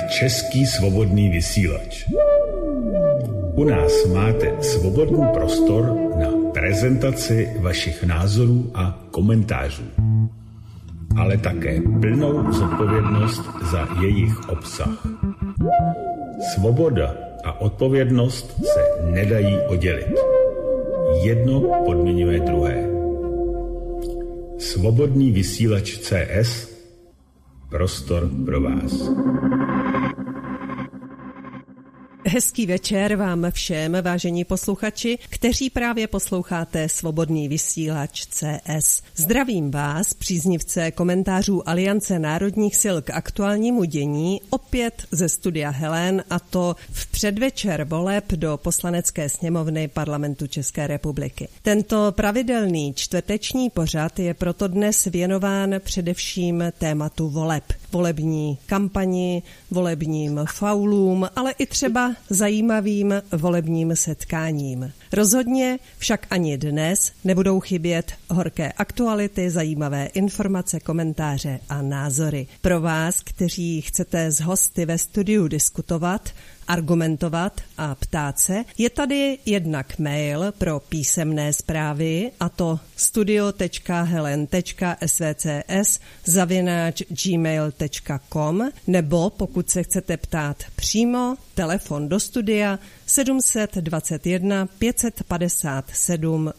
Český svobodný vysílač. U nás máte svobodný prostor na prezentaci vašich názorů a komentářů, ale také plnou zodpovědnost za jejich obsah. Svoboda a odpovědnost se nedají oddělit. Jedno podmiňuje druhé. Svobodný vysílač CS, prostor pro vás. Hezký večer vám všem, vážení posluchači, kteří právě posloucháte Svobodný vysílač CS. Zdravím vás, příznivce komentářů Aliance národních sil k aktuálnímu dění, opět ze studia Helen, a to v předvečer voleb do Poslanecké sněmovny Parlamentu České republiky. Tento pravidelný čtvrteční pořad je proto dnes věnován především tématu voleb. Volební kampani, volebním faulům, ale i třeba zajímavým volebním setkáním. Rozhodně však ani dnes nebudou chybět horké aktuality, zajímavé informace, komentáře a názory. Pro vás, kteří chcete s hosty ve studiu diskutovat, argumentovat a ptát se, je tady jednak mail pro písemné zprávy, a to studio.helen.svcs@gmail.com, nebo pokud se chcete ptát přímo, telefon do studia 721 557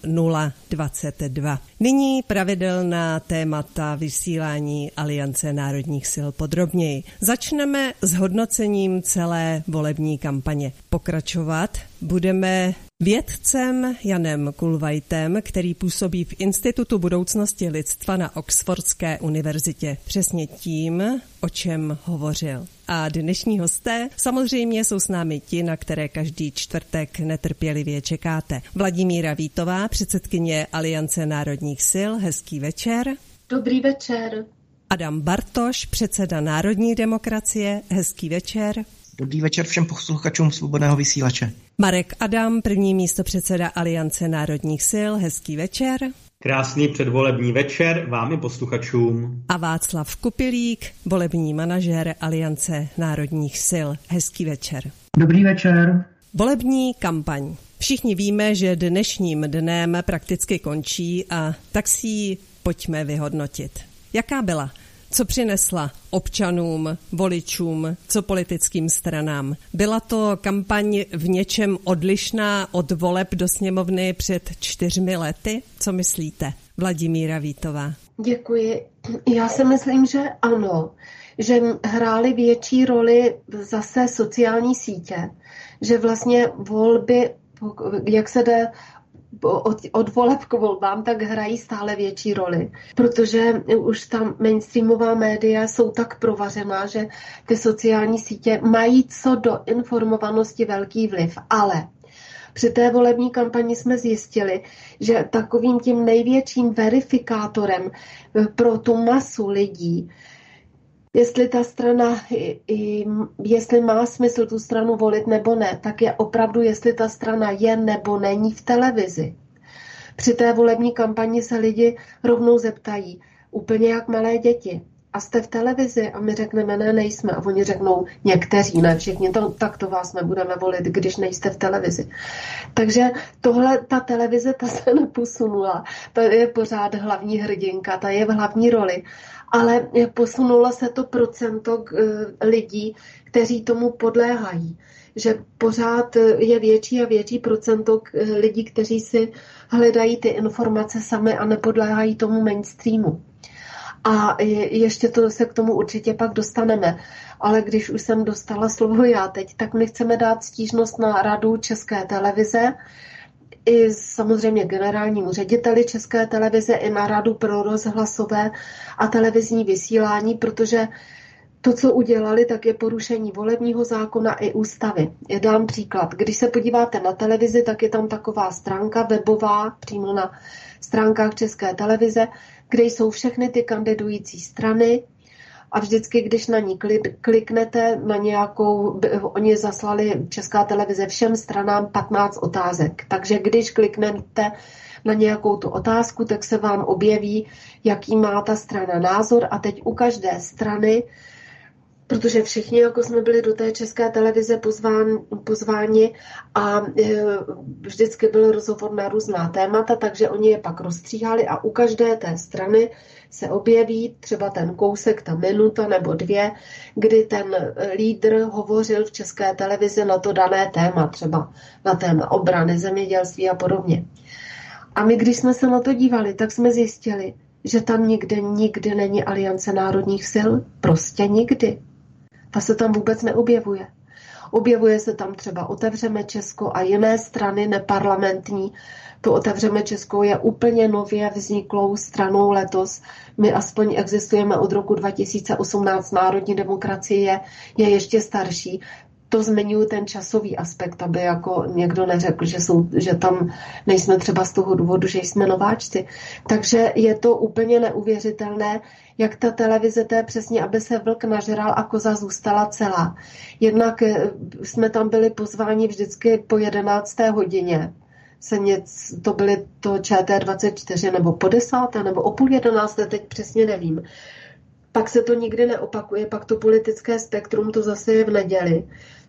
022. Nyní pravidelná témata vysílání Aliance národních sil podrobněji. Začneme s hodnocením celé volební kampaně. Pokračovat budeme vědcem Janem Kulvajtem, který působí v Institutu budoucnosti lidstva na Oxfordské univerzitě. Přesně tím, o čem hovořil. A dnešní hosté samozřejmě jsou s námi ti, na které každý čtvrtek netrpělivě čekáte. Vladimíra Vítová, předsedkyně Aliance národních sil, hezký večer. Dobrý večer. Adam Bartoš, předseda Národní demokracie, hezký večer. Dobrý večer všem posluchačům Svobodného vysílače. Marek Adam, první místopředseda Aliance národních sil, hezký večer. Krásný předvolební večer vám i posluchačům. A Václav Kupilík, volební manažer Aliance národních sil, hezký večer. Dobrý večer. Volební kampaň. Všichni víme, že dnešním dnem prakticky končí, a tak si ji pojďme vyhodnotit. Jaká byla? Co přinesla občanům, voličům, co politickým stranám? Byla to kampaň v něčem odlišná od voleb do sněmovny před 4 lety? Co myslíte? Vladimíra Vítová. Děkuji. Já si myslím, že ano, že hrály větší roli zase sociální sítě, že vlastně volby, jak se jde od voleb k volbám, tak hrají stále větší roli, protože už tam mainstreamová média jsou tak provařená, že ty sociální sítě mají co do informovanosti velký vliv, ale při té volební kampani jsme zjistili, že takovým tím největším verifikátorem pro tu masu lidí, jestli ta strana, jestli má smysl tu stranu volit nebo ne, tak je opravdu, jestli ta strana je nebo není v televizi. Při té volební kampani se lidi rovnou zeptají, úplně jak malé děti. A jste v televizi? A my řekneme, ne, nejsme. A oni řeknou, někteří, ne všichni, tak to vás nebudeme volit, když nejste v televizi. Takže tohle, ta televize, ta se neposunula. To je pořád hlavní hrdinka, ta je v hlavní roli. Ale posunulo se to procento lidí, kteří tomu podléhají. Že pořád je větší a větší procento lidí, kteří si hledají ty informace sami a nepodléhají tomu mainstreamu. A ještě se k tomu určitě pak dostaneme. Ale když už jsem dostala slovo já teď, tak my chceme dát stížnost na Radu České televize, i samozřejmě generálnímu řediteli České televize, i na Radu pro rozhlasové a televizní vysílání, protože to, co udělali, tak je porušení volebního zákona i ústavy. Já dám příklad. Když se podíváte na televizi, tak je tam taková stránka webová, přímo na stránkách České televize, kde jsou všechny ty kandidující strany, a vždycky, když na ní kliknete na nějakou, oni zaslali Česká televize všem stranám 15 otázek. Takže když kliknete na nějakou tu otázku, tak se vám objeví, jaký má ta strana názor, a teď u každé strany protože všichni jako jsme byli do té České televize pozváni a vždycky byl rozhovor na různá témata, takže oni je pak rozstříhali a u každé té strany se objeví třeba ten kousek, ta minuta nebo 2, kdy ten lídr hovořil v České televizi na to dané téma, třeba na téma obrany, zemědělství a podobně. A my, když jsme se na to dívali, tak jsme zjistili, že tam nikdy není Aliance národních sil. Prostě nikdy. Ta se tam vůbec neobjevuje. Objevuje se tam třeba Otevřeme Česko a jiné strany neparlamentní. To Otevřeme Česko je úplně nově vzniklou stranou letos. My aspoň existujeme od roku 2018. Národní demokracie je ještě starší. To zmiňuji ten časový aspekt, aby jako někdo neřekl, že tam nejsme třeba z toho důvodu, že jsme nováčci. Takže je to úplně neuvěřitelné, jak ta televize, to je přesně, aby se vlk nažral a koza zůstala celá. Jednak jsme tam byli pozváni vždycky po 11. hodině. To byly to ČT24 nebo po 10. nebo o 10:30, teď přesně nevím. Pak se to nikdy neopakuje, pak to politické spektrum, to zase je v neděli.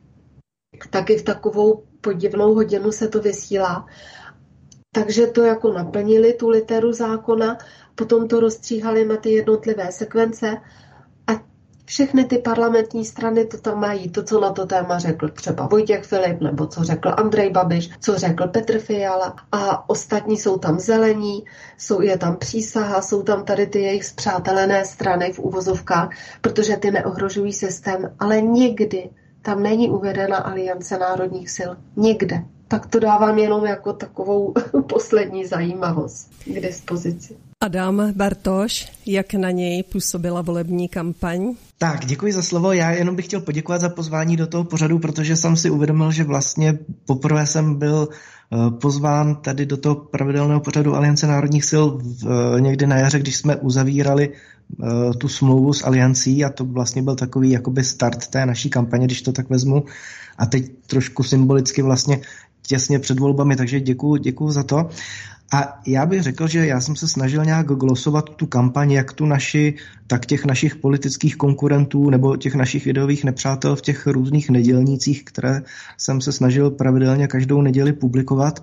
Taky v takovou podivnou hodinu se to vysílá. Takže to jako naplnili tu literu zákona, potom to rozstříhali na ty jednotlivé sekvence a všechny ty parlamentní strany to tam mají, to, co na to téma řekl třeba Vojtěch Filip, nebo co řekl Andrej Babiš, co řekl Petr Fiala a ostatní jsou tam zelení, je tam přísaha, jsou tam tady ty jejich spřátelené strany v uvozovkách, protože ty neohrožují systém, ale nikdy tam není uvedena Aliance národních sil. Nikde. Tak to dávám jenom jako takovou poslední zajímavost k dispozici. Adam Bartoš, jak na něj působila volební kampaň? Tak, děkuji za slovo. Já jenom bych chtěl poděkovat za pozvání do toho pořadu, protože jsem si uvědomil, že vlastně poprvé jsem byl pozván tady do toho pravidelného pořadu Aliance národních sil někdy na jaře, když jsme uzavírali tu smlouvu s Aliancí a to vlastně byl takový jakoby start té naší kampaně, když to tak vezmu. A teď trošku symbolicky vlastně těsně před volbami, takže děkuju za to. A já bych řekl, že já jsem se snažil nějak glosovat tu kampaň, jak tu naši, tak těch našich politických konkurentů nebo těch našich ideových nepřátel v těch různých nedělnících, které jsem se snažil pravidelně každou neděli publikovat.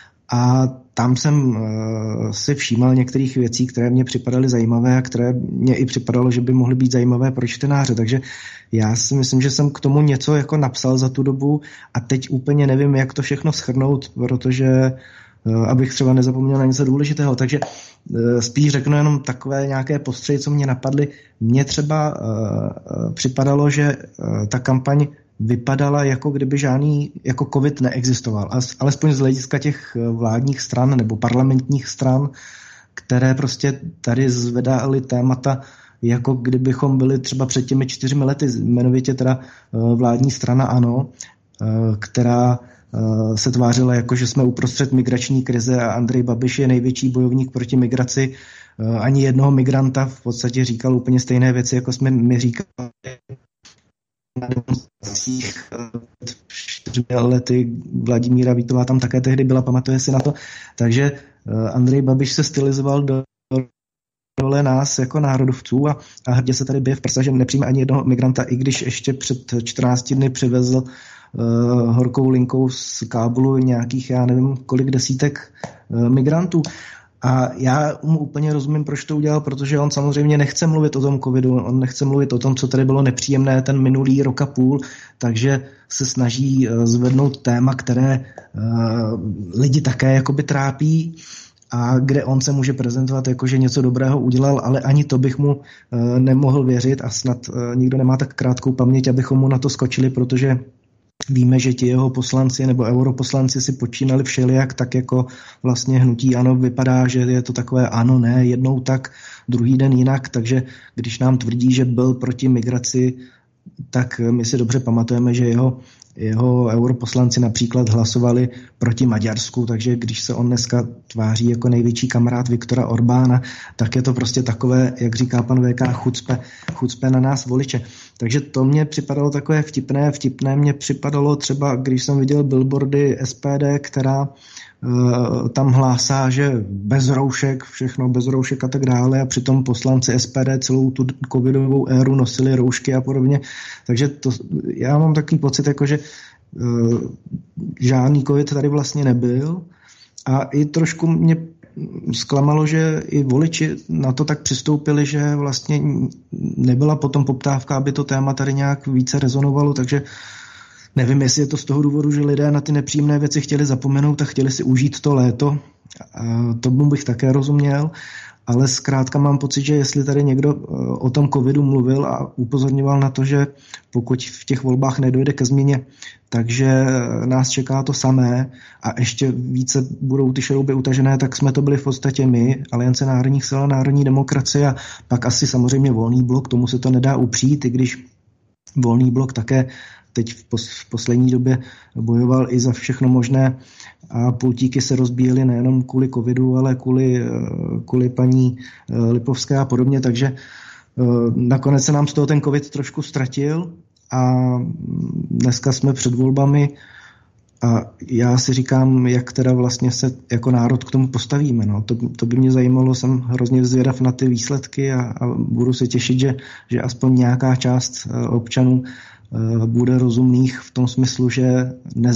A tam jsem si všímal některých věcí, které mě připadaly zajímavé a které mě i připadalo, že by mohly být zajímavé pro čtenáře. Takže já si myslím, že jsem k tomu něco jako napsal za tu dobu a teď úplně nevím, jak to všechno shrnout, protože abych třeba nezapomněl na něco důležitého. Takže spíš řeknu jenom takové nějaké postřehy, co mě napadly. Mně třeba připadalo, že ta kampaň vypadala, jako kdyby žádný jako covid neexistoval. Alespoň z hlediska těch vládních stran nebo parlamentních stran, které prostě tady zvedaly témata, jako kdybychom byli třeba před těmi 4 lety, jmenovitě teda vládní strana ANO, která se tvářila jako, že jsme uprostřed migrační krize a Andrej Babiš je největší bojovník proti migraci. Ani jednoho migranta v podstatě říkal úplně stejné věci, jako jsme my říkali na demonstracích 4 lety. Vladimíra Vítová tam také tehdy byla, pamatuje si na to. Takže Andrej Babiš se stylizoval do role nás jako národovců a hrdě se tady bije v prsa, že nepřijme ani jednoho migranta, i když ještě před 14 dny přivezl horkou linkou z Kábulu nějakých, já nevím, kolik desítek migrantů. A já mu úplně rozumím, proč to udělal, protože on samozřejmě nechce mluvit o tom covidu, on nechce mluvit o tom, co tady bylo nepříjemné ten minulý rok a půl, takže se snaží zvednout téma, které lidi také jakoby trápí a kde on se může prezentovat jako, že něco dobrého udělal, ale ani to bych mu nemohl věřit a snad nikdo nemá tak krátkou paměť, abychom mu na to skočili, protože víme, že ti jeho poslanci nebo europoslanci si počínali všelijak, tak jako vlastně hnutí ANO vypadá, že je to takové ano, ne, jednou tak, druhý den jinak, takže když nám tvrdí, že byl proti migraci, tak my si dobře pamatujeme, že jeho europoslanci například hlasovali proti Maďarsku, takže když se on dneska tváří jako největší kamarád Viktora Orbána, tak je to prostě takové, jak říká pan VK, chucpe na nás voliče. Takže to mě připadalo takové vtipné mě připadalo třeba, když jsem viděl billboardy SPD, která tam hlásá, že bez roušek, všechno bez roušek a tak dále, a přitom poslanci SPD celou tu covidovou éru nosili roušky a podobně. Takže já mám takový pocit, jako že žádný covid tady vlastně nebyl, a i trošku mě zklamalo, že i voliči na to tak přistoupili, že vlastně nebyla potom poptávka, aby to téma tady nějak více rezonovalo, takže nevím, jestli je to z toho důvodu, že lidé na ty nepříjemné věci chtěli zapomenout a chtěli si užít to léto. A tomu bych také rozuměl, ale zkrátka mám pocit, že jestli tady někdo o tom covidu mluvil a upozorňoval na to, že pokud v těch volbách nedojde ke změně, takže nás čeká to samé a ještě více budou ty šrouby utažené, tak jsme to byli v podstatě my, Aliance národních sil a národní demokracie, a pak asi samozřejmě Volný blok, tomu se to nedá upřít, i když Volný blok také teď v poslední době bojoval i za všechno možné a pultíky se rozbíjely nejenom kvůli covidu, ale kvůli paní Lipovské a podobně, takže nakonec se nám z toho ten covid trošku ztratil a dneska jsme před volbami a já si říkám, jak teda vlastně se jako národ k tomu postavíme. No. To by mě zajímalo, jsem hrozně zvědav na ty výsledky a budu se těšit, že aspoň nějaká část občanů bude rozumných v tom smyslu, že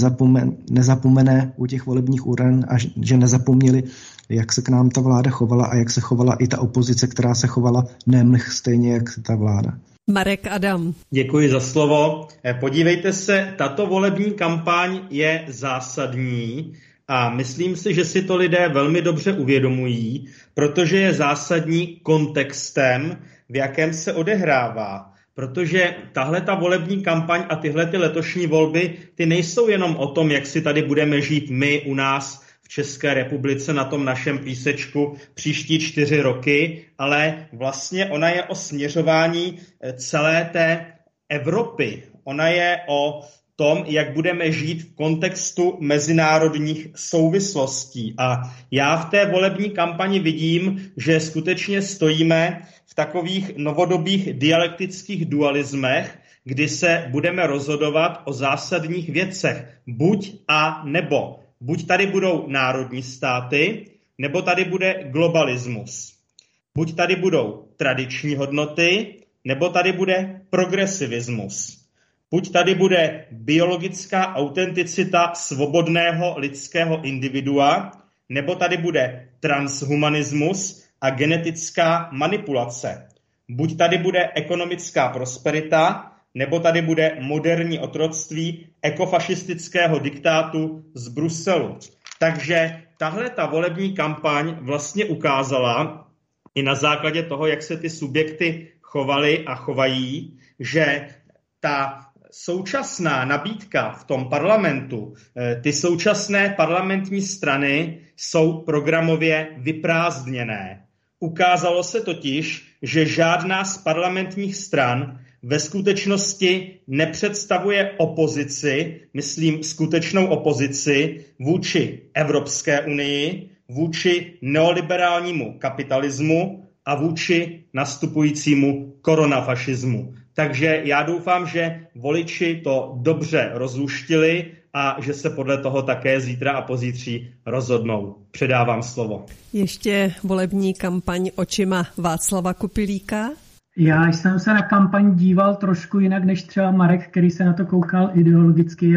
nezapomene u těch volebních uren a že nezapomněli, jak se k nám ta vláda chovala a jak se chovala i ta opozice, která se chovala nemlich stejně, jak ta vláda. Marek Adam. Děkuji za slovo. Podívejte se, tato volební kampaň je zásadní a myslím si, že si to lidé velmi dobře uvědomují, protože je zásadní kontextem, v jakém se odehrává. Protože tahle ta volební kampaň a tyhle ty letošní volby, ty nejsou jenom o tom, jak si tady budeme žít my u nás v České republice na tom našem písečku příští 4 roky, ale vlastně ona je o směřování celé té Evropy. Ona je o tom, jak budeme žít v kontextu mezinárodních souvislostí. A já v té volební kampani vidím, že skutečně stojíme v takových novodobých dialektických dualismech, kdy se budeme rozhodovat o zásadních věcech. Buď a nebo. Buď tady budou národní státy, nebo tady bude globalismus. Buď tady budou tradiční hodnoty, nebo tady bude progresivismus. Buď tady bude biologická autenticita svobodného lidského individua, nebo tady bude transhumanismus a genetická manipulace. Buď tady bude ekonomická prosperita, nebo tady bude moderní otroctví ekofašistického diktátu z Bruselu. Takže tahle ta volební kampaň vlastně ukázala i na základě toho, jak se ty subjekty chovaly a chovají, že ta současná nabídka v tom parlamentu, ty současné parlamentní strany jsou programově vyprázdněné. Ukázalo se totiž, že žádná z parlamentních stran ve skutečnosti nepředstavuje opozici, myslím skutečnou opozici vůči Evropské unii, vůči neoliberálnímu kapitalismu a vůči nastupujícímu koronafašismu. Takže já doufám, že voliči to dobře rozluštili a že se podle toho také zítra a pozítří rozhodnou. Předávám slovo. Ještě volební kampaň očima Václava Kupilíka. Já jsem se na kampaň díval trošku jinak než třeba Marek, který se na to koukal ideologicky.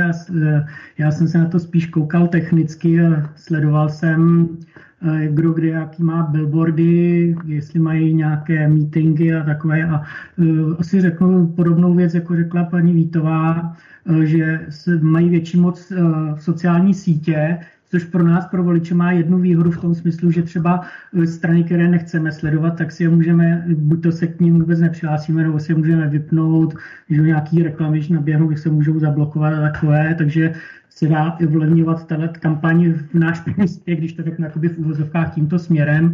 Já jsem se na to spíš koukal technicky a sledoval jsem, kdo kde jaký má billboardy, jestli mají nějaké meetingy a takové. A asi řeknu podobnou věc, jako řekla paní Vítová, že mají větší moc sociální sítě, což pro nás, pro voliče, má jednu výhodu v tom smyslu, že třeba strany, které nechceme sledovat, tak si je můžeme, buď to se k ním vůbec nepřihlásíme, nebo si je můžeme vypnout, že nějaký reklamy, když naběhnou, že se můžou zablokovat a takové, takže se dá ovlivňovat tato kampaň v náš prospěch, když to řeknu jakoby v uvozovkách tímto směrem.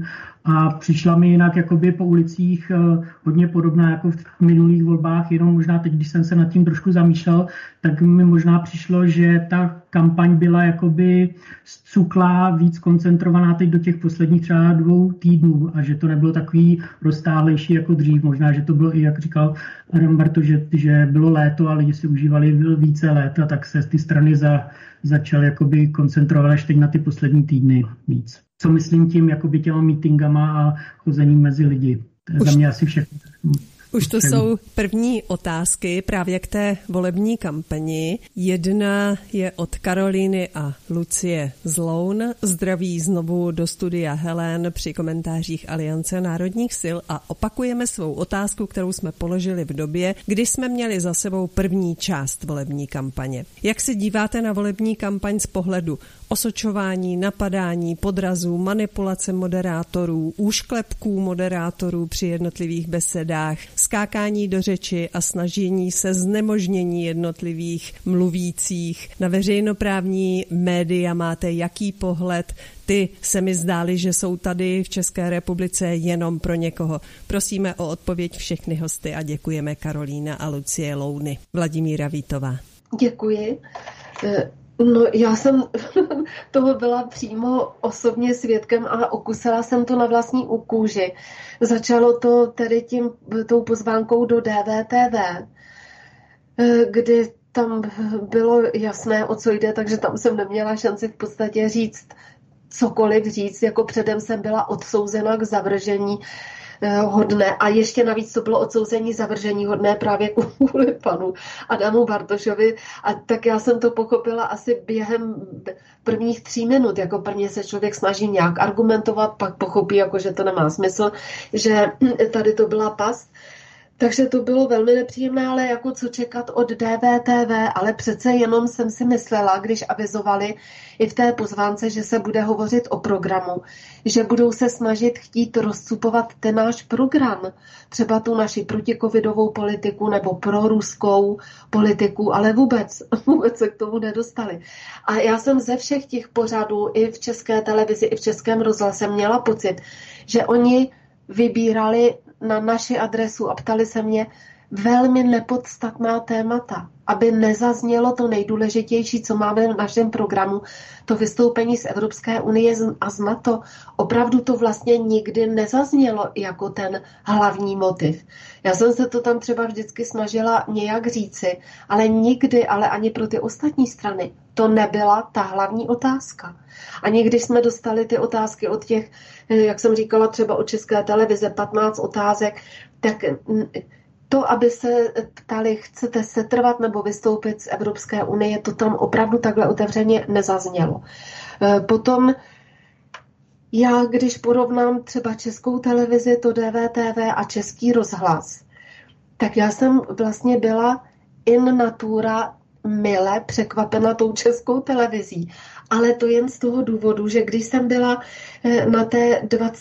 a přišla mi jinak jakoby po ulicích hodně podobná jako v minulých volbách, jenom možná teď, když jsem se nad tím trošku zamýšlel, tak mi možná přišlo, že ta kampaň byla jakoby zcuklá, víc koncentrovaná teď do těch posledních třeba 2 týdnů a že to nebylo takový roztáhlejší jako dřív. Možná, že to bylo i, jak říkal Adam Barto, že bylo léto a lidi si užívali více léta, tak se ty strany začaly jakoby koncentrovat až teď na ty poslední týdny víc. Co myslím tím jakoby těma meetingama a chozením mezi lidi. To je za mě asi všechno. Už to jsou první otázky právě k té volební kampani. Jedna je od Karolíny a Lucie z Loun. Zdraví znovu do studia Helen při komentářích Aliance národních sil a opakujeme svou otázku, kterou jsme položili v době, kdy jsme měli za sebou první část volební kampaně. Jak se díváte na volební kampaň z pohledu osočování, napadání, podrazů, manipulace moderátorů, úšklepků moderátorů při jednotlivých besedách, skákání do řeči a snažení se znemožnění jednotlivých mluvících? Na veřejnoprávní média máte jaký pohled? Ty se mi zdály, že jsou tady v České republice jenom pro někoho. Prosíme o odpověď všechny hosty a děkujeme Karolína a Lucie Louny. Vladimíra Vítová. Děkuji. No, já jsem toho byla přímo osobně svědkem a okusila jsem to na vlastní kůži. Začalo to tedy tou pozvánkou do DVTV, kdy tam bylo jasné, o co jde, takže tam jsem neměla šanci v podstatě říct cokoliv říct, jako předem jsem byla odsouzena k zavržení hodné a ještě navíc to bylo odsouzení zavržení hodné právě kvůli panu Adamu Bartošovi a tak já jsem to pochopila asi během prvních 3 minut, jako prvně se člověk snaží nějak argumentovat, pak pochopí, jako, že to nemá smysl, že tady to byla past. Takže to bylo velmi nepříjemné, ale jako co čekat od DVTV, ale přece jenom jsem si myslela, když avizovali i v té pozvánce, že se bude hovořit o programu, že budou se snažit chtít rozcupovat ten náš program, třeba tu naši protikovidovou politiku nebo proruskou politiku, ale vůbec se k tomu nedostali. A já jsem ze všech těch pořadů i v České televizi, i v Českém rozhlase měla pocit, že oni vybírali na naši adresu a ptali se mě velmi nepodstatná témata, aby nezaznělo to nejdůležitější, co máme v našem programu, to vystoupení z Evropské unie a z NATO. Opravdu to vlastně nikdy nezaznělo jako ten hlavní motiv. Já jsem se to tam třeba vždycky snažila nějak říci, ale nikdy, ale ani pro ty ostatní strany, to nebyla ta hlavní otázka. Ani když jsme dostali ty otázky od těch, jak jsem říkala, třeba od České televize, 15 otázek, tak to, aby se ptali, chcete setrvat nebo vystoupit z Evropské unie, to tam opravdu takhle otevřeně nezaznělo. Potom já, když porovnám třeba Českou televizi, to DVTV a Český rozhlas, tak já jsem vlastně byla in natura mile překvapena tou Českou televizí. Ale to jen z toho důvodu, že když jsem byla na té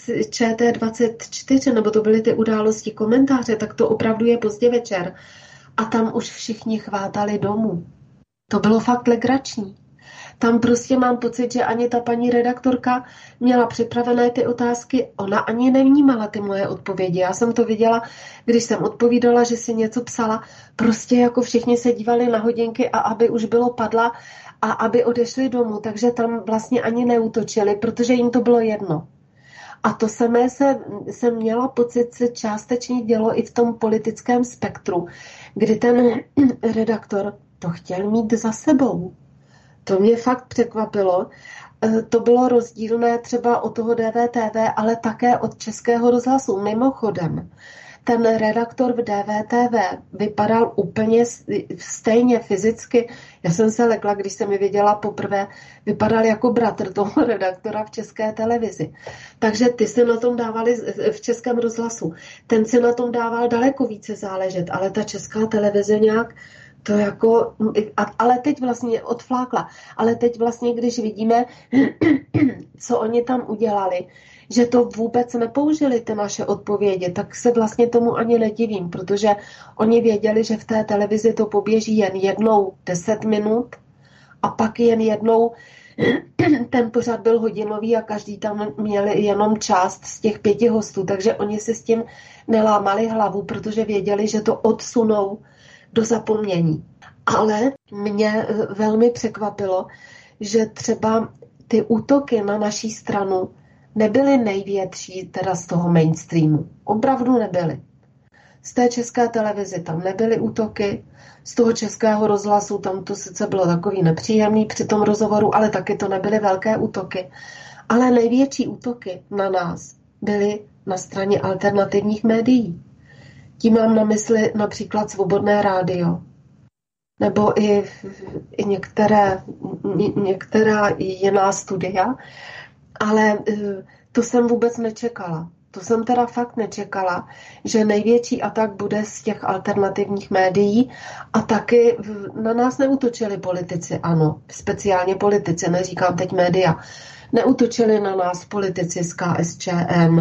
ČT24, nebo to byly ty události komentáře, tak to opravdu je pozdě večer. A tam už všichni chvátali domů. To bylo fakt legrační. Tam prostě mám pocit, že ani ta paní redaktorka měla připravené ty otázky, ona ani nevnímala ty moje odpovědi. Já jsem to viděla, když jsem odpovídala, že si něco psala, prostě jako všichni se dívali na hodinky a aby už bylo padla a aby odešli domů, takže tam vlastně ani neútočili, protože jim to bylo jedno. A to samé se měla pocit, se částečně dělo i v tom politickém spektru, kdy ten redaktor to chtěl mít za sebou. To mě fakt překvapilo. To bylo rozdílné třeba od toho DVTV, ale také od Českého rozhlasu. Mimochodem, ten redaktor v DVTV vypadal úplně stejně fyzicky. Já jsem se lekla, když jsem ji viděla poprvé, vypadal jako bratr toho redaktora v České televizi. Takže ty si na tom dávali v Českém rozhlasu. Ten si na tom dával daleko více záležet, ale ta Česká televize nějak to jako, ale teď vlastně odflákla. Ale teď vlastně, když vidíme, co oni tam udělali, že to vůbec nepoužili ty naše odpovědi, tak se vlastně tomu ani nedivím, protože oni věděli, že v té televizi to poběží jen jednou 10 minut a pak jen jednou ten pořad byl hodinový a každý tam měl jenom část z těch 5 hostů, takže oni si s tím nelámali hlavu, protože věděli, že to odsunou do zapomnění. Ale mě velmi překvapilo, že třeba ty útoky na naší stranu nebyly největší teda z toho mainstreamu. Opravdu nebyly. Z té České televize tam nebyly útoky, z toho Českého rozhlasu tam to sice bylo takový nepříjemný při tom rozhovoru, ale taky to nebyly velké útoky. Ale největší útoky na nás byly na straně alternativních médií. Tím mám na mysli například Svobodné rádio, nebo i některá jiná studia, ale to jsem vůbec nečekala. To jsem teda fakt nečekala, že největší atak bude z těch alternativních médií a taky na nás neútočili politici, ano, speciálně politici, neříkám teď média, neútočili na nás politici z KSČM,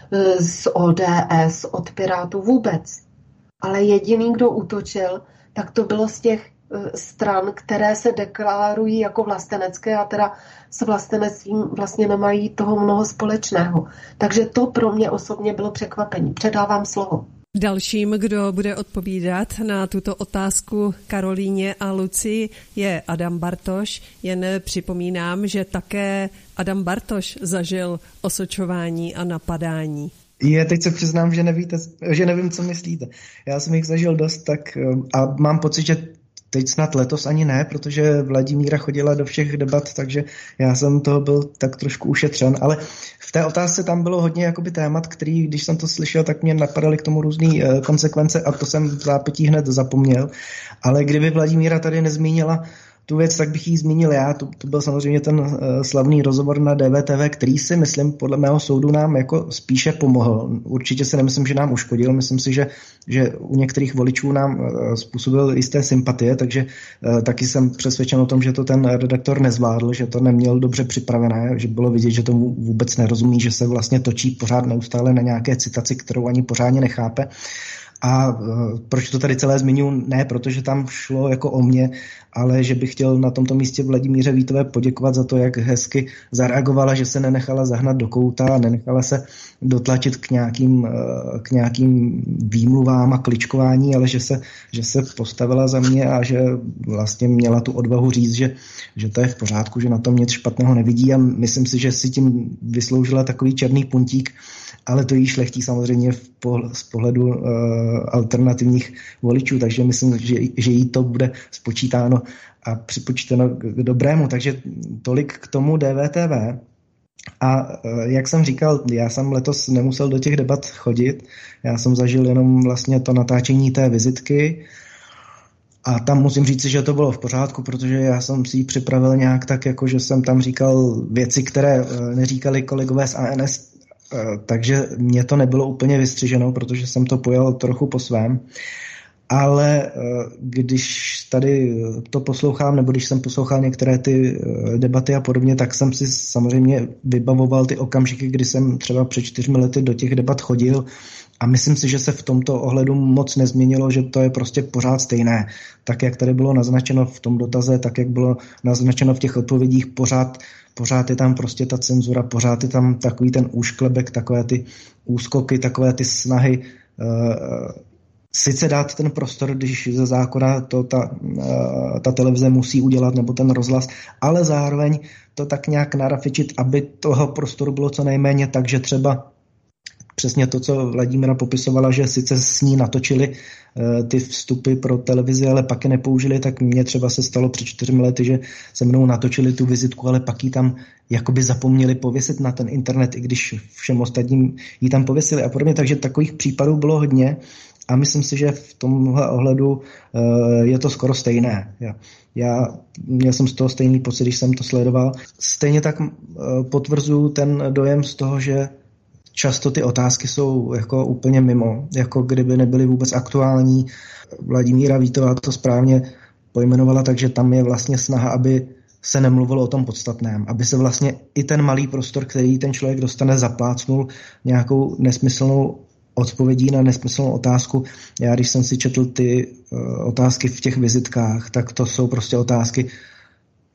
z ODS, od Pirátů vůbec. Ale jediný, kdo útočil, tak to bylo z těch stran, které se deklarují jako vlastenecké a teda s vlastenectvím vlastně nemají toho mnoho společného. Takže to pro mě osobně bylo překvapení. Předávám slovo. Dalším, kdo bude odpovídat na tuto otázku Karolíně a Lucii, je Adam Bartoš. Jen připomínám, že také Adam Bartoš zažil osočování a napadání. Teď se přiznám, že nevím, co myslíte. Já jsem jich zažil dost, tak a mám pocit, že teď snad letos ani ne, protože Vladimíra chodila do všech debat, takže já jsem toho byl tak trošku ušetřen, ale v té otázce tam bylo hodně jakoby témat, který, když jsem to slyšel, tak mě napadaly k tomu různé konsekvence a to jsem v zápětí hned zapomněl. Ale kdyby Vladimíra tady nezmínila tu věc, tak bych jí zmínil já. To byl samozřejmě ten slavný rozhovor na DVTV, který si myslím, podle mého soudu nám jako spíše pomohl. Určitě si nemyslím, že nám uškodil. Myslím si, že u některých voličů nám způsobil jisté sympatie, takže taky jsem přesvědčen o tom, že to ten redaktor nezvládl, že to neměl dobře připravené, že bylo vidět, že tomu vůbec nerozumí, že se vlastně točí pořád neustále na nějaké citaci, kterou ani pořádně nechápe. A proč to tady celé zmiňuji? Ne, protože tam šlo jako o mě, ale že bych chtěl na tomto místě Vladimíře Vítové poděkovat za to, jak hezky zareagovala, že se nenechala zahnat do kouta a nenechala se dotlačit k nějakým výmluvám a kličkování, ale že se postavila za mě a že vlastně měla tu odvahu říct, že to je v pořádku, že na tom nic špatného nevidí a myslím si, že si tím vysloužila takový černý puntík, ale to jí šlechtí samozřejmě z pohledu alternativních voličů, takže myslím, že jí to bude spočítáno a připočítáno k dobrému. Takže tolik k tomu DVTV. A jak jsem říkal, já jsem letos nemusel do těch debat chodit, já jsem zažil jenom vlastně to natáčení té vizitky a tam musím říct, že to bylo v pořádku, protože já jsem si ji připravil nějak tak, jako že jsem tam říkal věci, které neříkali kolegové z ANO, takže mě to nebylo úplně vystřiženo, protože jsem to pojal trochu po svém. Ale když tady to poslouchám, nebo když jsem poslouchal některé ty debaty a podobně, tak jsem si samozřejmě vybavoval ty okamžiky, kdy jsem třeba před 4 lety do těch debat chodil a myslím si, že se v tomto ohledu moc nezměnilo, že to je prostě pořád stejné. Tak, jak tady bylo naznačeno v tom dotaze, tak, jak bylo naznačeno v těch odpovědích, pořád je tam prostě ta cenzura, pořád je tam takový ten úšklebek, takové ty úskoky, takové ty snahy sice dát ten prostor, když ze zákona to ta televize musí udělat, nebo ten rozhlas, ale zároveň to tak nějak narafičit, aby toho prostoru bylo co nejméně, takže třeba přesně to, co Vladimíra popisovala, že sice s ní natočili ty vstupy pro televizi, ale pak je nepoužili, tak mně třeba se stalo před 4 lety, že se mnou natočili tu vizitku, ale pak ji tam jakoby zapomněli pověsit na ten internet, i když všem ostatním ji tam pověsili a podobně, takže takových případů bylo hodně a myslím si, že v tomhle ohledu je to skoro stejné. Já měl jsem z toho stejný pocit, když jsem to sledoval. Stejně tak potvrzuju ten dojem z toho, že často ty otázky jsou jako úplně mimo, jako kdyby nebyly vůbec aktuální. Vladimíra Vítová to správně pojmenovala, takže tam je vlastně snaha, aby se nemluvilo o tom podstatném, aby se vlastně i ten malý prostor, který ten člověk dostane, zaplácnul nějakou nesmyslnou odpovědí na nesmyslnou otázku. Já, když jsem si četl ty otázky v těch vizitkách, tak to jsou prostě otázky,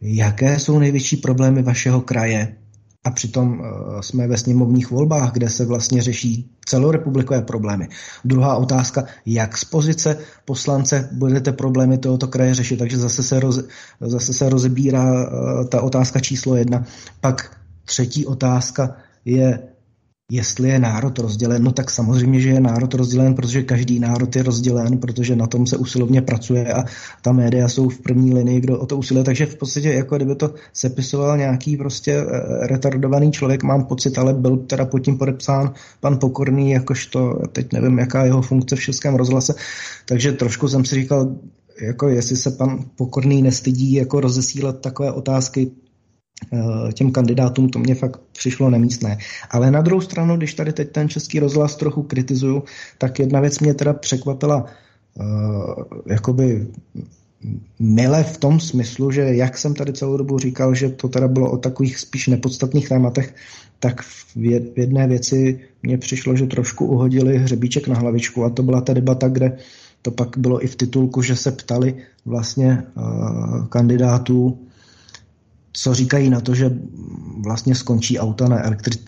jaké jsou největší problémy vašeho kraje. A přitom jsme ve sněmovních volbách, kde se vlastně řeší celorepublikové problémy. Druhá otázka, jak z pozice poslance budete problémy tohoto kraje řešit, takže zase se rozebírá ta otázka číslo 1. Pak třetí otázka je, jestli je národ rozdělen. No tak samozřejmě, že je národ rozdělen, protože každý národ je rozdělen, protože na tom se usilovně pracuje a ta média jsou v první linii, kdo o to usiluje. Takže v podstatě, jako kdyby to sepisoval nějaký prostě retardovaný člověk, mám pocit, ale byl teda pod tím podepsán pan Pokorný, jakožto, teď nevím, jaká je jeho funkce v Českém rozhlase. Takže trošku jsem si říkal, jako jestli se pan Pokorný nestydí jako rozesílat takové otázky těm kandidátům, to mě fakt přišlo nemístné. Ale na druhou stranu, když tady teď ten Český rozhlas trochu kritizuju, tak jedna věc mě teda překvapila jakoby mile v tom smyslu, že jak jsem tady celou dobu říkal, že to teda bylo o takových spíš nepodstatných tématech, tak v jedné věci mně přišlo, že trošku uhodili hřebíček na hlavičku, a to byla ta debata, kde to pak bylo i v titulku, že se ptali vlastně kandidátů, co říkají na to, že vlastně skončí auta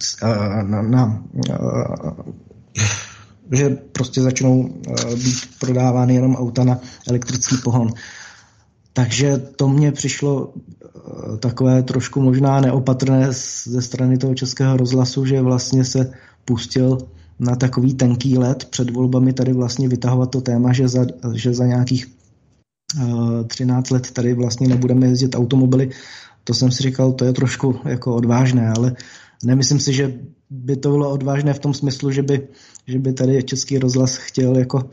že prostě začnou být prodávány jenom auta na elektrický pohon. Takže to mně přišlo takové trošku možná neopatrné ze strany toho Českého rozhlasu, že vlastně se pustil na takový tenký led před volbami tady vlastně vytahovat to téma, že za nějakých 13 let tady vlastně nebudeme jezdit automobily. To jsem si říkal, to je trošku jako odvážné, ale nemyslím si, že by to bylo odvážné v tom smyslu, že by tady Český rozhlas chtěl jako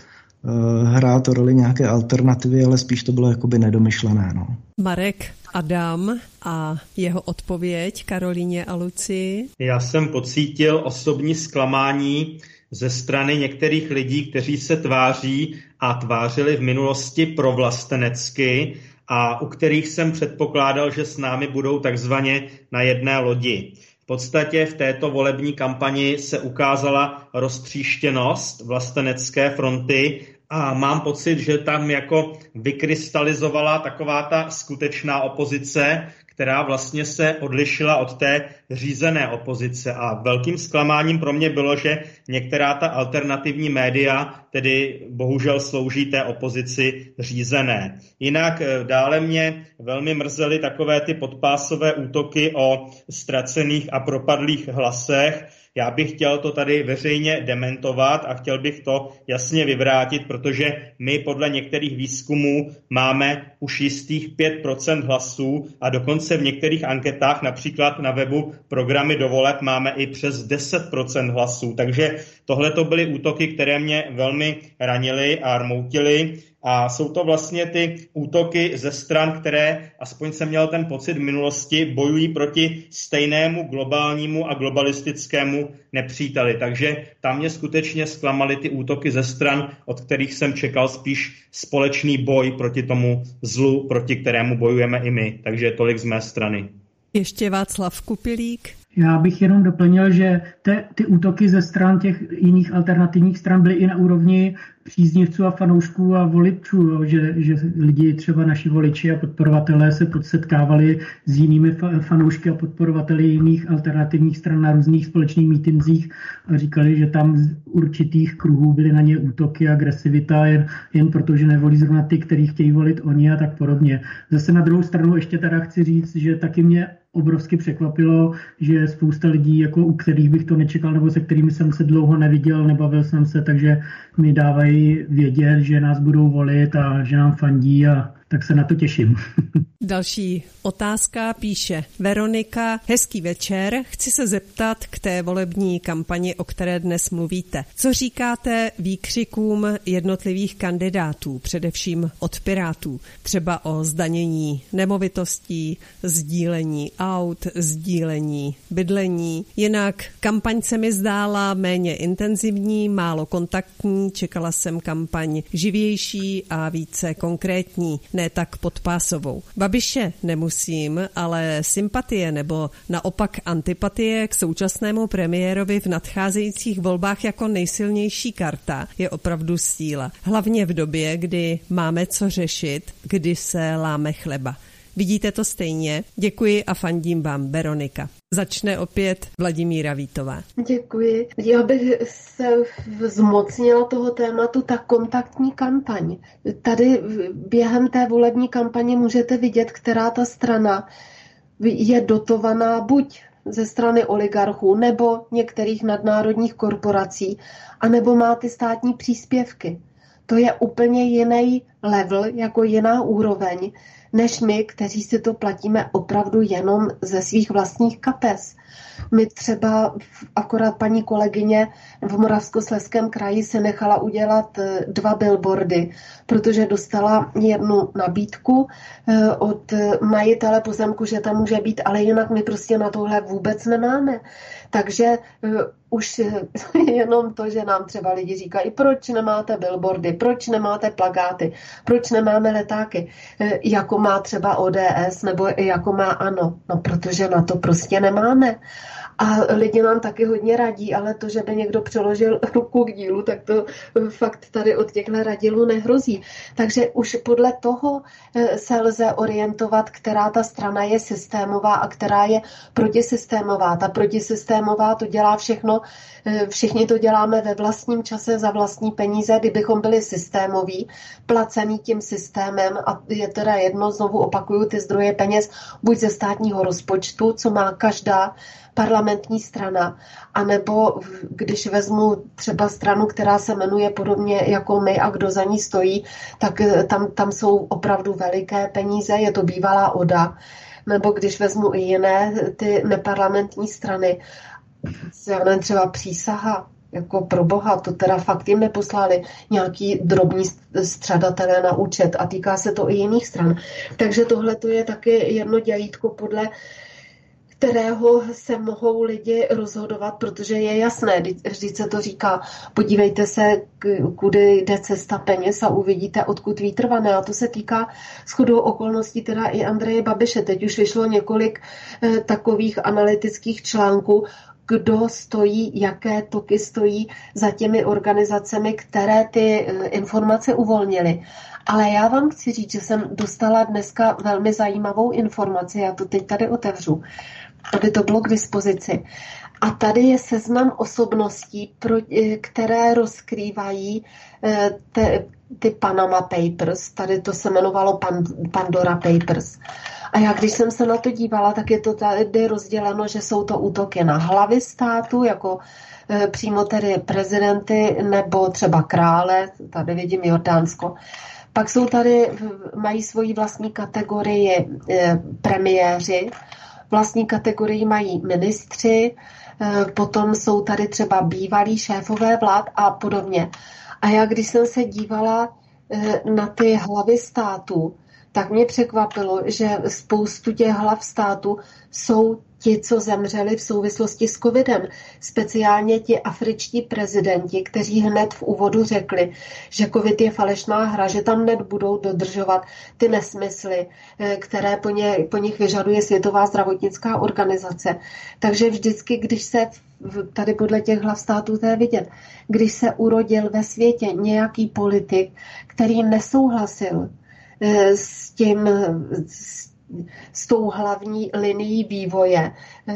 hrát roli nějaké alternativy, ale spíš to bylo jakoby nedomyšlené. No. Marek, Adam a jeho odpověď Karolíně a Lucii. Já jsem pocítil osobní zklamání ze strany některých lidí, kteří se tváří a tvářili v minulosti provlastenecky a u kterých jsem předpokládal, že s námi budou takzvaně na jedné lodi. V podstatě v této volební kampani se ukázala roztříštěnost vlastenecké fronty a mám pocit, že tam jako vykrystalizovala taková ta skutečná opozice, která vlastně se odlišila od té řízené opozice. A velkým zklamáním pro mě bylo, že některá ta alternativní média tedy bohužel slouží té opozici řízené. Jinak dále mě velmi mrzely takové ty podpásové útoky o ztracených a propadlých hlasech. Já bych chtěl to tady veřejně dementovat a chtěl bych to jasně vyvrátit, protože my podle některých výzkumů máme už jistých 5% hlasů a dokonce v některých anketách, například na webu Programy do voleb, máme i přes 10% hlasů. Takže tohle to byly útoky, které mě velmi ranily a rmoutily. A jsou to vlastně ty útoky ze stran, které, aspoň jsem měl ten pocit v minulosti, bojují proti stejnému globálnímu a globalistickému nepříteli. Takže tam mě skutečně zklamaly ty útoky ze stran, od kterých jsem čekal spíš společný boj proti tomu zlu, proti kterému bojujeme i my. Takže tolik z mé strany. Ještě Václav Kupilík. Já bych jenom doplnil, že ty útoky ze stran těch jiných alternativních stran byly i na úrovni příznivců a fanoušků a voličů, že lidi, třeba naši voliči a podporovatelé se setkávali s jinými fanoušky a podporovateli jiných alternativních stran na různých společných mítinzích a říkali, že tam z určitých kruhů byly na ně útoky, agresivita, jen protože nevolí zrovna ty, který chtějí volit oni a tak podobně. Zase na druhou stranu ještě teda chci říct, že taky mě obrovsky překvapilo, že spousta lidí, jako u kterých bych to nečekal, nebo se kterými jsem se dlouho neviděl, nebavil jsem se, takže mi dávají vědět, že nás budou volit a že nám fandí a tak se na to těším. Další otázka píše Veronika. Hezký večer. Chci se zeptat k té volební kampani, o které dnes mluvíte. Co říkáte výkřikům jednotlivých kandidátů, především od Pirátů? Třeba o zdanění nemovitostí, sdílení aut, sdílení bydlení. Jinak kampaň se mi zdála méně intenzivní, málo kontaktní, čekala jsem kampaň živější a více konkrétní, ne tak podpásovou. Babiše nemusím, ale sympatie nebo naopak antipatie k současnému premiérovi v nadcházejících volbách jako nejsilnější karta je opravdu síla. Hlavně v době, kdy máme co řešit, kdy se láme chleba. Vidíte to stejně? Děkuji a fandím vám, Veronika. Začne opět Vladimíra Vítová. Děkuji. Já bych se zmocnila toho tématu, ta kontaktní kampaň. Tady během té volební kampaně můžete vidět, která ta strana je dotovaná buď ze strany oligarchů nebo některých nadnárodních korporací, anebo má ty státní příspěvky. To je úplně jiný level, jako jiná úroveň, než my, kteří si to platíme opravdu jenom ze svých vlastních kapes. My třeba, akorát paní kolegyně v Moravskoslezském kraji se nechala udělat 2 billboardy, protože dostala jednu nabídku od majitele pozemku, že tam může být, ale jinak my prostě na tohle vůbec nemáme. Takže už jenom to, že nám třeba lidi říkají, proč nemáte billboardy, proč nemáte plakáty, proč nemáme letáky, jako má třeba ODS nebo jako má ANO. No, protože na to prostě nemáme. A lidi nám taky hodně radí, ale to, že by někdo přeložil ruku k dílu, tak to fakt tady od těchto radilů nehrozí. Takže už podle toho se lze orientovat, která ta strana je systémová a která je protisystémová. Ta protisystémová to dělá všechno, všichni to děláme ve vlastním čase za vlastní peníze, kdybychom byli systémoví, placený tím systémem a je teda jedno, znovu opakuju, ty zdroje peněz buď ze státního rozpočtu, co má každá parlamentní strana, anebo když vezmu třeba stranu, která se jmenuje podobně jako my a kdo za ní stojí, tak tam jsou opravdu veliké peníze, je to bývalá ODA, nebo když vezmu i jiné ty neparlamentní strany, třeba Přísaha, jako pro boha, to teda fakt jim neposlali nějaký drobní střadatelé na účet a týká se to i jiných stran. Takže tohle to je taky jedno dělítko, podle kterého se mohou lidi rozhodovat, protože je jasné, vždyť se to říká, podívejte se, kudy jde cesta peněz a uvidíte, odkud vítr vane. A to se týká shodou okolností teda i Andreje Babiše. Teď už vyšlo několik takových analytických článků, kdo stojí, jaké toky stojí za těmi organizacemi, které ty informace uvolnily. Ale já vám chci říct, že jsem dostala dneska velmi zajímavou informaci, já to teď tady otevřu, aby to bylo k dispozici. A tady je seznam osobností, které rozkrývají ty Panama Papers, tady to se jmenovalo Pandora Papers. A já, když jsem se na to dívala, tak je to tady rozděleno, že jsou to útoky na hlavy státu, jako přímo tedy prezidenty nebo třeba krále, tady vidím Jordánsko. Pak jsou tady, mají svoji vlastní kategorii premiéři, vlastní kategorii mají ministři, potom jsou tady třeba bývalí šéfové vlád a podobně. A já, když jsem se dívala na ty hlavy států, tak mě překvapilo, že spoustu těch hlav státu jsou ti, co zemřeli v souvislosti s covidem. Speciálně ti afričtí prezidenti, kteří hned v úvodu řekli, že covid je falešná hra, že tam hned budou dodržovat ty nesmysly, které po nich vyžaduje Světová zdravotnická organizace. Takže vždycky, když se tady podle těch hlav států to je vidět, když se urodil ve světě nějaký politik, který nesouhlasil s tou hlavní linií vývoje,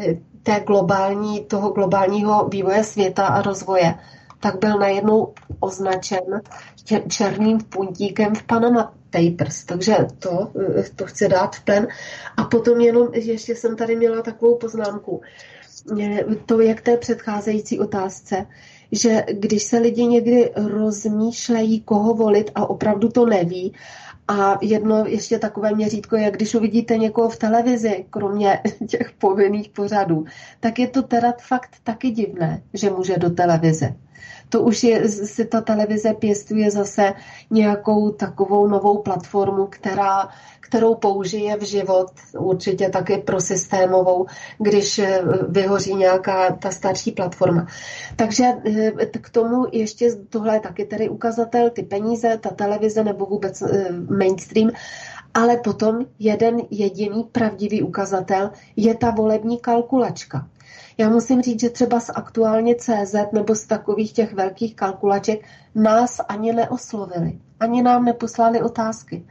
toho globálního vývoje světa a rozvoje, tak byl najednou označen černým puntíkem v Panama Papers. Takže to chci dát v plen. A potom jenom ještě jsem tady měla takovou poznámku. To je k té předcházející otázce, že když se lidi někdy rozmýšlejí, koho volit a opravdu to neví, a jedno ještě takové měřítko, jak když uvidíte někoho v televizi, kromě těch povinných pořadů, tak je to teda fakt taky divné, že může do televize. To už si ta televize pěstuje zase nějakou takovou novou platformu, kterou použije v život, určitě taky pro systémovou, když vyhoří nějaká ta starší platforma. Takže k tomu ještě tohle je taky tedy ukazatel, ty peníze, ta televize nebo vůbec mainstream, ale potom jeden jediný pravdivý ukazatel je ta volební kalkulačka. Já musím říct, že třeba z aktuálně CZ nebo z takových těch velkých kalkulaček nás ani neoslovili. Ani nám neposlali otázky.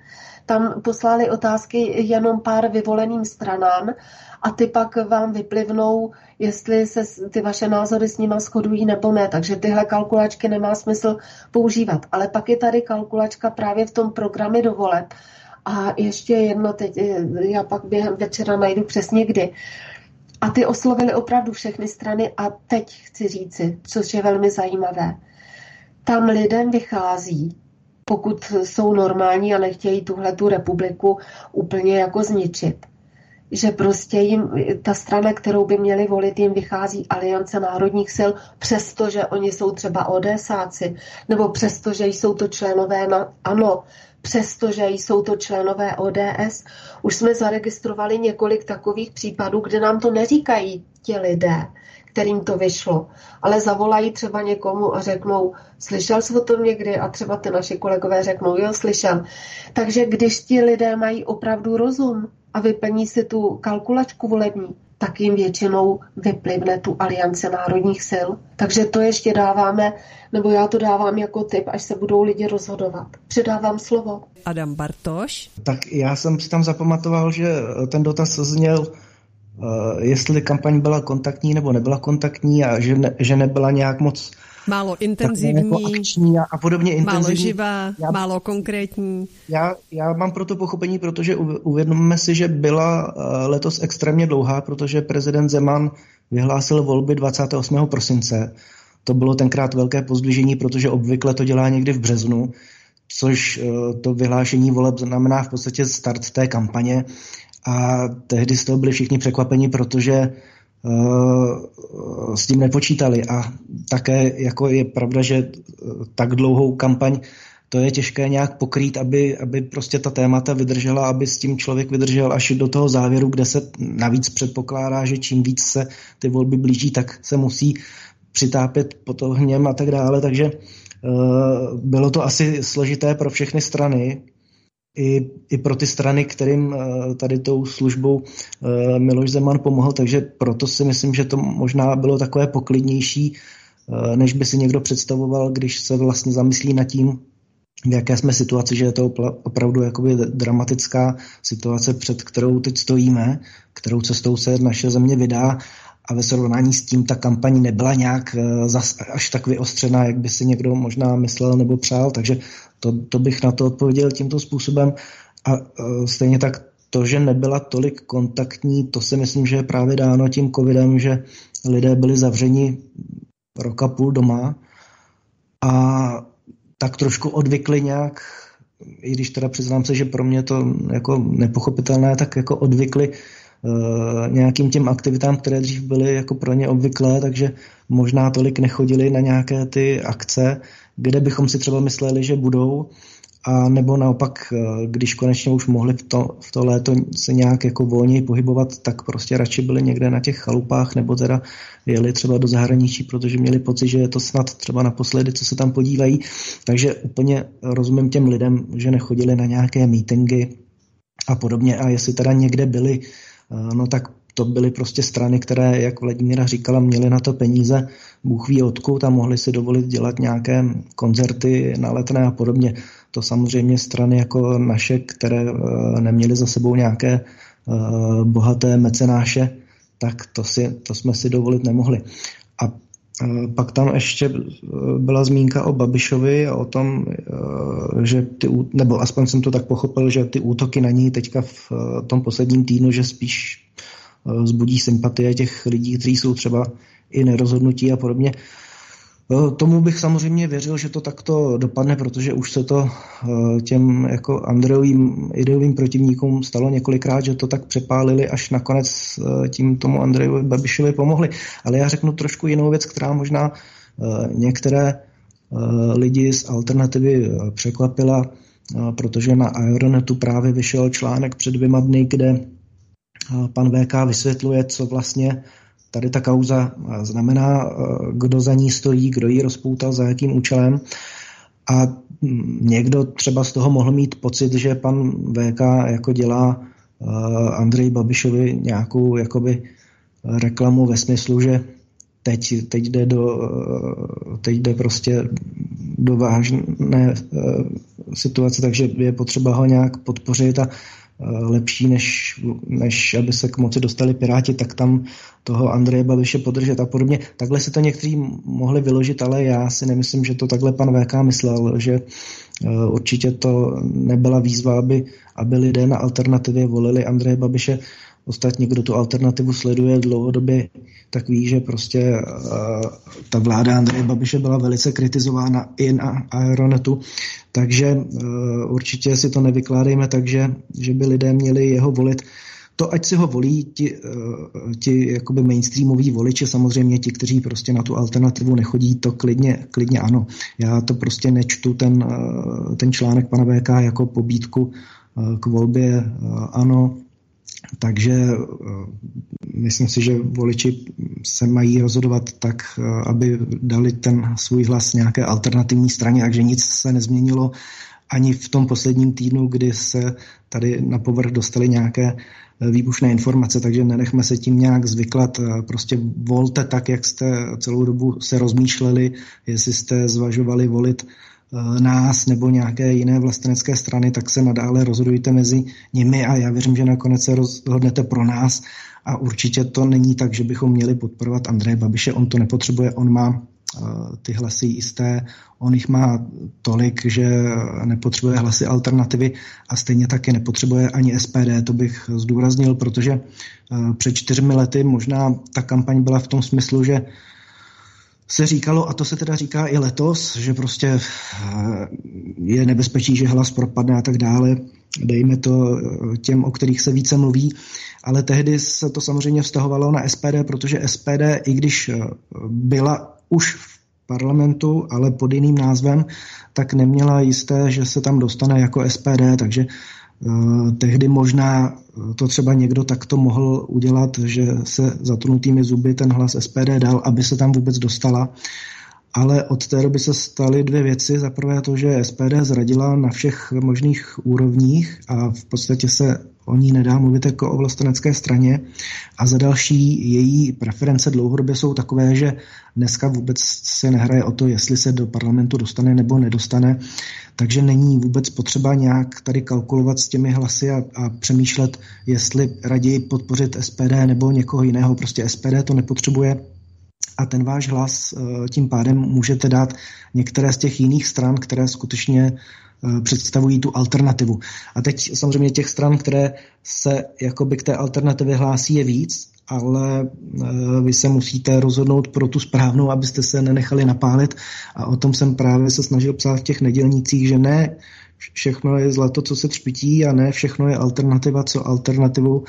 tam poslali otázky jenom pár vyvoleným stranám a ty pak vám vyplivnou, jestli se ty vaše názory s nima shodují nebo ne. Takže tyhle kalkulačky nemá smysl používat. Ale pak je tady kalkulačka právě v tom programu do voleb. A ještě jedno, teď já pak během večera najdu přesně kdy. A ty oslovili opravdu všechny strany a teď chci říci, což je velmi zajímavé. Tam lidem vychází, pokud jsou normální a nechtějí tuhletu republiku úplně jako zničit, že prostě jim ta strana, kterou by měli volit, jim vychází Aliance národních sil, přestože oni jsou třeba ODSáci, nebo přestože jsou to členové ANO, přestože jsou to členové ODS. Už jsme zaregistrovali několik takových případů, kde nám to neříkají ti lidé, kterým to vyšlo, ale zavolají třeba někomu a řeknou, slyšel jsi o tom někdy? A třeba ty naši kolegové řeknou, jo, slyšel. Takže když ti lidé mají opravdu rozum a vyplní si tu kalkulačku volební, tak jim většinou vyplivne tu Aliance národních sil. Takže to ještě dáváme, nebo já to dávám jako tip, až se budou lidi rozhodovat. Předávám slovo. Adam Bartoš. Tak já jsem si tam zapamatoval, že ten dotaz zněl, jestli kampaň byla kontaktní nebo nebyla kontaktní a že nebyla nějak moc málo intenzivní, jako akční a podobně intenzivní. Málo živá, málo konkrétní. Já mám proto pochopení, protože uvědomíme si, že byla letos extrémně dlouhá, protože prezident Zeman vyhlásil volby 28. prosince. To bylo tenkrát velké pozdvižení, protože obvykle to dělá někdy v březnu, což to vyhlášení voleb znamená v podstatě start té kampaně. A tehdy z toho byli všichni překvapeni, protože s tím nepočítali. A také jako je pravda, že tak dlouhou kampaň to je těžké nějak pokrýt, aby prostě ta témata vydržela, aby s tím člověk vydržel až do toho závěru, kde se navíc předpokládá, že čím víc se ty volby blíží, tak se musí přitápět pod ohněm a tak dále. Takže bylo to asi složité pro všechny strany, i pro ty strany, kterým tady tou službou Miloš Zeman pomohl, takže proto si myslím, že to možná bylo takové poklidnější, než by si někdo představoval, když se vlastně zamyslí nad tím, v jaké jsme situaci, že je to opravdu jakoby dramatická situace, před kterou teď stojíme, kterou cestou se naše země vydá, a ve srovnání s tím ta kampaň nebyla nějak až tak vyostřená, jak by si někdo možná myslel nebo přál, takže to bych na to odpověděl tímto způsobem. A stejně tak to, že nebyla tolik kontaktní, to si myslím, že je právě dáno tím covidem, že lidé byli zavřeni rok a půl doma a tak trošku odvykli nějak, i když teda přiznám se, že pro mě to jako nepochopitelné, tak jako odvykli nějakým těm aktivitám, které dřív byly jako pro ně obvyklé, takže možná tolik nechodili na nějaké ty akce, kde bychom si třeba mysleli, že budou, a nebo naopak, když konečně už mohli v to léto se nějak jako volněji pohybovat, tak prostě radši byli někde na těch chalupách, nebo teda jeli třeba do zahraničí, protože měli pocit, že je to snad třeba naposledy, co se tam podívají. Takže úplně rozumím těm lidem, že nechodili na nějaké mítingy a podobně, a jestli teda někde byli, no tak to byly prostě strany, které, jak Vladimíra říkala, měly na to peníze, Bůh ví odkud, a mohli si dovolit dělat nějaké koncerty na Letné a podobně. To samozřejmě strany jako naše, které neměly za sebou nějaké bohaté mecenáše, tak to jsme si dovolit nemohli. A pak tam ještě byla zmínka o Babišovi a o tom, že nebo aspoň jsem to tak pochopil, že ty útoky na ní teďka v tom posledním týdnu, že spíš vzbudí sympatie těch lidí, kteří jsou třeba i nerozhodnutí a podobně. Tomu bych samozřejmě věřil, že to takto dopadne, protože už se to těm jako Andrejovým ideovým protivníkům stalo několikrát, že to tak přepálili, až nakonec tím tomu Andrejovi Babišovi pomohli. Ale já řeknu trošku jinou věc, která možná některé lidi z Alternativy překvapila, protože na Aeronetu právě vyšel článek před 2 dny, kde pan VK vysvětluje, co vlastně tady ta kauza znamená, kdo za ní stojí, kdo ji rozpoutal, za jakým účelem. A někdo třeba z toho mohl mít pocit, že pan VK jako dělá Andreji Babišovi nějakou jakoby reklamu ve smyslu, že teď jde prostě do vážné situaci, takže je potřeba ho nějak podpořit a lepší, než aby se k moci dostali Piráti, tak tam toho Andreje Babiše podržet a podobně. Takhle si to někteří mohli vyložit, ale já si nemyslím, že to takhle pan VK myslel, že určitě to nebyla výzva, aby lidé na alternativě volili Andreje Babiše. Ostatně, kdo tu alternativu sleduje dlouhodobě, tak ví, že prostě ta vláda Andreje Babiše byla velice kritizována i na Aeronetu, takže určitě si to nevykládejme tak, že by lidé měli jeho volit. To, ať si ho volí ti jakoby mainstreamoví voliči, samozřejmě ti, kteří prostě na tu alternativu nechodí, to klidně ano. Já to prostě nečtu ten článek pana VK jako pobídku k volbě ano. Takže myslím si, že voliči se mají rozhodovat tak, aby dali ten svůj hlas nějaké alternativní straně, takže nic se nezměnilo ani v tom posledním týdnu, kdy se tady na povrch dostaly nějaké výbušné informace, takže nenechme se tím nějak zvyklat. Prostě volte tak, jak jste celou dobu se rozmýšleli, jestli jste zvažovali volit nás nebo nějaké jiné vlastenecké strany, tak se nadále rozhodujte mezi nimi a já věřím, že nakonec se rozhodnete pro nás a určitě to není tak, že bychom měli podporovat Andreje Babiše, on to nepotřebuje, on má ty hlasy jisté, on jich má tolik, že nepotřebuje hlasy alternativy a stejně taky nepotřebuje ani SPD, to bych zdůraznil, protože před 4 lety možná ta kampaň byla v tom smyslu, že se říkalo, a to se teda říká i letos, že prostě je nebezpečí, že hlas propadne a tak dále. Dejme to těm, o kterých se více mluví, ale tehdy se to samozřejmě vztahovalo na SPD, protože SPD, i když byla už v parlamentu, ale pod jiným názvem, tak neměla jisté, že se tam dostane jako SPD, takže tehdy možná to třeba někdo takto mohl udělat, že se zatrnutými zuby ten hlas SPD dal, aby se tam vůbec dostala. Ale od té doby se staly 2 věci. Za prvé to, že SPD zradila na všech možných úrovních a v podstatě se o ní nedá mluvit jako o vlastenecké straně. A za další její preference dlouhodobě jsou takové, že dneska vůbec se nehraje o to, jestli se do parlamentu dostane nebo nedostane. Takže není vůbec potřeba nějak tady kalkulovat s těmi hlasy a přemýšlet, jestli raději podpořit SPD nebo někoho jiného. Prostě SPD to nepotřebuje. A ten váš hlas tím pádem můžete dát některé z těch jiných stran, které skutečně představují tu alternativu. A teď samozřejmě těch stran, které se jakoby k té alternativě hlásí, je víc, ale vy se musíte rozhodnout pro tu správnou, abyste se nenechali napálit. A o tom jsem právě se snažil psát v těch nedělnících, že ne všechno je zlato, co se třpytí, a ne všechno je alternativa, co alternativou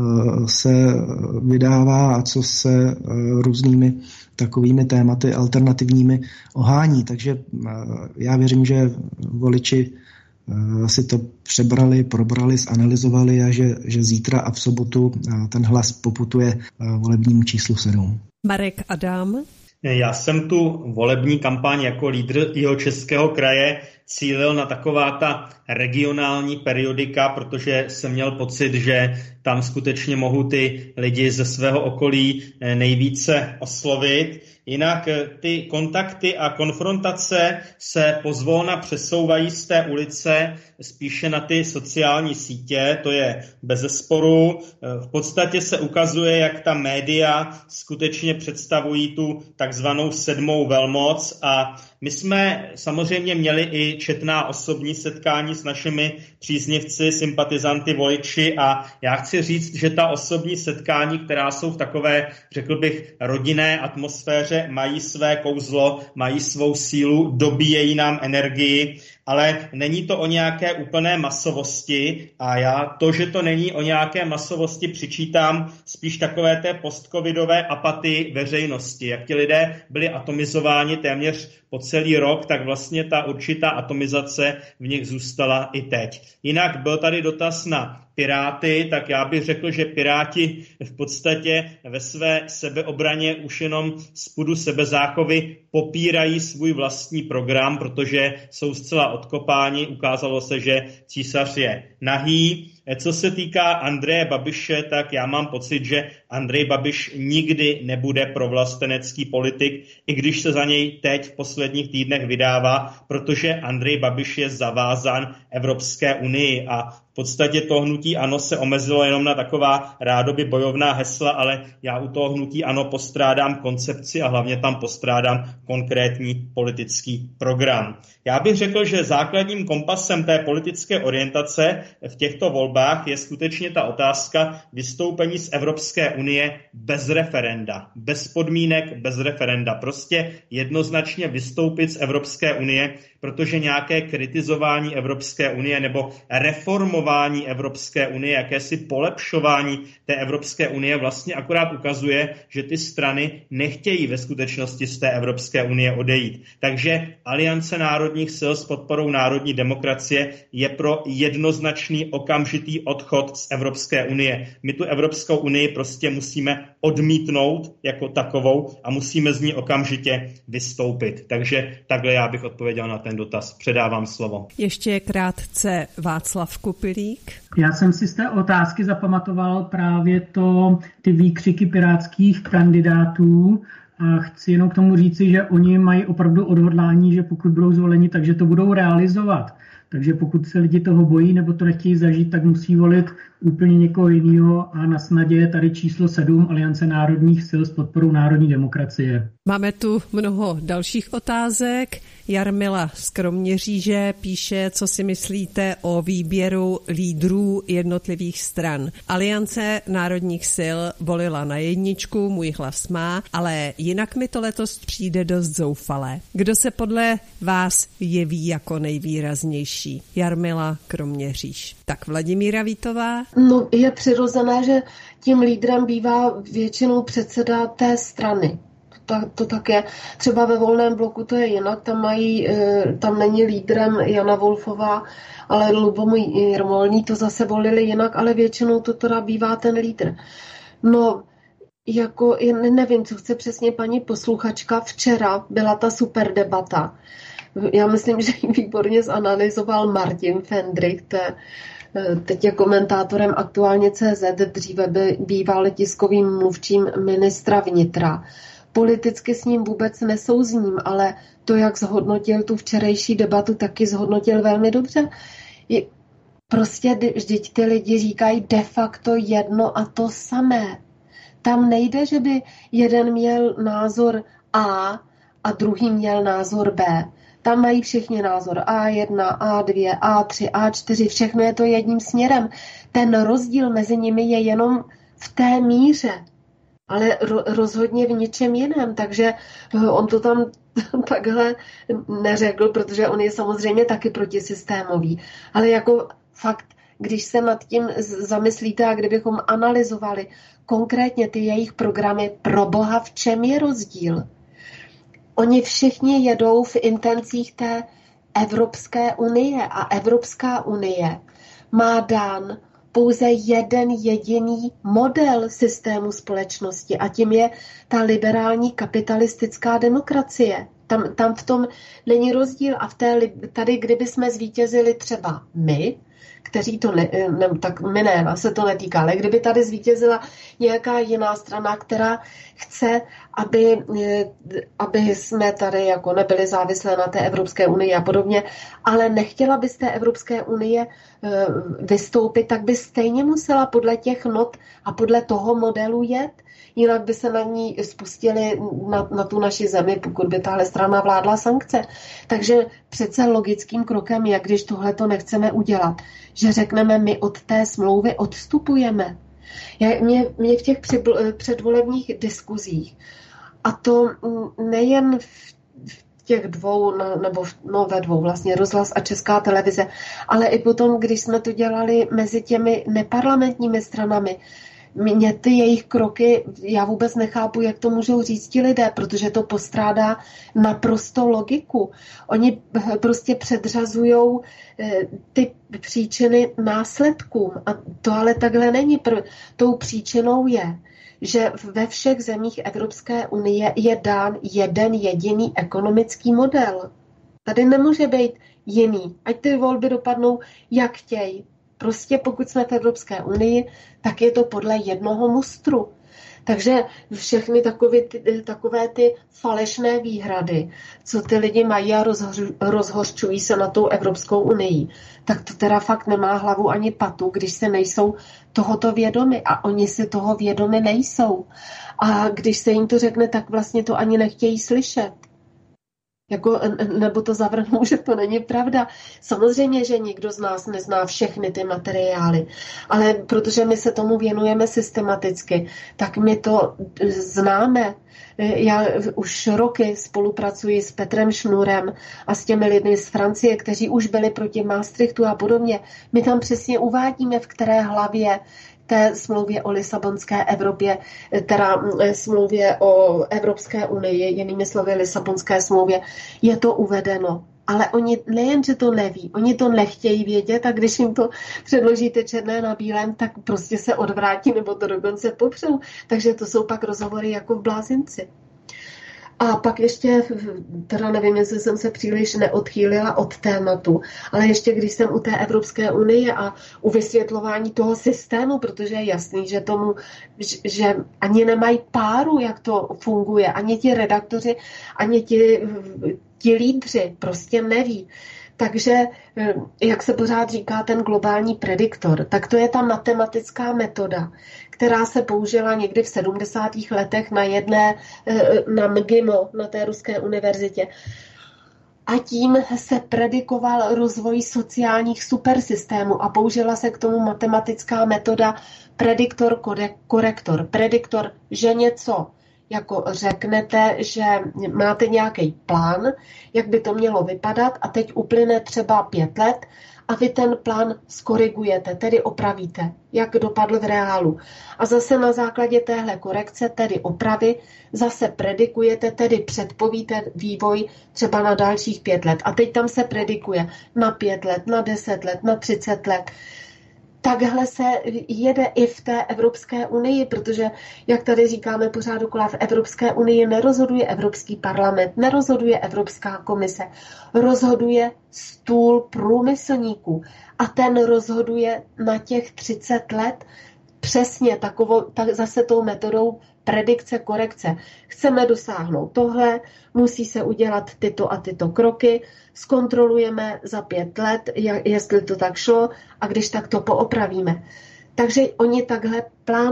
se vydává a co se různými takovými tématy alternativními ohání. Takže já věřím, že voliči si to probrali, zanalyzovali a že zítra a v sobotu ten hlas poputuje volebnímu číslu 7. Marek Adam. Já jsem tu volební kampaň jako lídr Jihočeského kraje cílil na taková ta regionální periodika, protože jsem měl pocit, že tam skutečně mohu ty lidi ze svého okolí nejvíce oslovit. Jinak ty kontakty a konfrontace se pozvolna přesouvají z té ulice spíše na ty sociální sítě, to je bezesporu. V podstatě se ukazuje, jak ta média skutečně představují tu takzvanou 7. velmoc a my jsme samozřejmě měli i četná osobní setkání s našimi příznivci, sympatizanty, voliči a já chci říct, že ta osobní setkání, která jsou v takové, řekl bych, rodinné atmosféře, mají své kouzlo, mají svou sílu, dobíjejí nám energii, ale není to o nějaké úplné masovosti a já to, že to není o nějaké masovosti, přičítám spíš takové té postcovidové apatii veřejnosti. Jak ti lidé byli atomizováni téměř po celý rok, tak vlastně ta určitá atomizace v nich zůstala i teď. Jinak byl tady dotaz na Piráty, tak já bych řekl, že Piráti v podstatě ve své sebeobraně už jenom z pudu sebezáchovy popírají svůj vlastní program, protože jsou zcela odkopáni. Ukázalo se, že císař je nahý. Co se týká Andreje Babiše, tak já mám pocit, že Andrej Babiš nikdy nebude provlastenecký politik, i když se za něj teď v posledních týdnech vydává, protože Andrej Babiš je zavázán Evropské unii a v podstatě to hnutí ANO se omezilo jenom na taková rádoby bojovná hesla, ale já u toho hnutí ANO postrádám koncepci a hlavně tam postrádám konkrétní politický program. Já bych řekl, že základním kompasem té politické orientace v těchto volbách je skutečně ta otázka vystoupení z Evropské unie bez referenda, bez podmínek, bez referenda. Prostě jednoznačně vystoupit z Evropské unie, protože nějaké kritizování Evropské unie nebo reformování Evropské unie, jakési polepšování té Evropské unie vlastně akorát ukazuje, že ty strany nechtějí ve skutečnosti z té Evropské unie odejít. Takže Aliance národních sil s podporou národní demokracie je pro jednoznačný okamžitý odchod z Evropské unie. My tu Evropskou unii prostě musíme odmítnout jako takovou a musíme z ní okamžitě vystoupit. Takže takhle já bych odpověděl na ten dotaz. Předávám slovo. Ještě krátce Václav Kupilík. Já jsem si z té otázky zapamatoval právě ty výkřiky pirátských kandidátů a chci jenom k tomu říci, že oni mají opravdu odhodlání, že pokud budou zvoleni, takže to budou realizovat. Takže pokud se lidi toho bojí nebo to nechtějí zažít, tak musí volit úplně někoho jiného a na snadě je tady číslo 7 Aliance národních sil s podporou národní demokracie. Máme tu mnoho dalších otázek. Jarmila z Kroměříže píše, co si myslíte o výběru lídrů jednotlivých stran. Aliance národních sil volila na jedničku, můj hlas má, ale jinak mi to letos přijde dost zoufalé. Kdo se podle vás jeví jako nejvýraznější? Jarmila, Kroměříž. Tak Vladimíra Vítová? No, je přirozené, že tím lídrem bývá většinou předseda té strany. To tak je. Třeba ve Volném bloku to je jinak, tam není lídrem Jana Wolfová, ale Lubomír Volný, to zase volili jinak, ale většinou to teda bývá ten lídr. No, jako, nevím, co chce přesně paní posluchačka, včera byla ta super debata. Já myslím, že ji výborně zanalyzoval Martin Fendrich, teď je komentátorem Aktuálně CZ, dříve býval tiskovým mluvčím ministra vnitra. Politicky s ním vůbec nesouzním, ale to, jak zhodnotil tu včerejší debatu, taky zhodnotil velmi dobře. Prostě vždyť ty lidi říkají de facto jedno a to samé. Tam nejde, že by jeden měl názor A a druhý měl názor B. Tam mají všichni názor A1, A2, A3, A4, všechno je to jedním směrem. Ten rozdíl mezi nimi je jenom v té míře, ale rozhodně v ničem jiném, takže on to tam takhle neřekl, protože on je samozřejmě taky protisystémový. Ale jako fakt, když se nad tím zamyslíte a kdybychom analyzovali konkrétně ty jejich programy, pro boha, v čem je rozdíl? Oni všichni jedou v intencích té Evropské unie a Evropská unie má dán pouze jeden jediný model systému společnosti a tím je ta liberální kapitalistická demokracie. Tam v tom není rozdíl a tady, kdyby jsme zvítězili třeba my, kteří to tak my ne, se to netýká, ale kdyby tady zvítězila nějaká jiná strana, která chce, aby jsme tady jako nebyli závislé na té Evropské unii a podobně, ale nechtěla by z té Evropské unie vystoupit, tak by stejně musela podle těch not a podle toho modelu jet. Jinak by se na ní spustili na tu naši zemi, pokud by tahle strana vládla sankce. Takže přece logickým krokem je, když tohle to nechceme udělat, že řekneme, my od té smlouvy odstupujeme. Mě v těch předvolebních diskuzích, a to nejen v těch dvou, nebo ve dvou vlastně, Rozhlas a Česká televize, ale i potom, když jsme to dělali mezi těmi neparlamentními stranami, mě ty jejich kroky, já vůbec nechápu, jak to můžou říct ti lidé, protože to postrádá naprosto logiku. Oni prostě předřazujou ty příčiny následkům. A to ale takhle není. Tou příčinou je, že ve všech zemích Evropské unie je dán jeden jediný ekonomický model. Tady nemůže být jiný. Ať ty volby dopadnou, jak chtějí. Prostě pokud jsme v Evropské unii, tak je to podle jednoho mustru. Takže všechny takové ty falešné výhrady, co ty lidi mají a rozhořčují se na tou Evropskou unii, tak to teda fakt nemá hlavu ani patu, když se nejsou tohoto vědomi. A oni si toho vědomi nejsou. A když se jim to řekne, tak vlastně to ani nechtějí slyšet. Nebo to zavrhnou, že to není pravda. Samozřejmě, že nikdo z nás nezná všechny ty materiály, ale protože my se tomu věnujeme systematicky, tak my to známe. Já už roky spolupracuji s Petrem Šnurem a s těmi lidmi z Francie, kteří už byli proti Maastrichtu a podobně. My tam přesně uvádíme, v které hlavě té smlouvě o Lisabonské Evropě, teda smlouvě o Evropské unii, jinými slovy Lisabonské smlouvě, je to uvedeno. Ale oni nejenže to neví, oni to nechtějí vědět a když jim to předložíte černé na bílém, tak prostě se odvrátí nebo to dokonce popřou. Takže to jsou pak rozhovory jako v blázinci. A pak ještě, teda nevím, jestli jsem se příliš neodchýlila od tématu, ale ještě když jsem u té Evropské unie a u vysvětlování toho systému, protože je jasný, že ani nemají páru, jak to funguje, ani ti redaktoři, ani ti lídři prostě neví. Takže, jak se pořád říká, ten globální prediktor, tak to je ta matematická metoda, která se použila někdy v 70. letech na MGIMO, na té ruské univerzitě. A tím se predikoval rozvoj sociálních supersystémů a použila se k tomu matematická metoda prediktor-korektor. Prediktor, že něco jako řeknete, že máte nějaký plán, jak by to mělo vypadat a teď uplyne třeba 5 let a vy ten plán skorigujete, tedy opravíte, jak dopadl v reálu. A zase na základě téhle korekce, tedy opravy, zase predikujete, tedy předpovíte vývoj třeba na dalších 5 let. A teď tam se predikuje na 5 let, na 10 let, na 30 let. Takhle se jede i v té Evropské unii, protože, jak tady říkáme pořád dokola, v Evropské unii nerozhoduje Evropský parlament, nerozhoduje Evropská komise, rozhoduje stůl průmyslníků a ten rozhoduje na těch 30 let přesně zase tou metodou predikce, korekce. Chceme dosáhnout tohle, musí se udělat tyto a tyto kroky, zkontrolujeme za 5 let, jestli to tak šlo a když tak to poopravíme. Takže oni takhle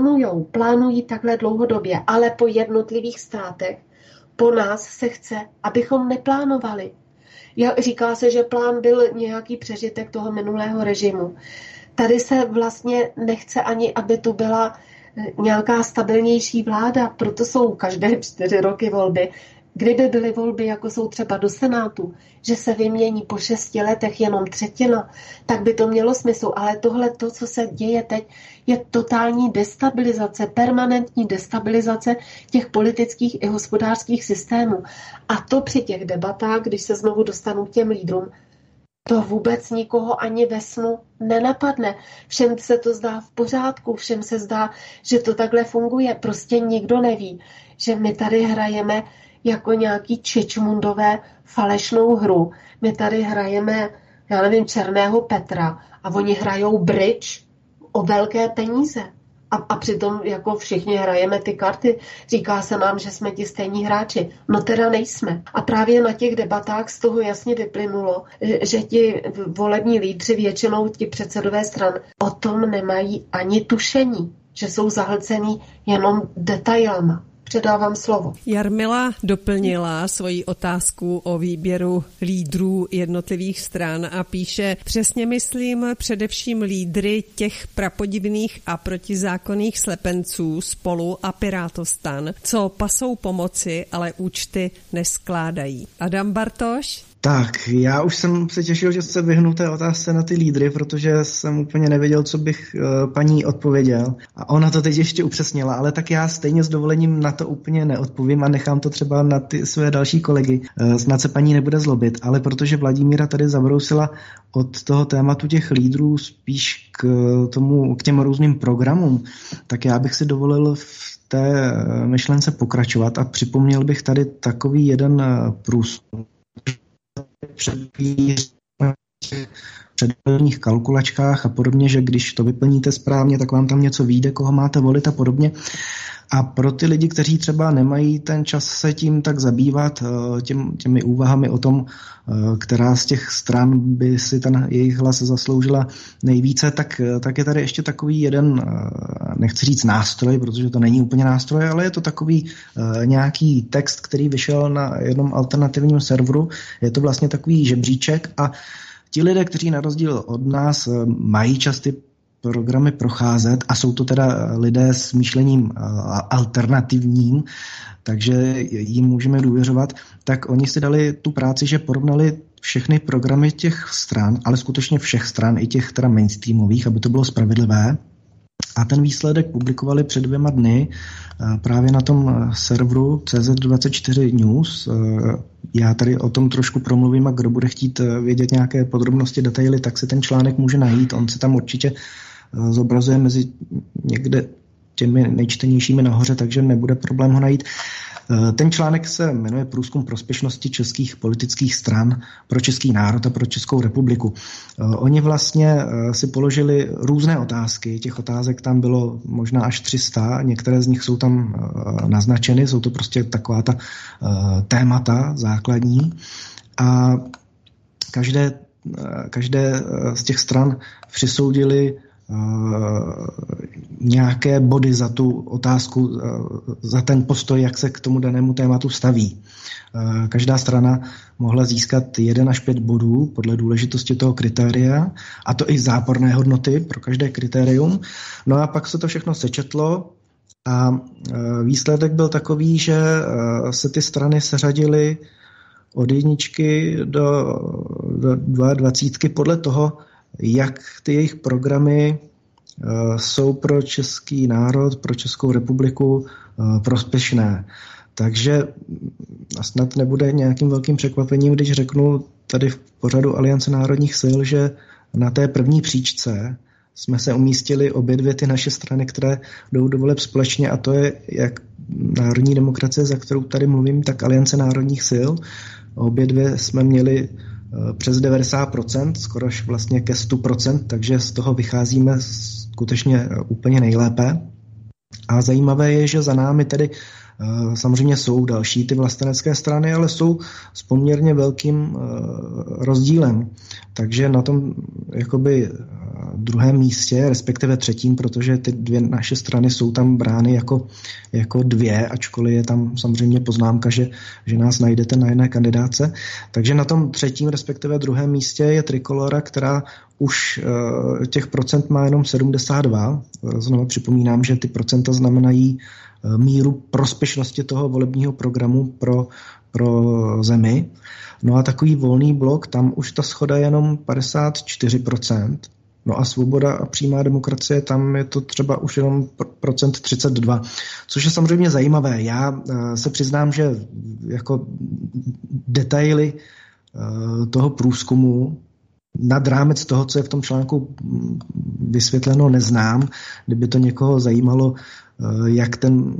plánují takhle dlouhodobě, ale po jednotlivých státech po nás se chce, abychom neplánovali. Říká se, že plán byl nějaký přežitek toho minulého režimu. Tady se vlastně nechce ani, aby tu byla nějaká stabilnější vláda, proto jsou každé 4 roky volby. Kdyby byly volby, jako jsou třeba do Senátu, že se vymění po 6 letech jenom 1/3, tak by to mělo smysl. Ale tohle, to, co se děje teď, je totální destabilizace, permanentní destabilizace těch politických i hospodářských systémů. A to při těch debatách, když se znovu dostanu k těm lídrům, to vůbec nikoho ani ve snu nenapadne. Všem se to zdá v pořádku, všem se zdá, že to takhle funguje. Prostě nikdo neví, že my tady hrajeme jako nějaký čičmundové falešnou hru. My tady hrajeme, já nevím, Černého Petra a oni hrajou bridge o velké peníze. A přitom jako všichni hrajeme ty karty. Říká se nám, že jsme ti stejní hráči. No teda nejsme. A právě na těch debatách z toho jasně vyplynulo, že ti volební lídři, většinou ti předsedové stran, o tom nemají ani tušení, že jsou zahlcení jenom detailama. Předávám slovo. Jarmila doplnila svoji otázku o výběru lídrů jednotlivých stran a píše: přesně myslím především lídry těch prapodivných a protizákonných slepenců Spolu a Pirátostan, co pasou pomoci, ale účty neskládají. Adam Bartoš? Tak, já už jsem se těšil, že se vyhnu té otázce na ty lídry, protože jsem úplně nevěděl, co bych paní odpověděl. A ona to teď ještě upřesnila, ale tak já stejně s dovolením na to úplně neodpovím a nechám to třeba na ty své další kolegy. Snad se paní nebude zlobit, ale protože Vladimíra tady zabrousila od toho tématu těch lídrů spíš k těm různým programům, tak já bych si dovolil v té myšlence pokračovat a připomněl bych tady takový jeden průzkum předvolebních kalkulačkách a podobně, že když to vyplníte správně, tak vám tam něco vyjde, koho máte volit a podobně. A pro ty lidi, kteří třeba nemají ten čas se tím tak zabývat, těmi úvahami o tom, která z těch stran by si ten jejich hlas zasloužila nejvíce, tak je tady ještě takový jeden, nechci říct nástroj, protože to není úplně nástroj, ale je to takový nějaký text, který vyšel na jednom alternativním serveru. Je to vlastně takový žebříček a ti lidé, kteří na rozdíl od nás mají čas ty programy procházet a jsou to teda lidé s myšlením alternativním, takže jim můžeme důvěřovat, tak oni si dali tu práci, že porovnali všechny programy těch stran, ale skutečně všech stran, i těch teda mainstreamových, aby to bylo spravedlivé. A ten výsledek publikovali před 2 dny právě na tom serveru CZ24 News. Já tady o tom trošku promluvím a kdo bude chtít vědět nějaké podrobnosti, detaily, tak si ten článek může najít. On se tam určitě zobrazuje mezi někde těmi nejčtenějšími nahoře, takže nebude problém ho najít. Ten článek se jmenuje Průzkum prospěšnosti českých politických stran pro český národ a pro Českou republiku. Oni vlastně si položili různé otázky, těch otázek tam bylo možná až 300, některé z nich jsou tam naznačeny, jsou to prostě taková ta témata základní a každé z těch stran přisoudili nějaké body za tu otázku, za ten postoj, jak se k tomu danému tématu staví. Každá strana mohla získat 1 až 5 bodů podle důležitosti toho kritéria, a to i záporné hodnoty pro každé kritérium. No a pak se to všechno sečetlo a výsledek byl takový, že se ty strany seřadily od 1 do 22 podle toho, jak ty jejich programy jsou pro český národ, pro Českou republiku prospěšné. Takže snad nebude nějakým velkým překvapením, když řeknu tady v pořadu Aliance národních sil, že na té první příčce jsme se umístili obě dvě ty naše strany, které jdou do voleb společně, a to je jak Národní demokracie, za kterou tady mluvím, tak Aliance národních sil. Obě dvě jsme měli přes 90%, skoro až vlastně ke 100%, takže z toho vycházíme skutečně úplně nejlépe. A zajímavé je, že za námi tedy samozřejmě jsou další ty vlastenecké strany, ale jsou s poměrně velkým rozdílem. Takže na tom jakoby druhém místě, respektive třetím, protože ty 2 naše strany jsou tam brány jako 2, ačkoliv je tam samozřejmě poznámka, že nás najdete na jedné kandidáce. Takže na tom třetím, respektive druhém místě je Trikolora, která už těch procent má jenom 72. Znovu připomínám, že ty procenta znamenají míru prospěšnosti toho volebního programu pro zemi. No a takový volný blok, tam už ta shoda je jenom 54%. No a Svoboda a přímá demokracie, tam je to třeba už jenom procent 32, což je samozřejmě zajímavé. Já se přiznám, že jako detaily toho průzkumu nad rámec toho, co je v tom článku vysvětleno, neznám. Kdyby to někoho zajímalo, jak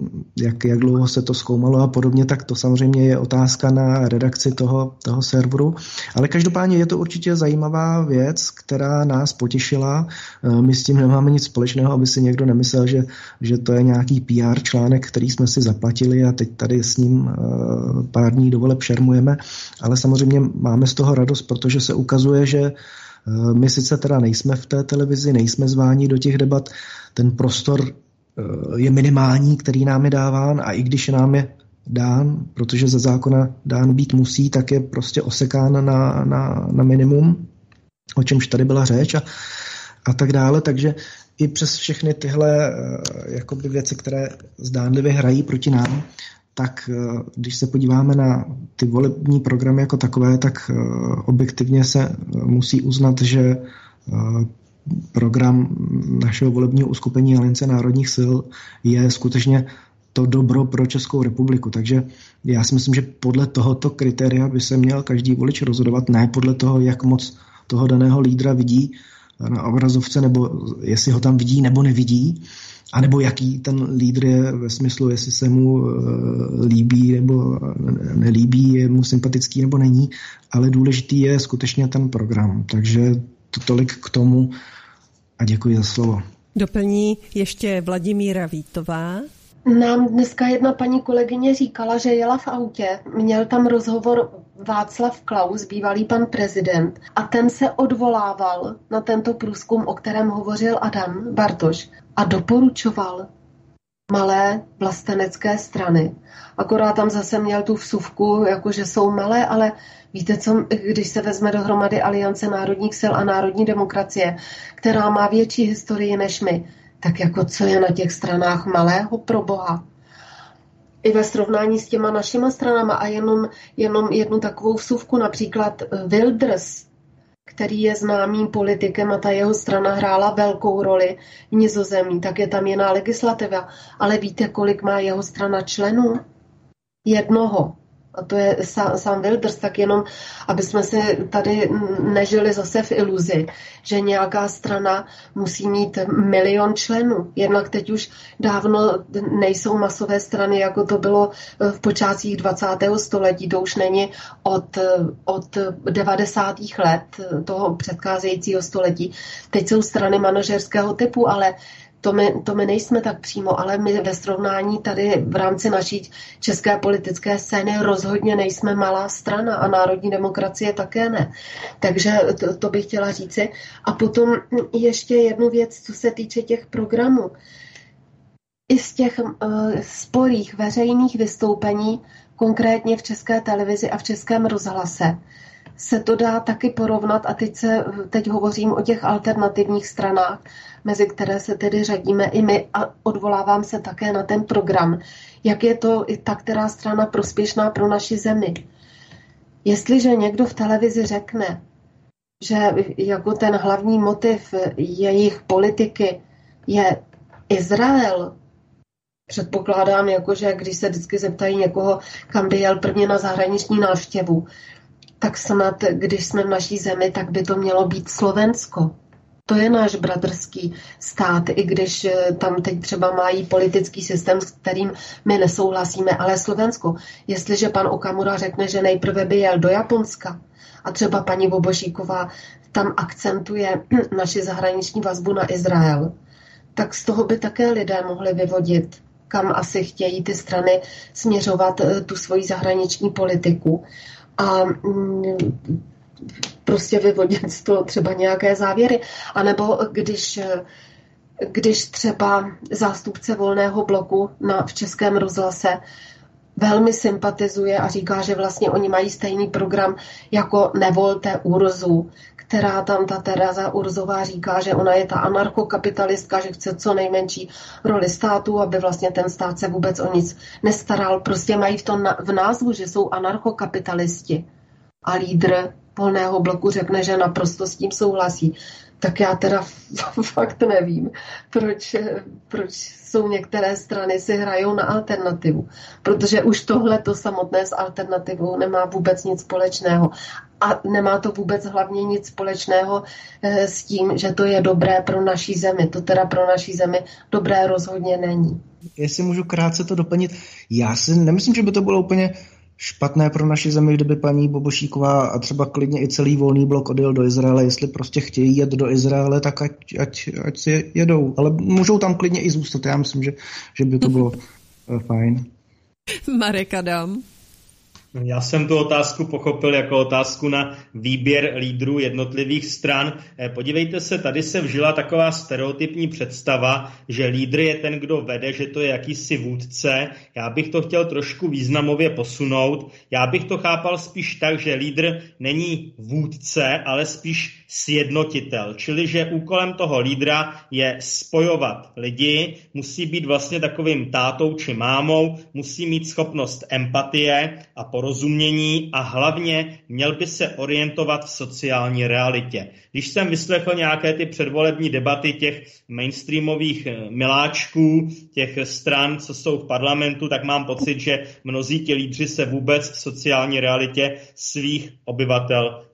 dlouho se to zkoumalo a podobně, tak to samozřejmě je otázka na redakci toho serveru. Ale každopádně je to určitě zajímavá věc, která nás potěšila. My s tím nemáme nic společného, aby si někdo nemyslel, že to je nějaký PR článek, který jsme si zaplatili a teď tady s ním pár dní do voleb šermujeme. Ale samozřejmě máme z toho radost, protože se ukazuje, že my sice teda nejsme v té televizi, nejsme zváni do těch debat, ten prostor je minimální, který nám je dáván, a i když nám je dán, protože ze zákona dán být musí, tak je prostě osekán na minimum, o čemž tady byla řeč a tak dále. Takže i přes všechny tyhle jakoby věci, které zdánlivě hrají proti nám, tak když se podíváme na ty volební programy jako takové, tak objektivně se musí uznat, že program našeho volebního uskupení Aliance národních sil je skutečně to dobro pro Českou republiku. Takže já si myslím, že podle tohoto kritéria by se měl každý volič rozhodovat, ne podle toho, jak moc toho daného lídra vidí na obrazovce, nebo jestli ho tam vidí nebo nevidí, anebo jaký ten lídr je ve smyslu, jestli se mu líbí nebo nelíbí, je mu sympatický nebo není, ale důležitý je skutečně ten program. Takže tolik k tomu a děkuji za slovo. Doplní ještě Vladimíra Vítová. Nám dneska jedna paní kolegyně říkala, že jela v autě, měl tam rozhovor Václav Klaus, bývalý pan prezident, a ten se odvolával na tento průzkum, o kterém hovořil Adam Bartoš, a doporučoval malé vlastenecké strany. Akorát tam zase měl tu vsuvku, jakože jsou malé, ale víte co, když se vezme dohromady Aliance národních sil a národní demokracie, která má větší historii než my, tak jako co je na těch stranách malého, pro boha. I ve srovnání s těma našima stranama a jenom jednu takovou vsuvku, například Wilders, který je známým politikem a ta jeho strana hrála velkou roli v Nizozemí, tak je tam jiná legislativa. Ale víte, kolik má jeho strana členů? 1. A to je sám Wilders, tak jenom, aby jsme si tady nežili zase v iluzi, že nějaká strana musí mít 1 milion členů. Jednak teď už dávno nejsou masové strany, jako to bylo v počátcích 20. století. To už není od 90. let toho předcházejícího století. Teď jsou strany manažerského typu, ale to my nejsme tak přímo, ale my ve srovnání tady v rámci naší české politické scény rozhodně nejsme malá strana a národní demokracie také ne. Takže to bych chtěla říci. A potom ještě jednu věc, co se týče těch programů. I z těch sporých veřejných vystoupení, konkrétně v České televizi a v Českém rozhlase, se to dá taky porovnat a teď hovořím o těch alternativních stranách, mezi které se tedy řadíme i my a odvolávám se také na ten program. Jak je to i ta, která strana prospěšná pro naši zemi? Jestliže někdo v televizi řekne, že jako ten hlavní motiv jejich politiky je Izrael, předpokládám, že když se vždycky zeptají někoho, kam by jel prvně na zahraniční návštěvu, tak snad, když jsme v naší zemi, tak by to mělo být Slovensko. To je náš bratrský stát, i když tam teď třeba mají politický systém, s kterým my nesouhlasíme, ale Slovensko. Jestliže pan Okamura řekne, že nejprve by jel do Japonska a třeba paní Bobošíková tam akcentuje naši zahraniční vazbu na Izrael, tak z toho by také lidé mohli vyvodit, kam asi chtějí ty strany směřovat tu svoji zahraniční politiku. A prostě vyvodit z toho třeba nějaké závěry. A nebo když třeba zástupce Volného bloku v Českém rozhlase velmi sympatizuje a říká, že vlastně oni mají stejný program jako Nevolte Urzu, která tam ta Tereza Urzová říká, že ona je ta anarchokapitalistka, že chce co nejmenší roli státu, aby vlastně ten stát se vůbec o nic nestaral. Prostě mají v názvu, že jsou anarchokapitalisti. A lídr Volného bloku řekne, že naprosto s tím souhlasí. Tak já teda fakt nevím, proč jsou některé strany si hrajou na alternativu. Protože už tohleto samotné s alternativou nemá vůbec nic společného. A nemá to vůbec hlavně nic společného s tím, že to je dobré pro naší zemi. To teda pro naší zemi dobré rozhodně není. Jestli můžu krátce to doplnit, já si nemyslím, že by to bylo úplně špatné pro naši zemi, kdyby paní Bobošíková a třeba klidně i celý Volný blok odjel do Izraele. Jestli prostě chtějí jet do Izraele, tak ať si jedou. Ale můžou tam klidně i zůstat. Já myslím, že by to bylo fajn. Marek Adam. Já jsem tu otázku pochopil jako otázku na výběr lídrů jednotlivých stran. Podívejte se, tady se vžila taková stereotypní představa, že lídr je ten, kdo vede, že to je jakýsi vůdce. Já bych to chtěl trošku významově posunout. Já bych to chápal spíš tak, že lídr není vůdce, ale spíš sjednotitel. Čili, že úkolem toho lídra je spojovat lidi, musí být vlastně takovým tátou či mámou, musí mít schopnost empatie a porozumění a hlavně měl by se orientovat v sociální realitě. Když jsem vyslechl nějaké ty předvolební debaty těch mainstreamových miláčků, těch stran, co jsou v parlamentu, tak mám pocit, že mnozí ti lídři se vůbec v sociální realitě svých obyvatel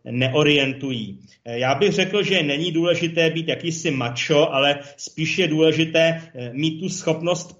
neorientují. Já bych řekl, že není důležité být jakýsi macho, ale spíš je důležité mít tu schopnost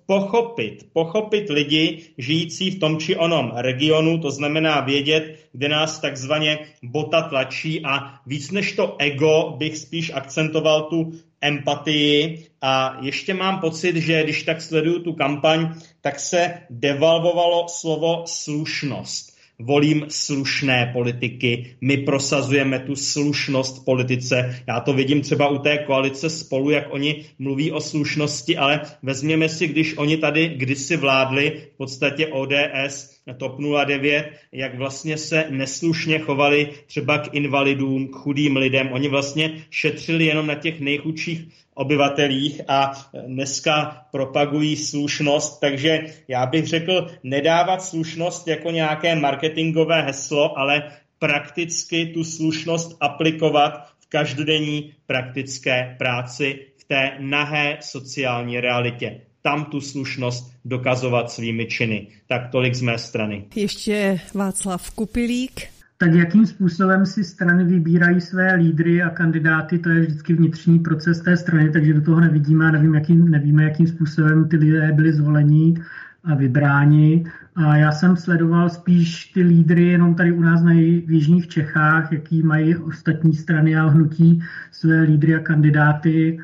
pochopit lidi žijící v tom či onom regionu, to znamená vědět, kde nás takzvaně bota tlačí, a víc než to ego bych spíš akcentoval tu empatii. A ještě mám pocit, že když tak sleduju tu kampaň, tak se devalvovalo slovo slušnost. Volím slušné politiky, my prosazujeme tu slušnost v politice. Já to vidím třeba u té koalice Spolu, jak oni mluví o slušnosti, ale vezměme si, když oni tady kdysi vládli, v podstatě ODS, TOP 09, jak vlastně se neslušně chovali třeba k invalidům, k chudým lidem. Oni vlastně šetřili jenom na těch nejchudších obyvatelích a dneska propagují slušnost, takže já bych řekl, nedávat slušnost jako nějaké marketingové heslo, ale prakticky tu slušnost aplikovat v každodenní praktické práci, v té nahé sociální realitě. Tam tu slušnost dokazovat svými činy. Tak tolik z mé strany. Ještě Václav Kupilík. Tak jakým způsobem si strany vybírají své lídry a kandidáty, to je vždycky vnitřní proces té strany, takže do toho nevidíme a nevíme, jakým způsobem ty lidé byli zvoleni a vybráni. A já jsem sledoval spíš ty lídry jenom tady u nás v jižních Čechách, jaký mají ostatní strany a hnutí své lídry a kandidáty.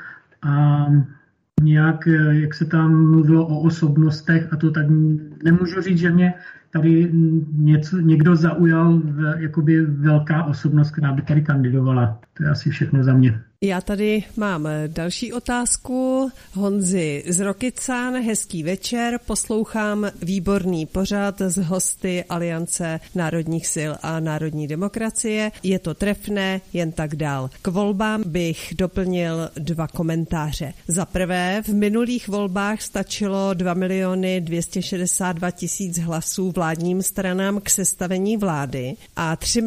A nějak, jak se tam mluvilo o osobnostech a to, tak nemůžu říct, že mě tady někdo zaujal jakoby velká osobnost, která by tady kandidovala. To je asi všechno za mě. Já tady mám další otázku. Honzi z Rokycan, hezký večer, poslouchám výborný pořad s hosty Aliance národních sil a národní demokracie. Je to trefné, jen tak dál. K volbám bych doplnil 2 komentáře. Za prvé, v minulých volbách stačilo 2 262 000 hlasů vládním stranám k sestavení vlády a 3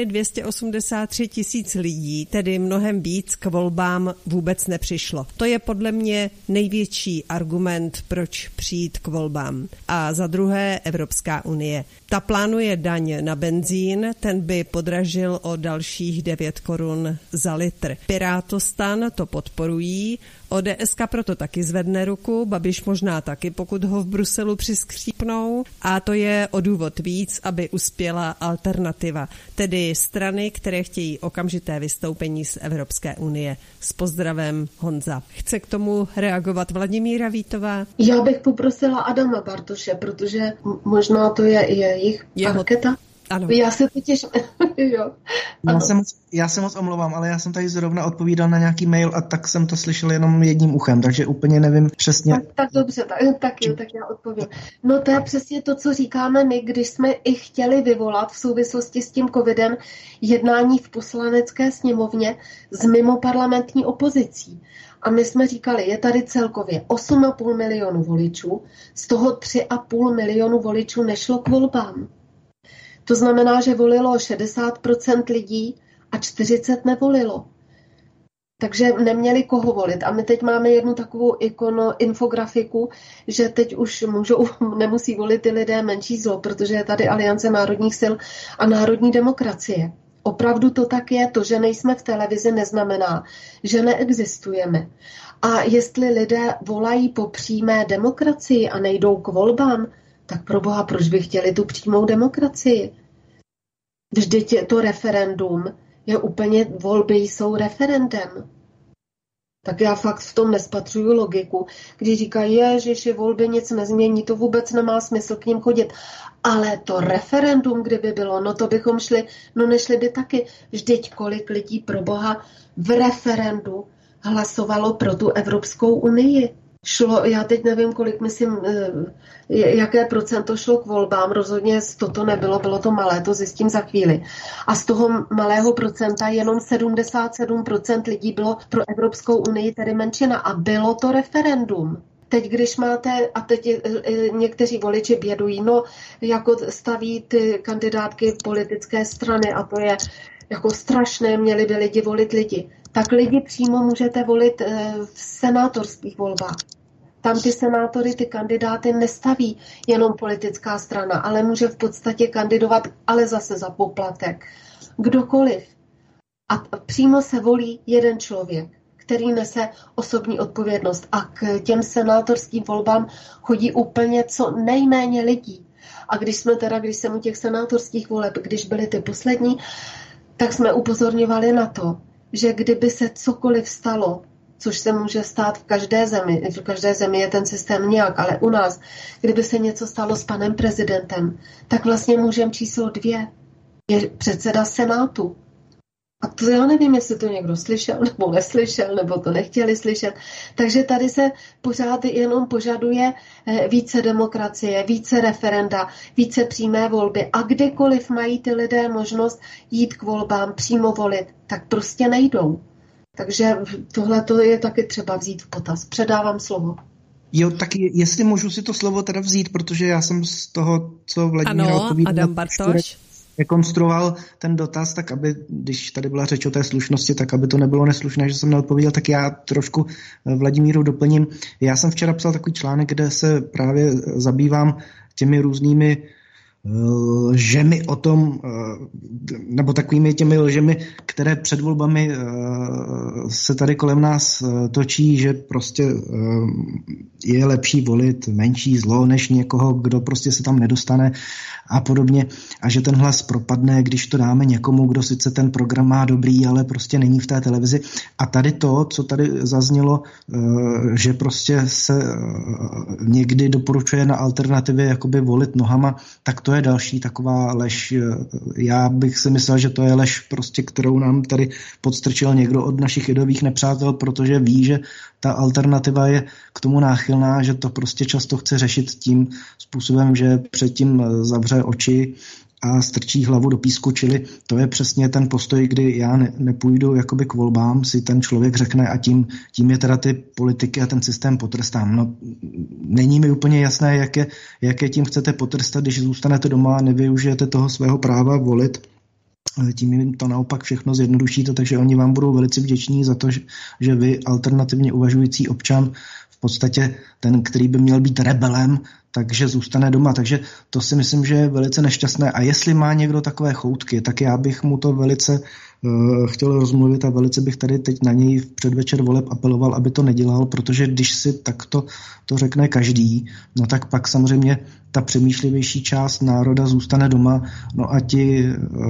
283 000 lidí, tedy mnohem víc, k volbám vůbec nepřišlo. To je podle mě největší argument, proč přijít k volbám. A za druhé Evropská unie. Ta plánuje daň na benzín, ten by podražil o dalších 9 korun za litr. Pirátostan to podporují, ODSka proto taky zvedne ruku, Babiš možná taky, pokud ho v Bruselu přiskřípnou, a to je o důvod víc, aby uspěla alternativa, tedy strany, které chtějí okamžité vystoupení z Evropské unie. S pozdravem Honza. Chce k tomu reagovat Vladimíra Vítová? Já bych poprosila Adama Bartoše, protože možná to je jejich parketa. Ano. Já se totiž... jo. Já se moc omlouvám, ale já jsem tady zrovna odpovídal na nějaký mail a tak jsem to slyšel jenom jedním uchem, takže úplně nevím přesně. Tak dobře, tak já odpovím. No to je přesně to, co říkáme my, když jsme i chtěli vyvolat v souvislosti s tím covidem jednání v poslanecké sněmovně s mimoparlamentní opozicí. A my jsme říkali, je tady celkově 8,5 milionu voličů, z toho 3,5 milionu voličů nešlo k volbám. To znamená, že volilo 60% lidí a 40% nevolilo. Takže neměli koho volit. A my teď máme jednu takovou infografiku, že teď už nemusí volit ty lidé menší zlo, protože je tady Aliance národních sil a národní demokracie. Opravdu to tak je. To, že nejsme v televizi, neznamená, že neexistujeme. A jestli lidé volají po přímé demokracii a nejdou k volbám, tak pro boha, proč by chtěli tu přímou demokracii? Vždyť je to referendum, volby jsou referendem. Tak já fakt v tom nespatřuju logiku, když říkají, ježiši, volby nic nezmění, to vůbec nemá smysl k ním chodit. Ale to referendum, kdyby bylo, no to bychom šli, no nešli by taky. Vždyť kolik lidí pro boha v referendu hlasovalo pro tu Evropskou unii. Já teď nevím, kolik, myslím, jaké procento šlo k volbám, rozhodně toto nebylo, bylo to malé, to zjistím za chvíli. A z toho malého procenta jenom 77% lidí bylo pro Evropskou unii, tedy menšina, a bylo to referendum. Teď, když máte, a teď někteří voliči bědují, no, jako staví ty kandidátky politické strany a to je jako strašné, měli by lidi volit lidi. Tak lidi přímo můžete volit v senátorských volbách. Tam ty senátory, ty kandidáty nestaví jenom politická strana, ale může v podstatě kandidovat, ale zase za poplatek. Kdokoliv. A přímo se volí jeden člověk, který nese osobní odpovědnost. A k těm senátorským volbám chodí úplně co nejméně lidí. A když jsem u těch senátorských voleb, když byly ty poslední, tak jsme upozorňovali na to, že kdyby se cokoliv stalo, což se může stát v každé zemi je ten systém nějak, ale u nás, kdyby se něco stalo s panem prezidentem, tak vlastně mužem číslo 2 je předseda Senátu. A to já nevím, jestli to někdo slyšel nebo neslyšel, nebo to nechtěli slyšet. Takže tady se pořád jenom požaduje více demokracie, více referenda, více přímé volby. A kdykoliv mají ty lidé možnost jít k volbám, přímo volit, tak prostě nejdou. Takže tohle je taky třeba vzít v potaz. Předávám slovo. Jo, tak jestli můžu si to slovo teda vzít, protože já jsem z toho, co Vladimíra odpovídal, Adam Bartoš rekonstruoval ten dotaz, tak aby, když tady byla řeč o té slušnosti, tak aby to nebylo neslušné, že jsem neodpověděl, tak já trošku Vladimíru doplním. Já jsem včera psal takový článek, kde se právě zabývám těmi různými lžemi o tom, nebo takovými těmi lžemi, které před volbami se tady kolem nás točí, že prostě je lepší volit menší zlo, než někoho, kdo prostě se tam nedostane a podobně, a že ten hlas propadne, když to dáme někomu, kdo sice ten program má dobrý, ale prostě není v té televizi. A tady to, co tady zaznělo, že prostě se někdy doporučuje na alternativě jakoby volit nohama, tak to je další taková lež. Já bych si myslel, že to je lež, prostě, kterou nám tady podstrčil někdo od našich ideových nepřátel, protože ví, že ta alternativa je k tomu náchylná, že to prostě často chce řešit tím způsobem, že předtím zavře oči a strčí hlavu do písku, čili to je přesně ten postoj, kdy já nepůjdu jakoby k volbám, si ten člověk řekne a tím je teda ty politiky a ten systém potrestám. No, není mi úplně jasné, jak je tím chcete potrestat, když zůstanete doma a nevyužijete toho svého práva volit. Tím jim to naopak všechno zjednodušíte, takže oni vám budou velice vděční za to, že vy, alternativně uvažující občan, v podstatě ten, který by měl být rebelem, takže zůstane doma. Takže to si myslím, že je velice nešťastné. A jestli má někdo takové choutky, tak já bych mu to velice chtěl rozmluvit a velice bych tady teď na něj v předvečer voleb apeloval, aby to nedělal, protože když si takto to řekne každý, no tak pak samozřejmě ta přemýšlivější část národa zůstane doma, no a ti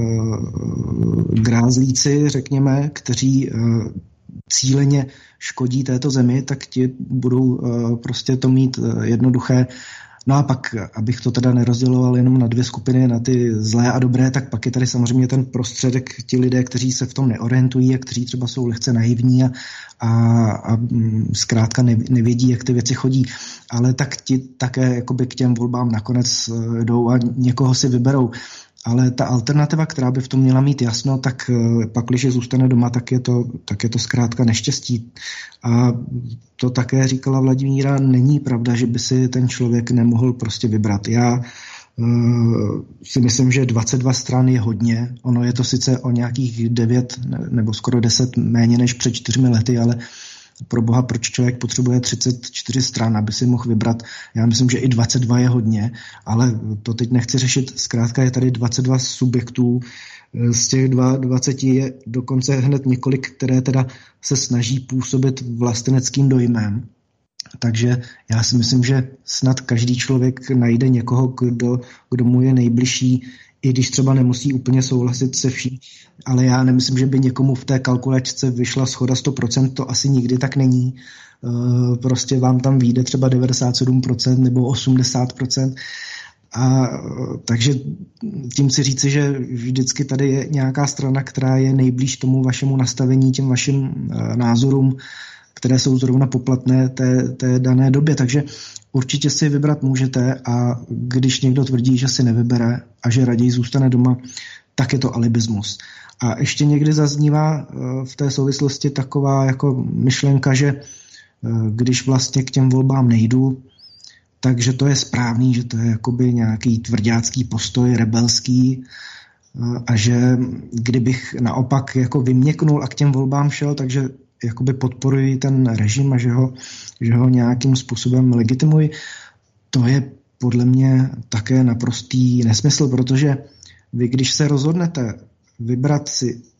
grázlíci, řekněme, kteří cíleně škodí této zemi, tak ti budou prostě to mít jednoduché. No a pak, abych to teda nerozděloval jenom na dvě skupiny, na ty zlé a dobré, tak pak je tady samozřejmě ten prostředek, ti lidé, kteří se v tom neorientují a kteří třeba jsou lehce naivní a zkrátka nevědí, jak ty věci chodí. Ale tak ti také jakoby k těm volbám nakonec jdou a někoho si vyberou. Ale ta alternativa, která by v tom měla mít jasno, tak pak, když zůstane doma, tak je to zkrátka neštěstí. A to také říkala Vladimíra, není pravda, že by si ten člověk nemohl prostě vybrat. Já si myslím, že 22 stran je hodně. Ono je to sice o nějakých 9 nebo skoro 10 méně než před 4 lety, ale pro boha, proč člověk potřebuje 34 stran, aby si mohl vybrat. Já myslím, že i 22 je hodně, ale to teď nechci řešit. Zkrátka je tady 22 subjektů, z těch 20 je dokonce hned několik, které teda se snaží působit vlasteneckým dojmem. Takže já si myslím, že snad každý člověk najde někoho, kdo mu je nejbližší, i když třeba nemusí úplně souhlasit se vším, ale já nemyslím, že by někomu v té kalkulačce vyšla shoda 100%, to asi nikdy tak není. Prostě vám tam vyjde třeba 97% nebo 80%. A takže tím si říci, že vždycky tady je nějaká strana, která je nejblíž tomu vašemu nastavení, těm vašim názorům, které jsou zrovna poplatné té dané době. Takže určitě si vybrat můžete a když někdo tvrdí, že si nevybere a že raději zůstane doma, tak je to alibismus. A ještě někdy zaznívá v té souvislosti taková jako myšlenka, že když vlastně k těm volbám nejdu, takže to je správný, že to je jakoby nějaký tvrďácký postoj, rebelský, a že kdybych naopak jako vyměknul a k těm volbám šel, takže jakoby podporuji ten režim a že ho nějakým způsobem legitimuji. To je podle mě také naprostý nesmysl, protože vy, když se rozhodnete vybrat si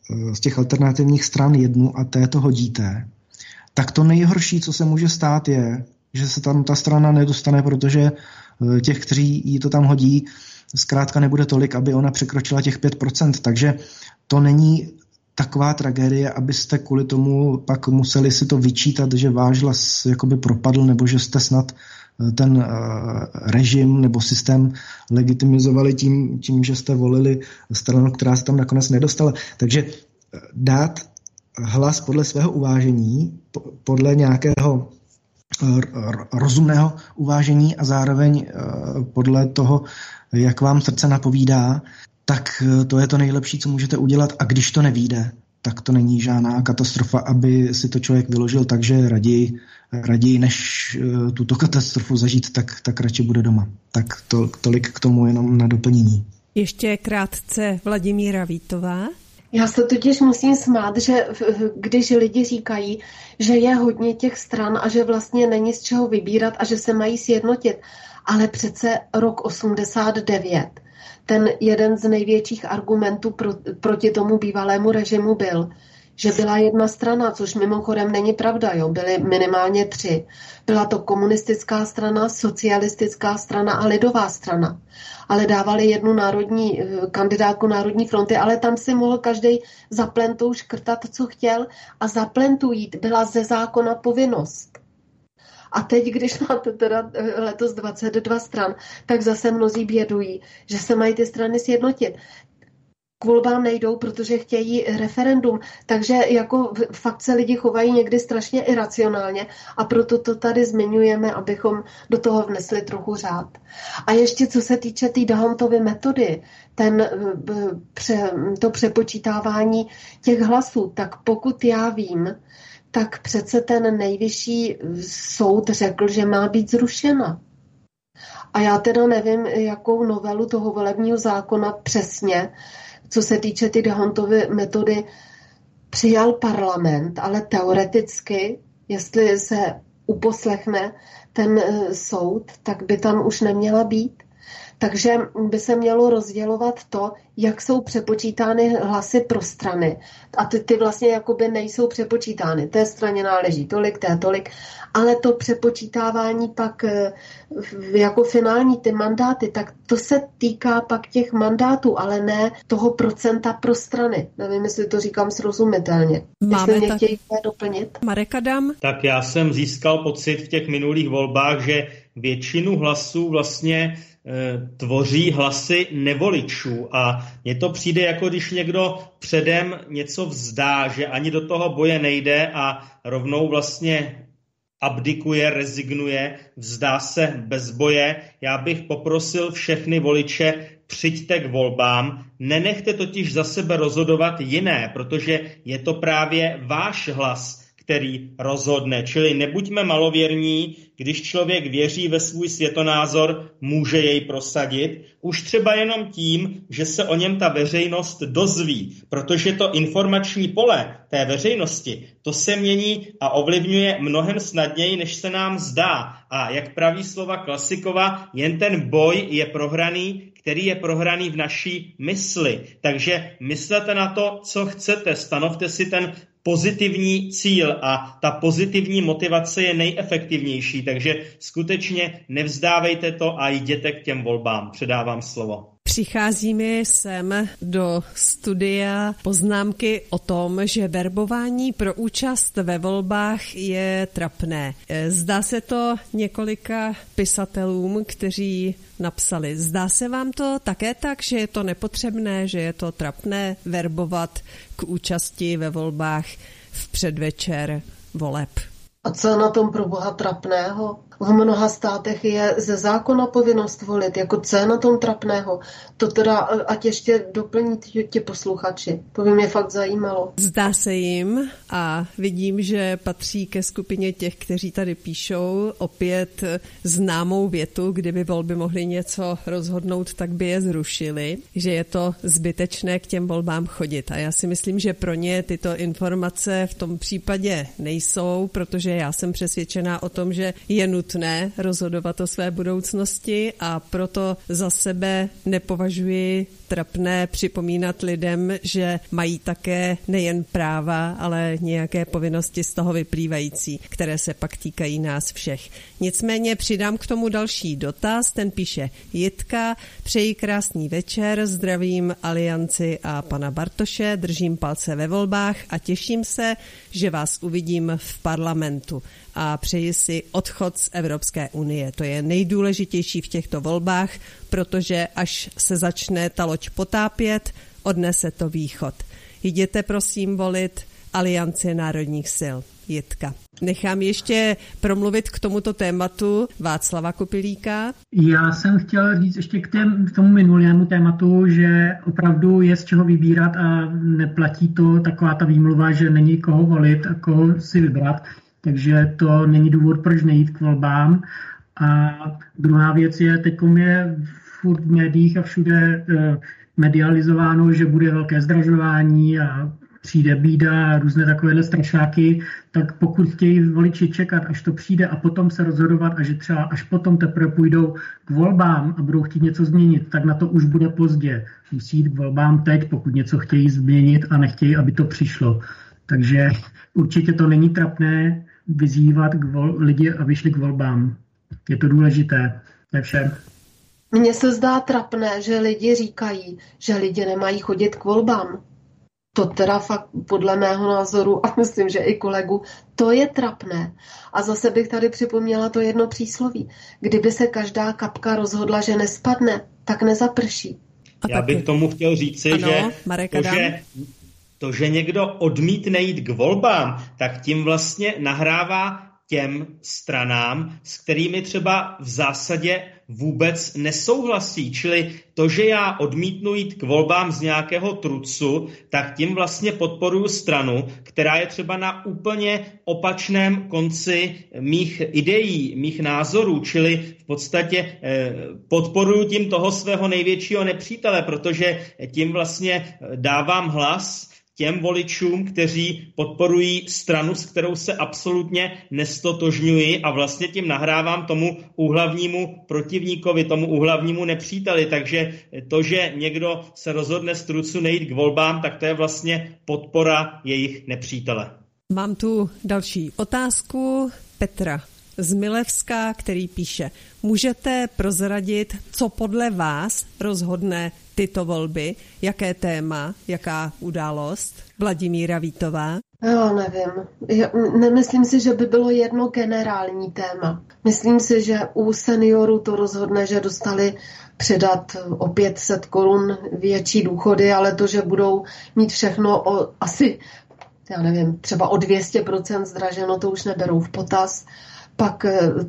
z těch alternativních stran jednu a té to hodíte, tak to nejhorší, co se může stát, je, že se tam ta strana nedostane, protože těch, kteří jí to tam hodí, zkrátka nebude tolik, aby ona překročila těch 5%. Takže to není taková tragédie, abyste kvůli tomu pak museli si to vyčítat, že váš hlas jakoby propadl, nebo že jste snad ten režim nebo systém legitimizovali tím, že jste volili stranu, která se tam nakonec nedostala. Takže dát hlas podle svého uvážení, podle nějakého rozumného uvážení a zároveň podle toho, jak vám srdce napovídá, tak to je to nejlepší, co můžete udělat. A když to nevyjde, tak to není žádná katastrofa, aby si to člověk vyložil, takže raději než tuto katastrofu zažít, tak radši bude doma. Tak tolik k tomu jenom na doplnění. Ještě krátce Vladimíra Vítová. Já se totiž musím smát, že když lidi říkají, že je hodně těch stran a že vlastně není z čeho vybírat a že se mají sjednotit, ale přece rok 89, ten jeden z největších argumentů proti tomu bývalému režimu byl, že byla jedna strana, což mimochodem není pravda, jo, byly minimálně 3. Byla to komunistická strana, socialistická strana a lidová strana. Ale dávali jednu národní kandidátku Národní fronty, ale tam si mohl každý za plentou škrtat, co chtěl, a za plentu jít byla ze zákona povinnost. A teď, když máte teda letos 22 stran, tak zase mnozí bědují, že se mají ty strany sjednotit. K volbám nejdou, protože chtějí referendum, takže jako fakt se lidi chovají někdy strašně iracionálně a proto to tady zmiňujeme, abychom do toho vnesli trochu řád. A ještě co se týče té D'Hondtovy metody, to přepočítávání těch hlasů, tak pokud já vím, tak přece ten nejvyšší soud řekl, že má být zrušena. A já teda nevím, jakou novelu toho volebního zákona přesně, co se týče ty D'Hondtovy metody, přijal parlament, ale teoreticky, jestli se uposlechne ten soud, tak by tam už neměla být. Takže by se mělo rozdělovat to, jak jsou přepočítány hlasy pro strany. A ty vlastně jakoby nejsou přepočítány. Té straně náleží tolik, té tolik. Ale to přepočítávání pak jako finální ty mandáty, tak to se týká pak těch mandátů, ale ne toho procenta pro strany. Nevím, jestli to říkám srozumitelně. Jestli mě chtějí doplnit. Marek Adam? Tak já jsem získal pocit v těch minulých volbách, že většinu hlasů vlastně tvoří hlasy nevoličů a mně to přijde, jako když někdo předem něco vzdá, že ani do toho boje nejde a rovnou vlastně abdikuje, rezignuje, vzdá se bez boje. Já bych poprosil všechny voliče, přijďte k volbám, nenechte totiž za sebe rozhodovat jiné, protože je to právě váš hlas, který rozhodne. Čili nebuďme malověrní, když člověk věří ve svůj světonázor, může jej prosadit, už třeba jenom tím, že se o něm ta veřejnost dozví, protože to informační pole té veřejnosti, to se mění a ovlivňuje mnohem snadněji, než se nám zdá. A jak praví slova Klasikova, jen ten boj je prohraný, který je prohraný v naší mysli. Takže myslete na to, co chcete, stanovte si ten pozitivní cíl a ta pozitivní motivace je nejefektivnější, takže skutečně nevzdávejte to a jděte k těm volbám. Předávám slovo. Přichází mi sem do studia poznámky o tom, že verbování pro účast ve volbách je trapné. Zdá se to několika pisatelům, kteří napsali. Zdá se vám to také tak, že je to nepotřebné, že je to trapné verbovat k účasti ve volbách v předvečer voleb? A co je na tom pro boha trapného? V mnoha státech je ze zákona povinnost volit. Jako co je na tom trapného? To teda, ať ještě doplní ti posluchači. To by mě fakt zajímalo. Zdá se jim a vidím, že patří ke skupině těch, kteří tady píšou opět známou větu, kdyby volby mohly něco rozhodnout, tak by je zrušili, že je to zbytečné k těm volbám chodit. A já si myslím, že pro ně tyto informace v tom případě nejsou, protože já jsem přesvědčená o tom, že je nutné nutné rozhodovat o své budoucnosti a proto za sebe nepovažuji trapné připomínat lidem, že mají také nejen práva, ale nějaké povinnosti z toho vyplývající, které se pak týkají nás všech. Nicméně přidám k tomu další dotaz, ten píše Jitka, přeji krásný večer, zdravím Alianci a pana Bartoše, držím palce ve volbách a těším se, že vás uvidím v parlamentu a přeji si odchod z Evropské unie. To je nejdůležitější v těchto volbách, protože až se začne ta loď potápět, odnese to východ. Jděte prosím volit Alianci národních sil. Jitka. Nechám ještě promluvit k tomuto tématu Václava Kopilíka. Já jsem chtěl říct ještě k tomu minulému tématu, že opravdu je z čeho vybírat a neplatí to taková ta výmluva, že není koho volit a koho si vybrat. Takže to není důvod, proč nejít k volbám. A druhá věc je, teď je furt v médiích a všude medializováno, že bude velké zdražování a přijde bída a různé takovéhle strašáky, tak pokud chtějí voliči čekat, až to přijde a potom se rozhodovat a že třeba až potom teprve půjdou k volbám a budou chtít něco změnit, tak na to už bude pozdě. Musí jít k volbám teď, pokud něco chtějí změnit a nechtějí, aby to přišlo. Takže určitě to není trapné vyzývat lidi, aby šli k volbám. Je to důležité. To je vše. Mně se zdá trapné, že lidi říkají, že lidi nemají chodit k volbám. To teda fakt podle mého názoru, a myslím, že i kolegu, to je trapné. A zase bych tady připomněla to jedno přísloví. Kdyby se každá kapka rozhodla, že nespadne, tak nezaprší. Já bych tomu chtěl říci, ano, že to, že někdo odmítne jít k volbám, tak tím vlastně nahrává těm stranám, s kterými třeba v zásadě vůbec nesouhlasí. Čili to, že já odmítnu jít k volbám z nějakého trucu, tak tím vlastně podporuji stranu, která je třeba na úplně opačném konci mých ideí, mých názorů, čili v podstatě podporuji tím toho svého největšího nepřítele, protože tím vlastně dávám hlas těm voličům, kteří podporují stranu, s kterou se absolutně nestotožňuji a vlastně tím nahrávám tomu úhlavnímu protivníkovi, tomu úhlavnímu nepříteli. Takže to, že někdo se rozhodne z trucu nejít k volbám, tak to je vlastně podpora jejich nepřítele. Mám tu další otázku Petra z Milevska, který píše: můžete prozradit, co podle vás rozhodne tyto volby? Jaké téma, jaká událost? Vladimíra Vítová. Já nevím. Nemyslím si, že by bylo jedno generální téma. Myslím si, že u seniorů to rozhodne, že dostali přidat o 500 korun větší důchody, ale to, že budou mít všechno asi, já nevím, třeba o 200% zdraženo, to už neberou v potaz. Pak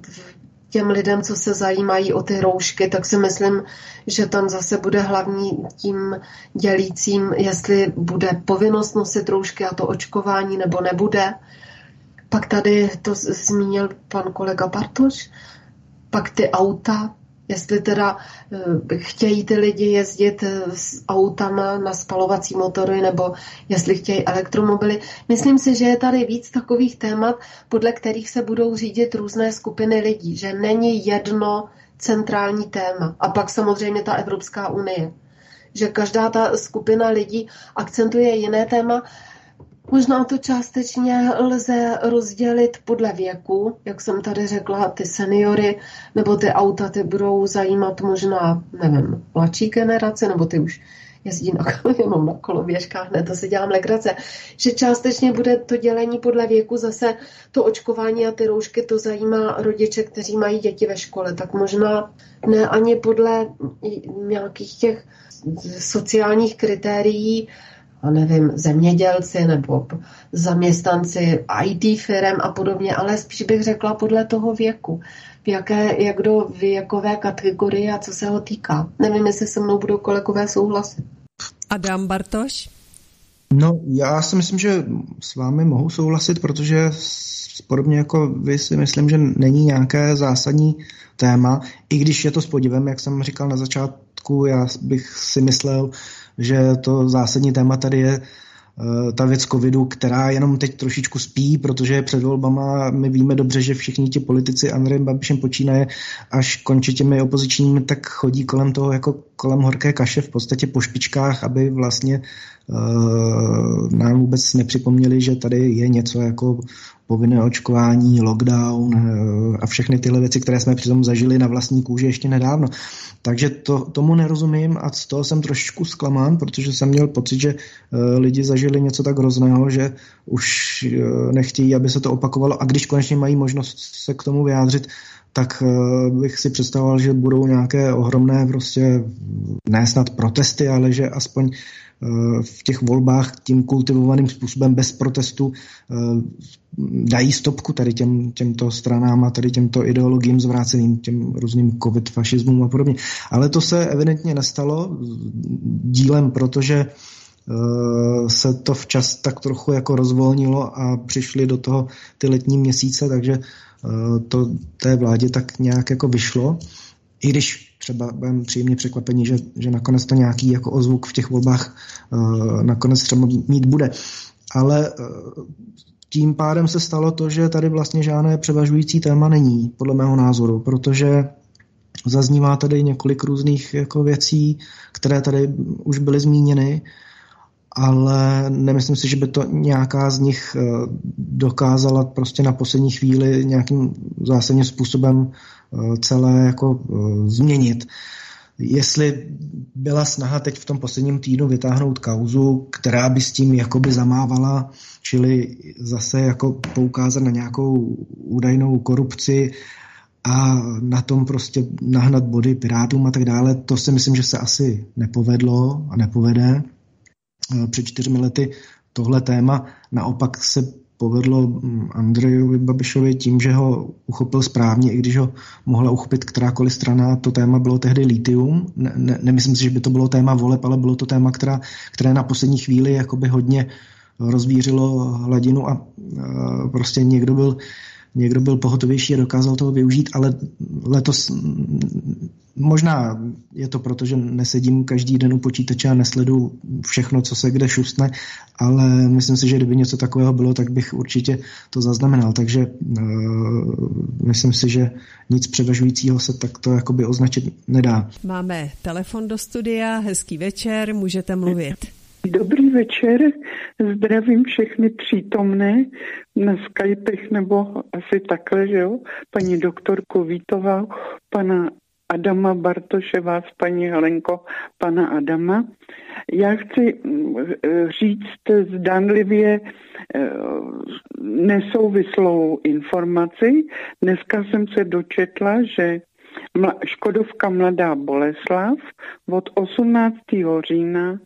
těm lidem, co se zajímají o ty roušky, tak si myslím, že tam zase bude hlavní tím dělícím, jestli bude povinnost nosit roušky a to očkování nebo nebude. Pak tady to zmínil pan kolega Bartoš, pak ty auta, jestli teda chtějí ty lidi jezdit s autama na spalovací motory nebo jestli chtějí elektromobily. Myslím si, že je tady víc takových témat, podle kterých se budou řídit různé skupiny lidí, že není jedno centrální téma. A pak samozřejmě ta Evropská unie, že každá ta skupina lidí akcentuje jiné téma. Možná to částečně lze rozdělit podle věku, jak jsem tady řekla, ty seniory nebo ty auta, ty budou zajímat možná, nevím, mladší generace, nebo ty už jezdí jenom na koloběžkách, ne, to si dělám legrace, že částečně bude to dělení podle věku, zase to očkování a ty roušky, to zajímá rodiče, kteří mají děti ve škole, tak možná ne ani podle nějakých těch sociálních kritérií, a nevím, zemědělci nebo zaměstnanci IT firem a podobně, ale spíš bych řekla podle toho věku. Jak do věkové kategorie a co se ho týká. Nevím, jestli se mnou budou kolegové souhlasit. Adam Bartoš? No, já si myslím, že s vámi mohu souhlasit, protože podobně jako vy si myslím, že není nějaké zásadní téma, i když je to s podivem, jak jsem říkal na začátku, já bych si myslel, že to zásadní téma tady je ta věc covidu, která jenom teď trošičku spí, protože před volbama my víme dobře, že všichni ti politici Andrejem Babišem počínaje až končí těmi opozičními, tak chodí kolem toho jako kolem horké kaše, v podstatě po špičkách, aby vlastně nám vůbec nepřipomněli, že tady je něco jako povinné očkování, lockdown a všechny tyhle věci, které jsme přitom zažili na vlastní kůži ještě nedávno. Takže tomu nerozumím a z toho jsem trošičku zklamán, protože jsem měl pocit, že lidi zažili něco tak hrozného, že už nechtějí, aby se to opakovalo, a když konečně mají možnost se k tomu vyjádřit, tak bych si představoval, že budou nějaké ohromné prostě ne snad protesty, ale že aspoň v těch volbách tím kultivovaným způsobem bez protestu dají stopku tady těmto stranám a tady těmto ideologiím zvráceným, těm různým covid, fašismům a podobně. Ale to se evidentně nestalo dílem, protože se to včas tak trochu jako rozvolnilo a přišli do toho ty letní měsíce, takže to té vládě tak nějak jako vyšlo. I když třeba budeme příjemně překvapení, že nakonec to nějaký jako ozvuk v těch volbách nakonec třeba mít bude. Ale tím pádem se stalo to, že tady vlastně žádné převažující téma není, podle mého názoru, protože zaznívá tady několik různých jako věcí, které tady už byly zmíněny, ale nemyslím si, že by to nějaká z nich dokázala prostě na poslední chvíli nějakým zásadním způsobem celé jako změnit. Jestli byla snaha teď v tom posledním týdnu vytáhnout kauzu, která by s tím jakoby zamávala, čili zase jako poukázat na nějakou údajnou korupci a na tom prostě nahnat body Pirátům a tak dále, to si myslím, že se asi nepovedlo a nepovede. Před 4 lety tohle téma naopak se povedlo Andrejovi Babišovi tím, že ho uchopil správně, i když ho mohla uchopit kterákoliv strana. To téma bylo tehdy litium. Nemyslím si, že by to bylo téma voleb, ale bylo to téma, které na poslední chvíli jakoby hodně rozvířilo hladinu a prostě někdo byl pohotovější a dokázal toho využít, ale letos možná je to proto, že nesedím každý den u počítače a nesleduju všechno, co se kde šustne, ale myslím si, že kdyby něco takového bylo, tak bych určitě to zaznamenal. Takže myslím si, že nic převažujícího se takto jakoby označit nedá. Máme telefon do studia, hezký večer, můžete mluvit. Dobrý večer, zdravím všechny přítomné na Skypech nebo asi takhle, že jo, paní doktorku Vítová, pana Adama Bartoše, vás, paní Helenko, pana Adama. Já chci říct zdánlivě nesouvislou informaci. Dneska jsem se dočetla, že Škodovka Mladá Boleslav od 18. října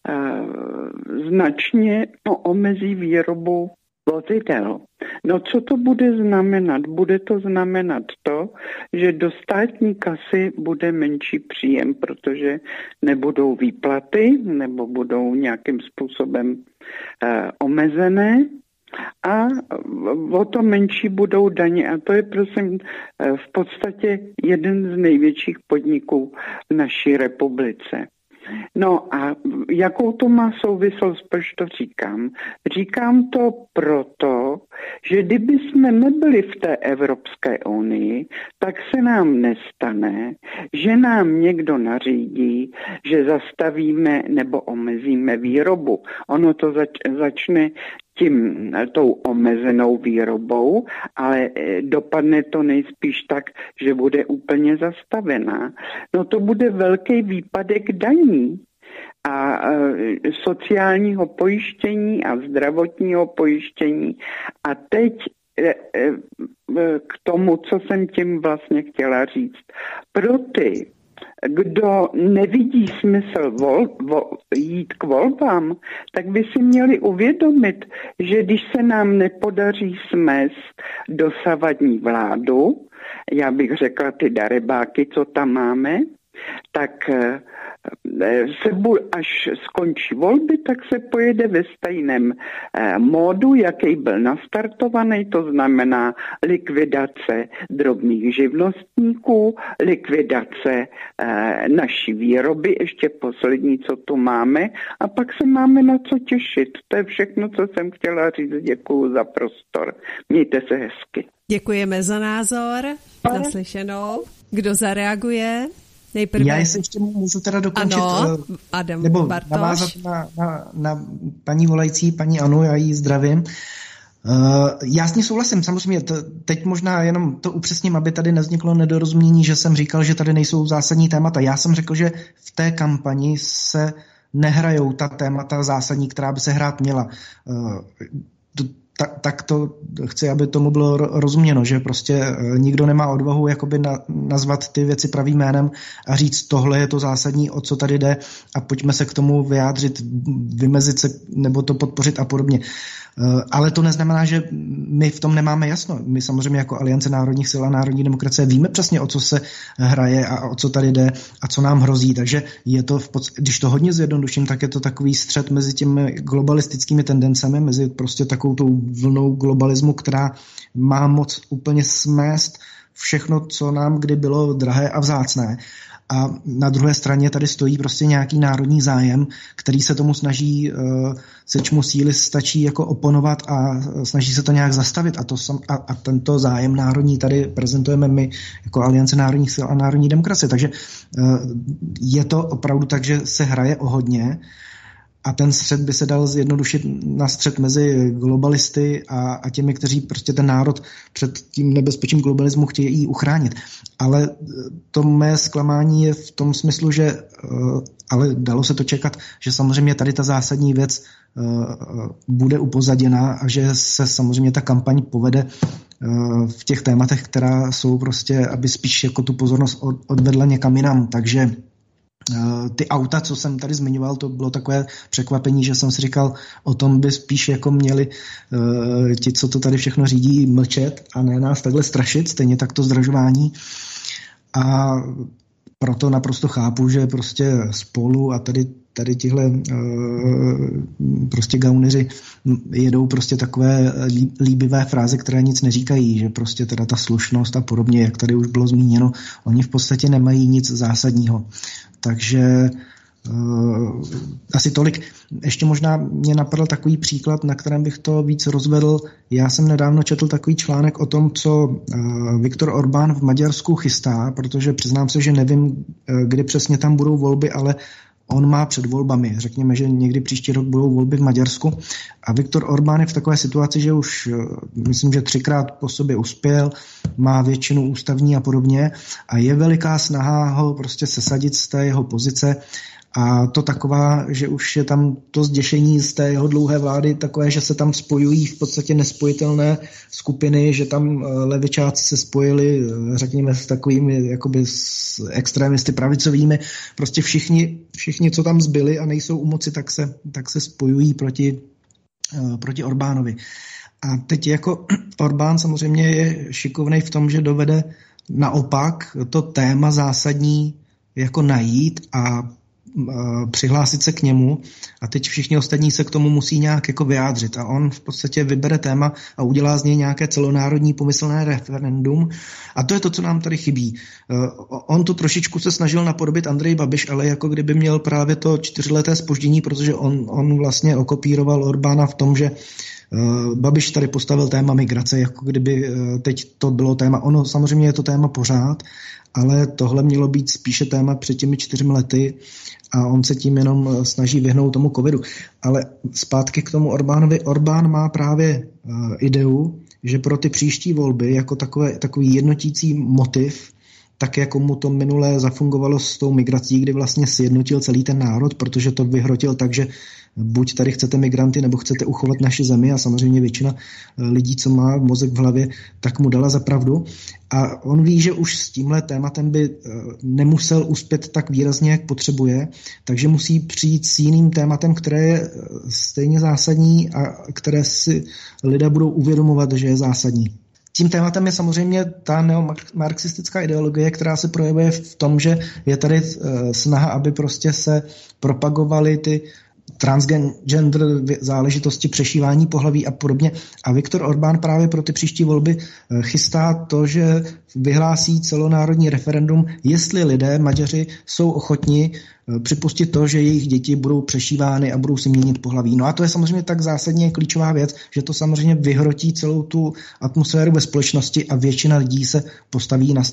značně omezí výrobu vozidel. No co to bude znamenat? Bude to znamenat to, že do státní kasy bude menší příjem, protože nebudou výplaty nebo budou nějakým způsobem omezené. A o to menší budou daně a to je prosím v podstatě jeden z největších podniků v naší republice. No a jakou to má souvislost, proč to říkám? Říkám to proto, že kdyby jsme nebyli v té Evropské unii, tak se nám nestane, že nám někdo nařídí, že zastavíme nebo omezíme výrobu. Ono to začne tou omezenou výrobou, ale dopadne to nejspíš tak, že bude úplně zastavená. No to bude velký výpadek daní a sociálního pojištění a zdravotního pojištění. A teď k tomu, co jsem tím vlastně chtěla říct. Pro ty, kdo nevidí smysl jít k volbám, tak by si měli uvědomit, že když se nám nepodaří smést dosavadní vládu, já bych řekla ty darebáky, co tam máme, tak až skončí volby, tak se pojede ve stejném módu, jaký byl nastartovaný, to znamená likvidace drobných živnostníků, likvidace naší výroby, ještě poslední, co tu máme, a pak se máme na co těšit. To je všechno, co jsem chtěla říct. Děkuju za prostor. Mějte se hezky. Děkujeme za názor. Naslyšenou. Kdo zareaguje? Nejprve... Já jestli ještě můžu teda dokončit, ano, Adam nebo Bartoš. navázat na paní volající, paní Anu, já jí zdravím. Já s ní souhlasím, samozřejmě, teď možná jenom to upřesním, aby tady nevzniklo nedorozumění, že jsem říkal, že tady nejsou zásadní témata. Já jsem řekl, že v té kampani se nehrajou ta témata zásadní, která by se hrát měla. Tak to chci, aby tomu bylo rozuměno, že prostě nikdo nemá odvahu jakoby nazvat ty věci pravým jménem a říct, tohle je to zásadní, o co tady jde, a pojďme se k tomu vyjádřit, vymezit se nebo to podpořit a podobně. Ale to neznamená, že my v tom nemáme jasno. My samozřejmě jako Aliance národních sil a národní demokracie víme přesně, o co se hraje a o co tady jde a co nám hrozí. Takže je to, když to hodně zjednoduším, tak je to takový střet mezi těmi globalistickými tendencemi, mezi prostě takovou tou vlnou globalismu, která má moc úplně smést všechno, co nám kdy bylo drahé a vzácné. A na druhé straně tady stojí prostě nějaký národní zájem, který se tomu snaží, sečmu síly stačí jako oponovat a snaží se to nějak zastavit. A tento zájem národní tady prezentujeme my jako Aliance národních sil a národní demokracie. Takže je to opravdu tak, že se hraje o hodně. A ten střet by se dal zjednodušit na střet mezi globalisty a těmi, kteří prostě ten národ před tím nebezpečím globalismu chtějí uchránit. Ale to mé zklamání je v tom smyslu, že ale dalo se to čekat, že samozřejmě tady ta zásadní věc bude upozaděna a že se samozřejmě ta kampaň povede v těch tématech, která jsou prostě, aby spíš jako tu pozornost odvedla někam jinam. Takže ty auta, co jsem tady zmiňoval, to bylo takové překvapení, že jsem si říkal, o tom by spíš jako měli ti, co to tady všechno řídí, mlčet a ne nás takhle strašit, stejně tak to zdražování. A proto naprosto chápu, že prostě Spolu a tady tihle prostě gauneři jedou prostě takové líbivé fráze, které nic neříkají, že prostě teda ta slušnost a podobně, jak tady už bylo zmíněno, oni v podstatě nemají nic zásadního. Takže asi tolik. Ještě možná mě napadl takový příklad, na kterém bych to víc rozvedl. Já jsem nedávno četl takový článek o tom, co Viktor Orbán v Maďarsku chystá, protože přiznám se, že nevím, kdy přesně tam budou volby, ale on má před volbami. Řekněme, že někdy příští rok budou volby v Maďarsku. A Viktor Orbán je v takové situaci, že už myslím, že 3krát po sobě uspěl, má většinu ústavní a podobně a je veliká snaha ho prostě sesadit z té jeho pozice. A to taková, že už je tam to zděšení z té jeho dlouhé vlády takové, že se tam spojují v podstatě nespojitelné skupiny, že tam levičáci se spojili, řekněme, s takovými jakoby s extrémisty pravicovými. Prostě všichni, co tam zbyli a nejsou u moci, tak se spojují proti Orbánovi. A teď jako Orbán samozřejmě je šikovnej v tom, že dovede naopak to téma zásadní jako najít a přihlásit se k němu a teď všichni ostatní se k tomu musí nějak jako vyjádřit a on v podstatě vybere téma a udělá z něj nějaké celonárodní pomyslné referendum a to je to, co nám tady chybí. On to trošičku se snažil napodobit Andrej Babiš, ale jako kdyby měl právě to 4leté zpoždění, protože on vlastně okopíroval Orbána v tom, že Babiš tady postavil téma migrace, jako kdyby teď to bylo téma. Ono samozřejmě je to téma pořád, ale tohle mělo být spíše téma před těmi 4 lety a on se tím jenom snaží vyhnout tomu covidu. Ale zpátky k tomu Orbánovi. Orbán má právě ideu, že pro ty příští volby jako takový jednotící motiv, tak jako mu to minulé zafungovalo s tou migrací, kdy vlastně sjednotil celý ten národ, protože to vyhrotil tak, že buď tady chcete migranty, nebo chcete uchovat naši zemi a samozřejmě většina lidí, co má mozek v hlavě, tak mu dala za pravdu. A on ví, že už s tímhle tématem by nemusel uspět tak výrazně, jak potřebuje, takže musí přijít s jiným tématem, které je stejně zásadní a které si lidé budou uvědomovat, že je zásadní. Tím tématem je samozřejmě ta neomarxistická ideologie, která se projevuje v tom, že je tady snaha, aby prostě se propagovaly ty transgender záležitosti, přešívání pohlaví a podobně. A Viktor Orbán právě pro ty příští volby chystá to, že vyhlásí celonárodní referendum, jestli lidé, Maďaři, jsou ochotni připustit to, že jejich děti budou přešívány a budou si měnit pohlaví. No a to je samozřejmě tak zásadně klíčová věc, že to samozřejmě vyhrotí celou tu atmosféru ve společnosti a většina lidí se postaví na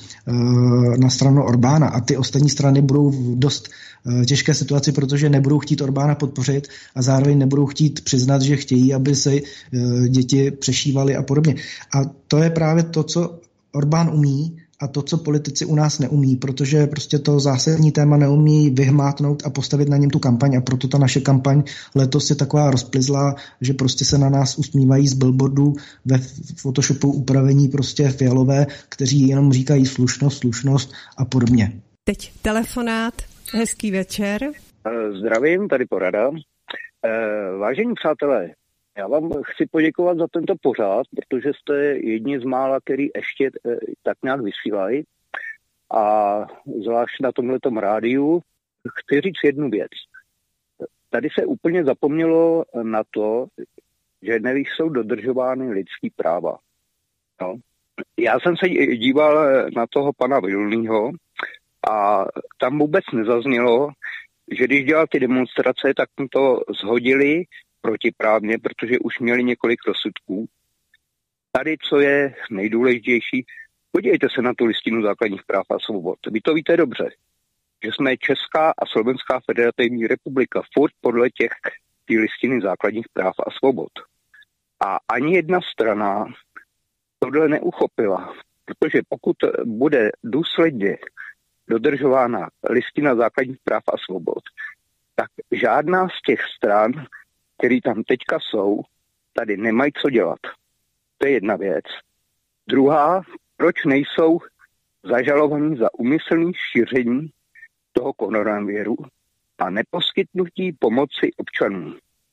stranu Orbána a ty ostatní strany budou v dost těžké situaci, protože nebudou chtít Orbána podpořit a zároveň nebudou chtít přiznat, že chtějí, aby se děti přešívaly a podobně. A to je právě to, co Orbán umí a to, co politici u nás neumí, protože prostě to zásadní téma neumí vyhmátnout a postavit na něm tu kampaň a proto ta naše kampaň letos je taková rozplizlá, že prostě se na nás usmívají z billboardů ve Photoshopu upravení prostě fialové, kteří jenom říkají slušnost a podobně. Teď telefonát. Hezký večer. Zdravím, tady porada. Vážení přátelé, já vám chci poděkovat za tento pořad, protože jste jedni z mála, který ještě tak nějak vysílají. A zvlášť na tomhletom rádiu chci říct jednu věc. Tady se úplně zapomnělo na to, že nejsou dodržovány lidský práva. No. Já jsem se díval na toho pana Volného a tam vůbec nezaznělo, že když dělal ty demonstrace, tak mu to zhodili protiprávně, protože už měli několik rozsudků. Tady, co je nejdůležitější, podívejte se na tu listinu základních práv a svobod. Vy to víte dobře, že jsme Česká a Slovenská federativní republika furt podle ty listiny základních práv a svobod. A ani jedna strana tohle neuchopila, protože pokud bude důsledně dodržována listina základních práv a svobod, tak žádná z těch stran, které tam teďka jsou, tady nemají co dělat. To je jedna věc. Druhá, proč nejsou zažalovaní za úmyslné šíření toho koronaviru a neposkytnutí pomoci občanům.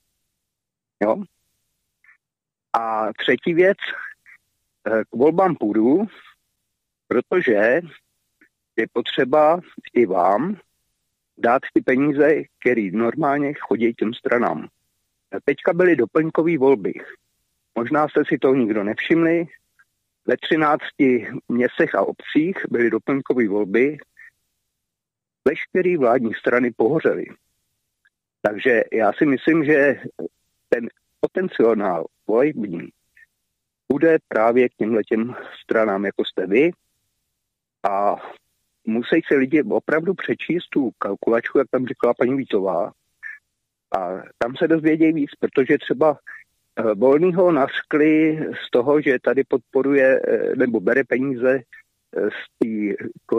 Jo? A třetí věc, k volbám půjdu, protože je potřeba i vám dát ty peníze, které normálně chodí těm stranám. Teďka byly doplňkové volby. Možná jste si toho nikdo nevšimli. Ve 13 městech a obcích byly doplňkové volby. Veškeré vládní strany pohořely. Takže já si myslím, že ten potenciál volební bude právě k těmhletěm stranám, jako jste vy. A musí se lidi opravdu přečíst tu kalkulačku, jak tam říkala paní Vítová. A tam se dozvědějí víc, protože třeba Volnýho nařkli z toho, že tady podporuje nebo bere peníze z té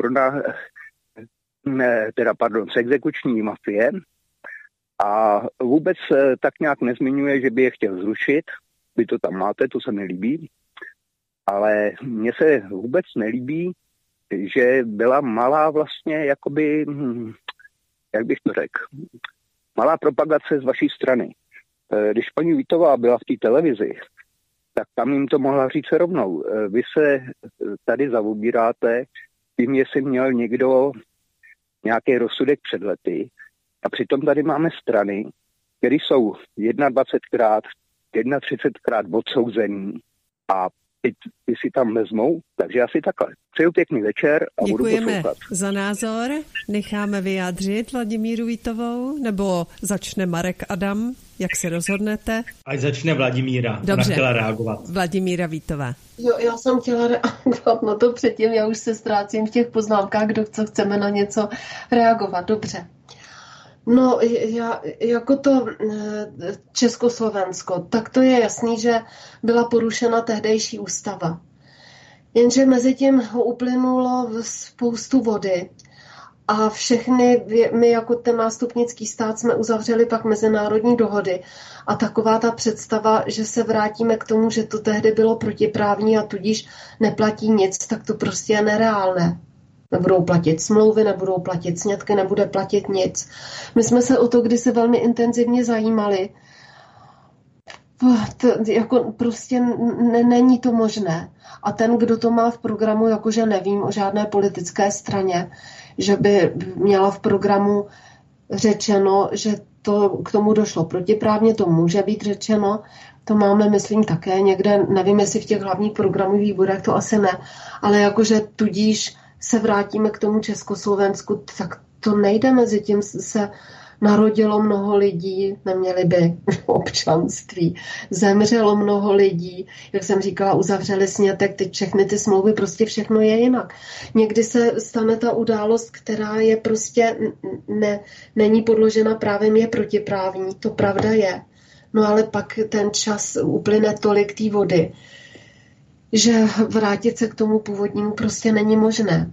z exekuční mafie a vůbec tak nějak nezmiňuje, že by je chtěl zrušit. Vy to tam máte, to se mi líbí. Ale mně se vůbec nelíbí, že byla malá vlastně, jakoby, jak bych to řekl, malá propagace z vaší strany. Když paní Vítová byla v té televizi, tak tam jim to mohla říct rovnou. Vy se tady zaobíráte tím, jestli měl někdo nějaký rozsudek před lety a přitom tady máme strany, které jsou 21krát, 31krát odsouzený a ty si tam vezmou, takže asi takhle. Přeju pěkný večer a děkujeme budu poslouchat. Za názor. Necháme vyjádřit Vladimíru Vítovou, nebo začne Marek Adam, jak se rozhodnete? Ať začne Vladimíra. Dobře. Ona chtěla reagovat. Vladimíra Vítová. Jo, já jsem chtěla reagovat na to předtím, já už se ztrácím v těch poznámkách, kdo chceme na něco reagovat. Dobře. No, jako to Československo, tak to je jasný, že byla porušena tehdejší ústava. Jenže mezi tím uplynulo spoustu vody a my jako ten nástupnický stát jsme uzavřeli pak mezinárodní dohody a taková ta představa, že se vrátíme k tomu, že to tehdy bylo protiprávní a tudíž neplatí nic, tak to prostě je nereálné. Nebudou platit smlouvy, nebudou platit sňatky, nebude platit nic. My jsme se o to kdysi velmi intenzivně zajímali. Jako prostě není to možné. A ten, kdo to má v programu, jakože nevím o žádné politické straně, že by měla v programu řečeno, že to k tomu došlo protiprávně, to může být řečeno, to máme, myslím, také někde, nevím, jestli v těch hlavních programových výborech, to asi ne, ale jakože tudíž se vrátíme k tomu Československu, tak to nejde, mezi tím se narodilo mnoho lidí, neměli by občanství, zemřelo mnoho lidí, jak jsem říkala, uzavřeli sňatek, teď všechny ty smlouvy, prostě všechno je jinak. Někdy se stane ta událost, která je prostě není podložena právem, je protiprávní, to pravda je. No ale pak ten čas uplyne tolik té vody, že vrátit se k tomu původnímu prostě není možné.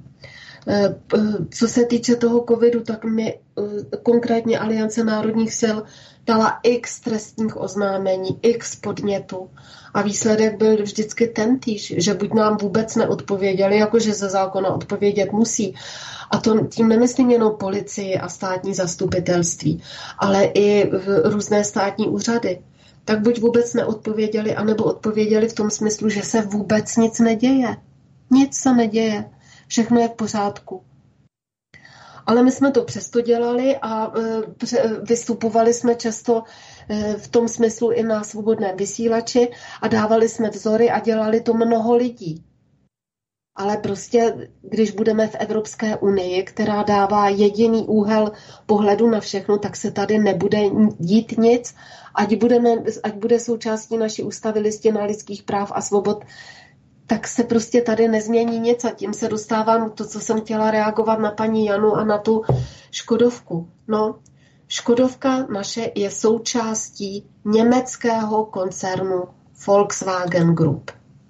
Co se týče toho covidu, tak mi konkrétně Aliance národních sil dala x trestních oznámení, x podnětů a výsledek byl vždycky tentýž, že buď nám vůbec neodpověděli, jakože ze zákona odpovědět musí. A to tím nemyslím jenom policii a státní zastupitelství, ale i různé státní úřady. Tak buď vůbec neodpověděli, anebo odpověděli v tom smyslu, že se vůbec nic neděje. Nic se neděje. Všechno je v pořádku. Ale my jsme to přesto dělali a vystupovali jsme často v tom smyslu i na svobodném vysílači a dávali jsme vzory a dělali to mnoho lidí. Ale prostě, když budeme v Evropské unii, která dává jediný úhel pohledu na všechno, tak se tady nebude dít nic, ať bude součástí naší ústavy Listina lidských práv a svobod, tak se prostě tady nezmění nic a tím se dostávám to, co jsem chtěla reagovat na paní Janu a na tu Škodovku. No, Škodovka naše je součástí německého koncernu Volkswagen Group.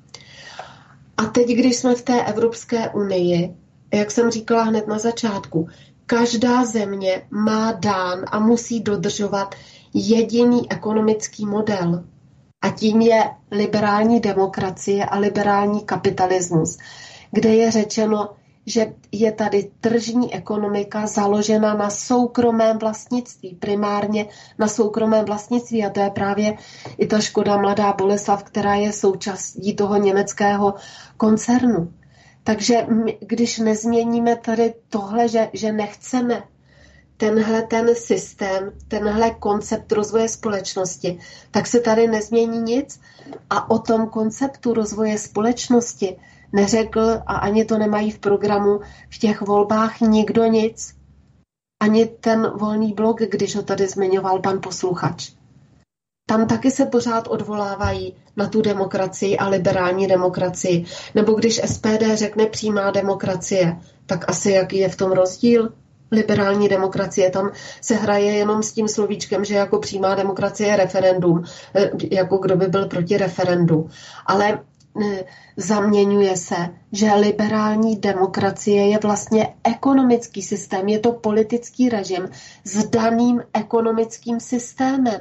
A teď, když jsme v té Evropské unii, jak jsem říkala hned na začátku, každá země má dán a musí dodržovat jediný ekonomický model. A tím je liberální demokracie a liberální kapitalismus, kde je řečeno, že je tady tržní ekonomika založena na soukromém vlastnictví, primárně na soukromém vlastnictví. A to je právě i ta Škoda Mladá Boleslav, která je součástí toho německého koncernu. Takže když nezměníme tady tohle, že nechceme ten systém, tenhle koncept rozvoje společnosti, tak se tady nezmění nic a o tom konceptu rozvoje společnosti neřekl a ani to nemají v programu v těch volbách nikdo nic. Ani ten Volný blok, když ho tady zmiňoval pan posluchač. Tam taky se pořád odvolávají na tu demokracii a liberální demokracii. Nebo když SPD řekne přímá demokracie, tak asi jaký je v tom rozdíl? Liberální demokracie, tam se hraje jenom s tím slovíčkem, že jako přímá demokracie je referendum, jako kdo by byl proti referendu. Ale zaměňuje se, že liberální demokracie je vlastně ekonomický systém, je to politický režim s daným ekonomickým systémem.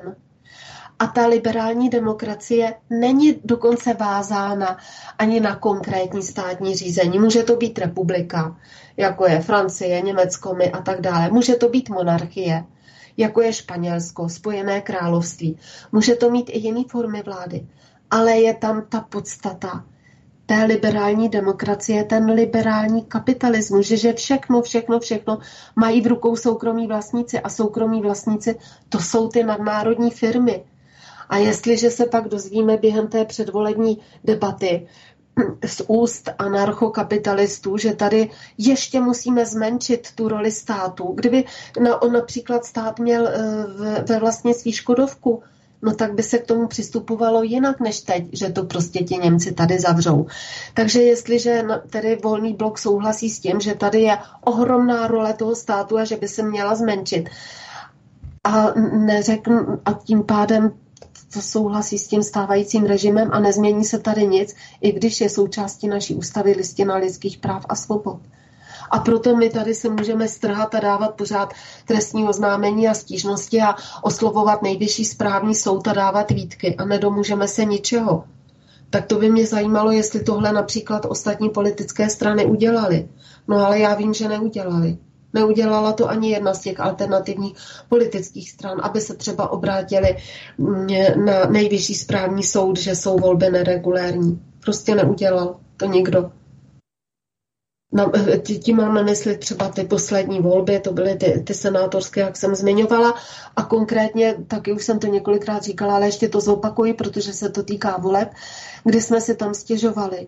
A ta liberální demokracie není dokonce vázána ani na konkrétní státní řízení. Může to být republika, jako je Francie, Německo, my a tak dále. Může to být monarchie, jako je Španělsko, Spojené království. Může to mít i jiné formy vlády. Ale je tam ta podstata té liberální demokracie, ten liberální kapitalismus, že všechno mají v rukou soukromí vlastníci a soukromí vlastníci, to jsou ty nadnárodní firmy. A jestliže se pak dozvíme během té předvolební debaty z úst anarchokapitalistů, že tady ještě musíme zmenšit tu roli státu, kdyby například stát měl ve vlastnictví Škodovku, no tak by se k tomu přistupovalo jinak než teď, že to prostě ti Němci tady zavřou. Takže jestliže tedy Volný blok souhlasí s tím, že tady je ohromná role toho státu a že by se měla zmenšit a tím pádem to souhlasí s tím stávajícím režimem a nezmění se tady nic, i když je součástí naší ústavy Listina lidských práv a svobod. A proto my tady se můžeme strhat a dávat pořád trestní oznámení a stížnosti a oslovovat nejvyšší správní soud a dávat výtky a nedomůžeme se ničeho. Tak to by mě zajímalo, jestli tohle například ostatní politické strany udělali. No ale já vím, že neudělali. Neudělala to ani jedna z těch alternativních politických stran, aby se třeba obrátili na Nejvyšší správní soud, že jsou volby neregulérní. Prostě neudělal to nikdo. Tím mám na mysli třeba ty poslední volby, to byly ty senátorské, jak jsem zmiňovala, a konkrétně, taky už jsem to několikrát říkala, ale ještě to zopakuji, protože se to týká voleb, kdy jsme si tam stěžovali,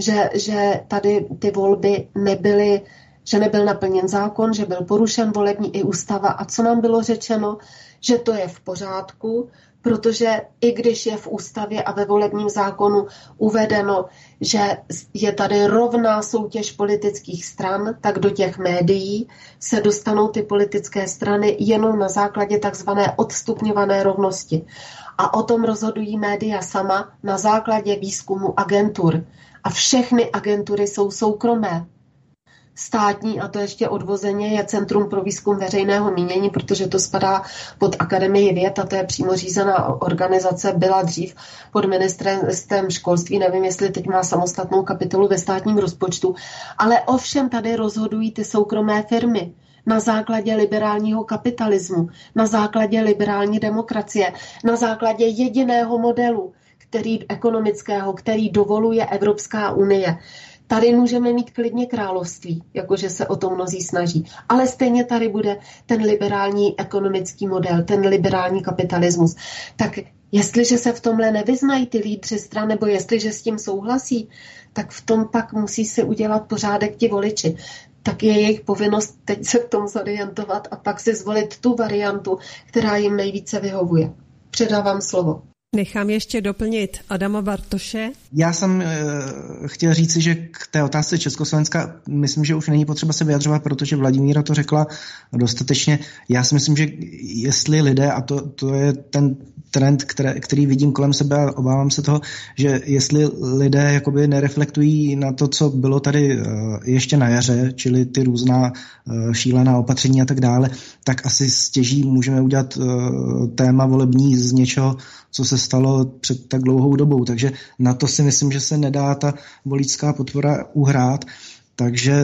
že tady ty volby nebyly, že nebyl naplněn zákon, že byl porušen volební i ústava, a co nám bylo řečeno, že to je v pořádku, protože i když je v ústavě a ve volebním zákonu uvedeno, že je tady rovná soutěž politických stran, tak do těch médií se dostanou ty politické strany jenom na základě takzvané odstupňované rovnosti. A o tom rozhodují média sama na základě výzkumu agentur. A všechny agentury jsou soukromé. Státní, a to ještě odvozeně, je Centrum pro výzkum veřejného mínění, protože to spadá pod Akademii věd a to je přímo řízená organizace, byla dřív pod ministerstvem školství, nevím, jestli teď má samostatnou kapitolu ve státním rozpočtu, ale ovšem tady rozhodují ty soukromé firmy na základě liberálního kapitalismu, na základě liberální demokracie, na základě jediného modelu, ekonomického, který dovoluje Evropská unie. Tady můžeme mít klidně království, jakože se o to mnozí snaží. Ale stejně tady bude ten liberální ekonomický model, ten liberální kapitalismus. Tak jestliže se v tomhle nevyznají ty lídři stran, nebo jestliže s tím souhlasí, tak v tom pak musí si udělat pořádek ti voliči. Tak je jejich povinnost teď se v tom zorientovat a pak si zvolit tu variantu, která jim nejvíce vyhovuje. Předávám slovo. Nechám ještě doplnit Adama Bartoše. Já jsem chtěl říci, že k té otázce Československa myslím, že už není potřeba se vyjadřovat, protože Vladimíra to řekla dostatečně. Já si myslím, že jestli lidé, a to je ten trend, který vidím kolem sebe a obávám se toho, že jestli lidé jakoby nereflektují na to, co bylo tady ještě na jaře, čili ty různá šílená opatření a tak dále, tak asi stěží můžeme udělat téma volební z něčeho, co se stalo před tak dlouhou dobou. Takže na to si myslím, že se nedá ta voličská podpora uhrát. Takže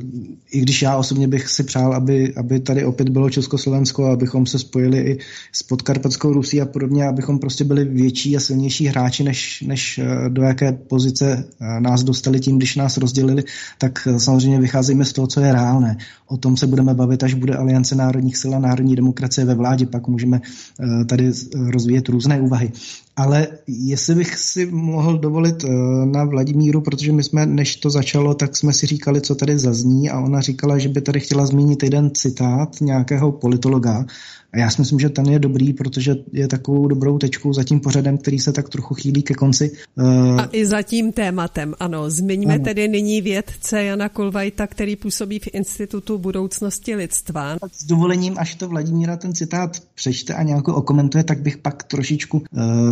i když já osobně bych si přál, aby tady opět bylo Československo, abychom se spojili i s Podkarpatskou Rusí a podobně, abychom prostě byli větší a silnější hráči, než do jaké pozice nás dostali tím, když nás rozdělili, tak samozřejmě vycházíme z toho, co je reálné. O tom se budeme bavit, až bude Aliance národních sil a národní demokracie ve vládě, pak můžeme tady rozvíjet různé úvahy. Ale jestli bych si mohl dovolit na Vladimíru, protože my jsme, než to začalo, tak jsme si říkali, co tady zazní, a ona říkala, že by tady chtěla zmínit jeden citát nějakého politologa. A já si myslím, že ten je dobrý, protože je takovou dobrou tečkou za tím pořadem, který se tak trochu chýlí ke konci. A i za tím tématem, ano. Zmiňme tedy nyní vědce Jana Kulvajta, který působí v Institutu budoucnosti lidstva. S dovolením, až to Vladimíra ten citát přečte a nějak okomentuje, tak bych pak trošičku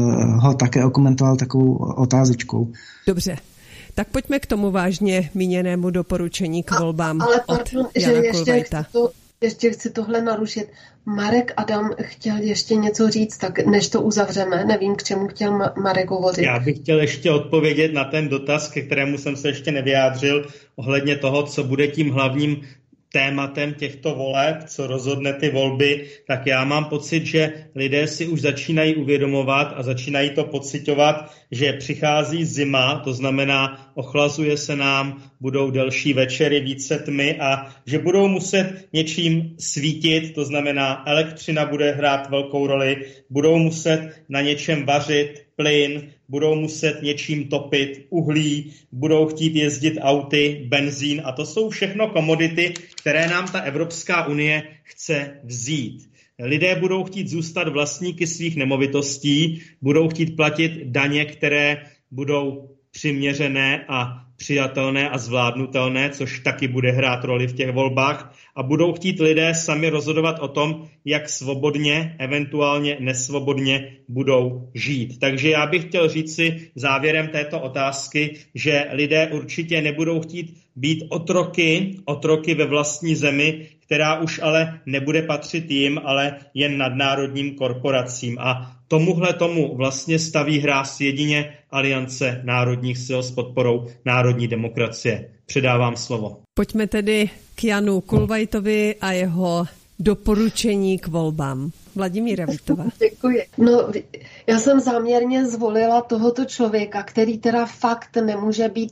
ho také okomentoval takovou otázičkou. Dobře. Tak pojďme k tomu vážně míněnému doporučení k volbám od Jana Kulvajta. Ještě chci tohle narušit. Marek Adam chtěl ještě něco říct, tak než to uzavřeme, nevím, k čemu chtěl Marek hovořit. Já bych chtěl ještě odpovědět na ten dotaz, ke kterému jsem se ještě nevyjádřil, ohledně toho, co bude tím hlavním tématem těchto voleb, co rozhodne ty volby, tak já mám pocit, že lidé si už začínají uvědomovat a začínají to pociťovat, že přichází zima, to znamená ochlazuje se nám, budou delší večery, více tmy a že budou muset něčím svítit, to znamená elektřina bude hrát velkou roli, budou muset na něčem vařit, plyn, budou muset něčím topit, uhlí, budou chtít jezdit auty, benzín a to jsou všechno komodity, které nám ta Evropská unie chce vzít. Lidé budou chtít zůstat vlastníky svých nemovitostí, budou chtít platit daně, které budou přiměřené a přijatelné a zvládnutelné, což taky bude hrát roli v těch volbách a budou chtít lidé sami rozhodovat o tom, jak svobodně, eventuálně nesvobodně budou žít. Takže já bych chtěl říct si závěrem této otázky, že lidé určitě nebudou chtít být otroky ve vlastní zemi, která už ale nebude patřit jim, ale jen nadnárodním korporacím. A tomuhle tomu vlastně staví hráz jedině Aliance národních sil s podporou národní demokracie. Předávám slovo. Pojďme tedy k Janu Kulvajtovi a jeho doporučení k volbám. Vladimíra Vítová. Děkuji. No, já jsem záměrně zvolila tohoto člověka, který teda fakt nemůže být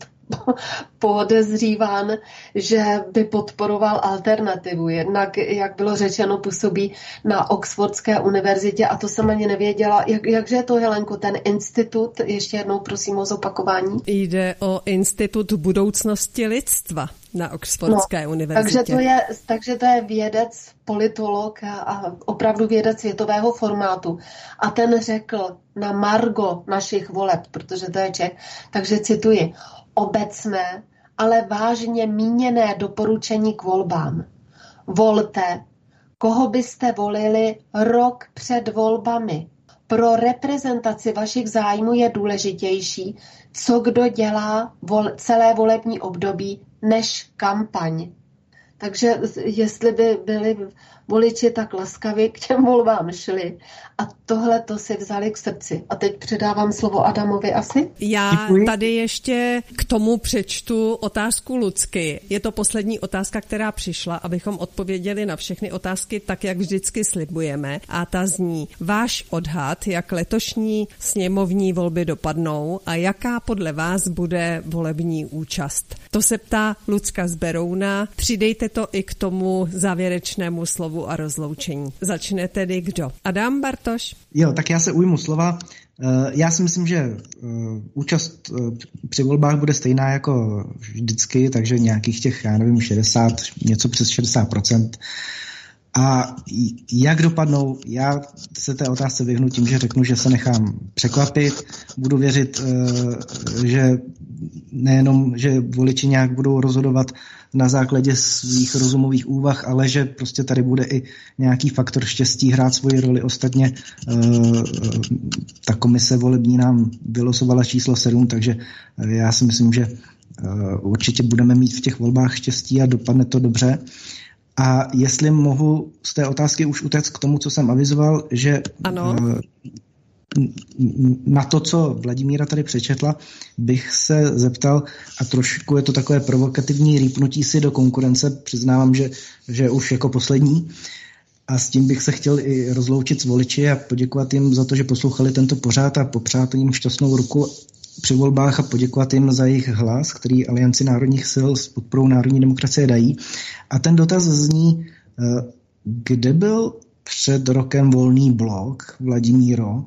podezříván, že by podporoval alternativu. Jednak, jak bylo řečeno, působí na Oxfordské univerzitě a to jsem ani nevěděla. Jakže je to, Helenko, ten institut? Ještě jednou prosím o zopakování. Jde o Institut budoucnosti lidstva na Oxfordské univerzitě. Takže to je vědec, politolog a opravdu vědec světového formátu. A ten řekl na margo našich voleb, protože to je Čech, takže cituji: obecné, ale vážně míněné doporučení k volbám. Volte, koho byste volili rok před volbami. Pro reprezentaci vašich zájmů je důležitější, co kdo dělá celé volební období, než kampaň. Takže jestli by byli voliči tak laskaví, k těm volbám šli a tohle to si vzali k srdci. A teď předávám slovo Adamovi asi. Já tady ještě k tomu přečtu otázku Lucky. Je to poslední otázka, která přišla, abychom odpověděli na všechny otázky tak, jak vždycky slibujeme. A ta zní: váš odhad, jak letošní sněmovní volby dopadnou a jaká podle vás bude volební účast. To se ptá Lucka z Berouna. Přidejte to i k tomu závěrečnému slovu a rozloučení. Začne tedy kdo? Adam Bartoš? Jo, tak já se ujmu slova. Já si myslím, že účast při volbách bude stejná jako vždycky, takže nějakých těch, já nevím, 60, něco přes 60%. A jak dopadnou, já se té otázce vyhnu tím, že řeknu, že se nechám překvapit. Budu věřit, že nejenom, že voliči nějak budou rozhodovat na základě svých rozumových úvah, ale že prostě tady bude i nějaký faktor štěstí hrát svoji roli. Ostatně ta komise volební nám vylosovala číslo 7, takže já si myslím, že určitě budeme mít v těch volbách štěstí a dopadne to dobře. A jestli mohu z té otázky už utéct k tomu, co jsem avizoval, že ano. Na to, co Vladimíra tady přečetla, bych se zeptal, a trošku je to takové provokativní rýpnutí si do konkurence, přiznávám, že už jako poslední, a s tím bych se chtěl i rozloučit s voliči a poděkovat jim za to, že poslouchali tento pořad a popřát jim šťastnou ruku při volbách a poděkovat jim za jejich hlas, který Alianci národních sil s podporou národní demokracie dají. A ten dotaz zní, kde byl před rokem Volný blok, Vladimíro,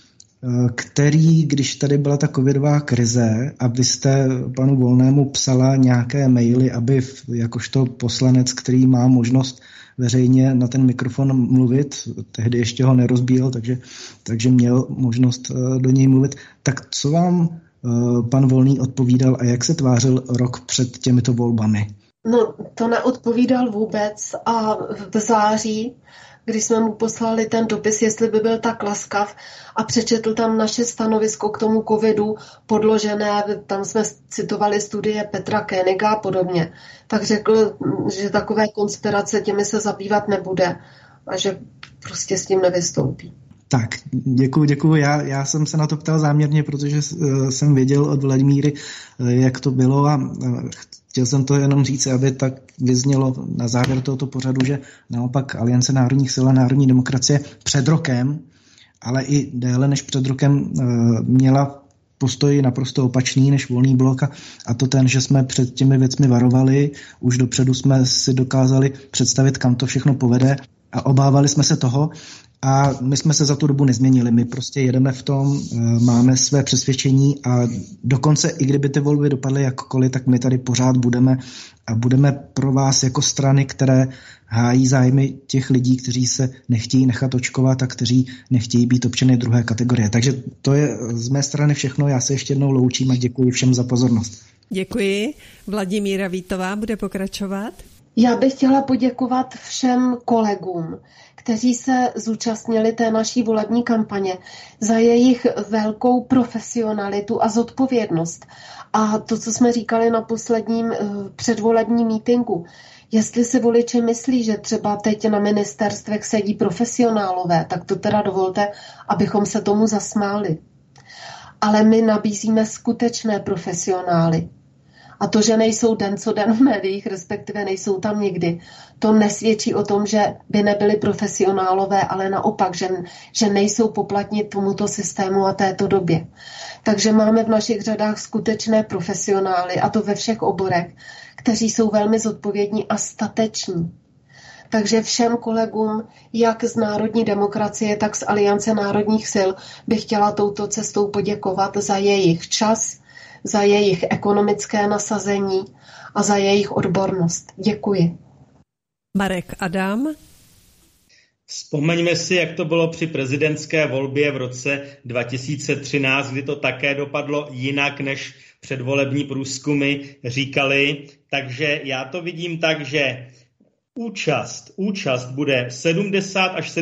který, když tady byla ta covidová krize a vy jste panu Volnému psala nějaké maily, aby jakožto poslanec, který má možnost veřejně na ten mikrofon mluvit, tehdy ještě ho nerozbíjel, takže měl možnost do něj mluvit, tak co vám pan Volný odpovídal a jak se tvářil rok před těmito volbami? No, to neodpovídal vůbec a v září, když jsme mu poslali ten dopis, jestli by byl tak laskav a přečetl tam naše stanovisko k tomu covidu podložené, tam jsme citovali studie Petra Koeniga a podobně, tak řekl, že takové konspirace těmi se zabývat nebude a že prostě s tím nevystoupí. Tak, děkuju. Já jsem se na to ptal záměrně, protože jsem věděl od Vladimíry, jak to bylo a chtěl jsem to jenom říct, aby tak vyznělo na závěr tohoto pořadu, že naopak Aliance národních sil a národní demokracie před rokem, ale i déle než před rokem měla postoj naprosto opačný než Volný blok a to ten, že jsme před těmi věcmi varovali, už dopředu jsme si dokázali představit, kam to všechno povede a obávali jsme se toho, a my jsme se za tu dobu nezměnili. My prostě jedeme v tom, máme své přesvědčení a dokonce i kdyby ty volby dopadly jakkoliv, tak my tady pořád budeme a budeme pro vás jako strany, které hájí zájmy těch lidí, kteří se nechtějí nechat očkovat a kteří nechtějí být občany druhé kategorie. Takže to je z mé strany všechno. Já se ještě jednou loučím a děkuji všem za pozornost. Děkuji. Vladimíra Vítová bude pokračovat. Já bych chtěla poděkovat všem kolegům, kteří se zúčastnili té naší volební kampaně, za jejich velkou profesionalitu a zodpovědnost. A to, co jsme říkali na posledním předvolebním mítinku, Jestli si voliči myslí, že třeba teď na ministerstvech sedí profesionálové, tak to teda dovolte, abychom se tomu zasmáli. Ale my nabízíme skutečné profesionály. A to, že nejsou den co den v médiích, respektive nejsou tam nikdy, to nesvědčí o tom, že by nebyli profesionálové, ale naopak, že nejsou poplatní tomuto systému a této době. Takže máme v našich řadách skutečné profesionály, a to ve všech oborech, kteří jsou velmi zodpovědní a stateční. Takže všem kolegům, jak z Národní demokracie, tak z Aliance národních sil, bych chtěla touto cestou poděkovat za jejich čas, za jejich ekonomické nasazení a za jejich odbornost. Děkuji. Marek Adam. Vzpomeňme si, jak to bylo při prezidentské volbě v roce 2013, kdy to také dopadlo jinak, než předvolební průzkumy říkali. Takže já to vidím tak, že účast bude 70 až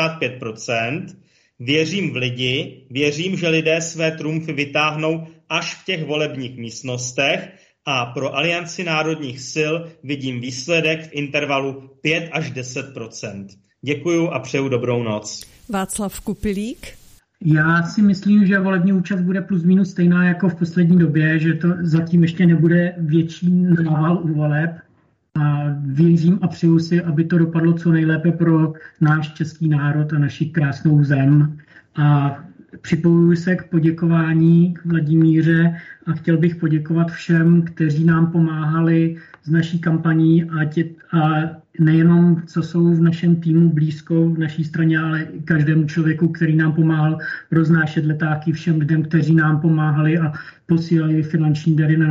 75%. Věřím v lidi, věřím, že lidé své trumfy vytáhnou až v těch volebních místnostech a pro Alianci národních sil vidím výsledek v intervalu 5 až 10%. Děkuju a přeju dobrou noc. Václav Kupilík. Já si myslím, že volební účast bude plus minus stejná jako v poslední době, že to zatím ještě nebude větší nával u voleb. A věřím a přeju si, aby to dopadlo co nejlépe pro náš český národ a naši krásnou zem. A připojuji se k poděkování k Vladimíře a chtěl bych poděkovat všem, kteří nám pomáhali s naší kampaní a nejenom, co jsou v našem týmu blízko v naší straně, ale i každému člověku, který nám pomáhal roznášet letáky, všem lidem, kteří nám pomáhali a posílali finanční dary na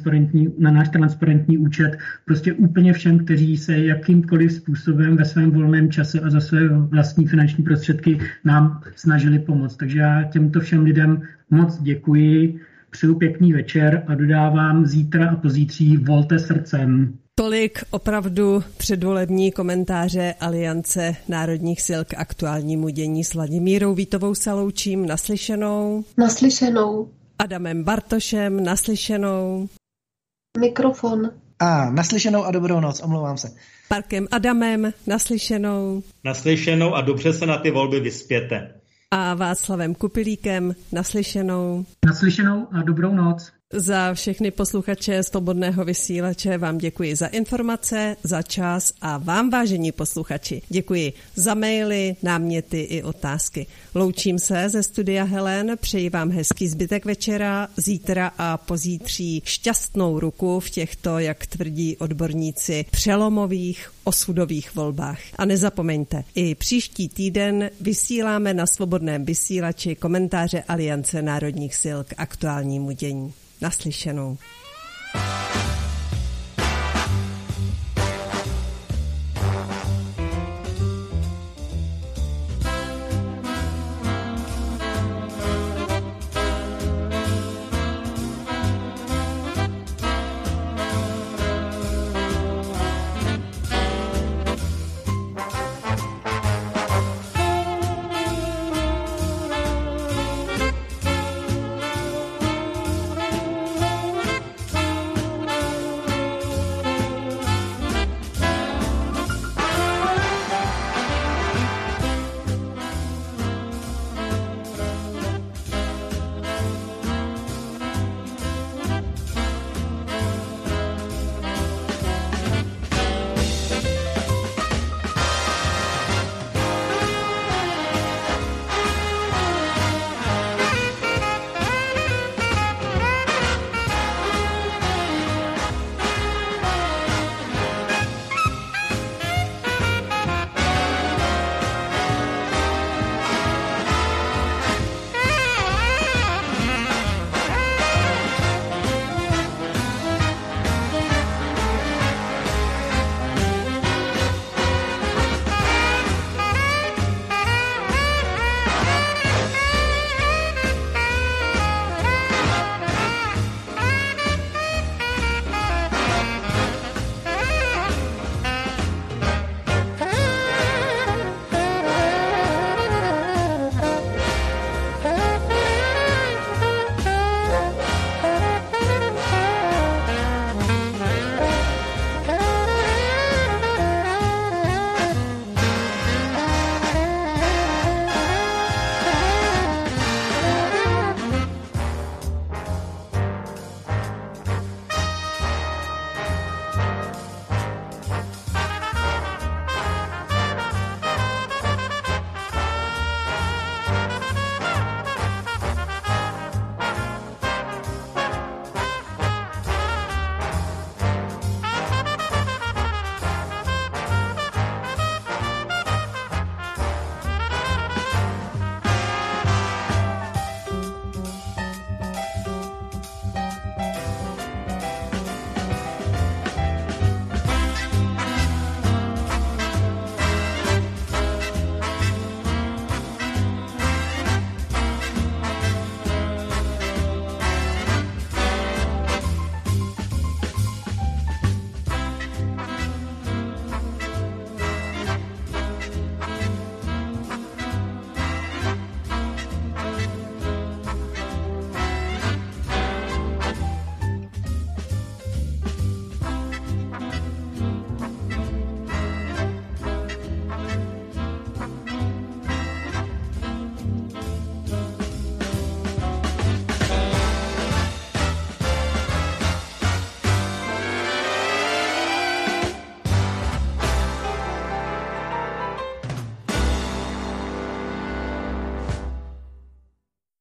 náš transparentní účet. Prostě úplně všem, kteří se jakýmkoliv způsobem ve svém volném čase a za své vlastní finanční prostředky nám snažili pomoct. Takže já těmto všem lidem moc děkuji, přeju pěkný večer a dodávám zítra a pozítří volte srdcem. Tolik opravdu předvolební komentáře Aliance národních sil k aktuálnímu dění s Vladimírou Vítovou Saloučím. Naslyšenou. Naslyšenou. Adamem Bartošem. Naslyšenou. Mikrofon. A naslyšenou a dobrou noc, omlouvám se. Parkem Adamem. Naslyšenou. Naslyšenou a dobře se na ty volby vyspěte. A Václavem Kupilíkem. Naslyšenou. Naslyšenou a dobrou noc. Za všechny posluchače Svobodného vysílače vám děkuji za informace, za čas a vám, vážení posluchači, děkuji za maily, náměty i otázky. Loučím se ze studia Helen, přeji vám hezký zbytek večera, zítra a pozítří šťastnou ruku v těchto, jak tvrdí odborníci, přelomových osudových volbách. A nezapomeňte, i příští týden vysíláme na Svobodném vysílači komentáře Aliance národních sil k aktuálnímu dění. Naslyšenou.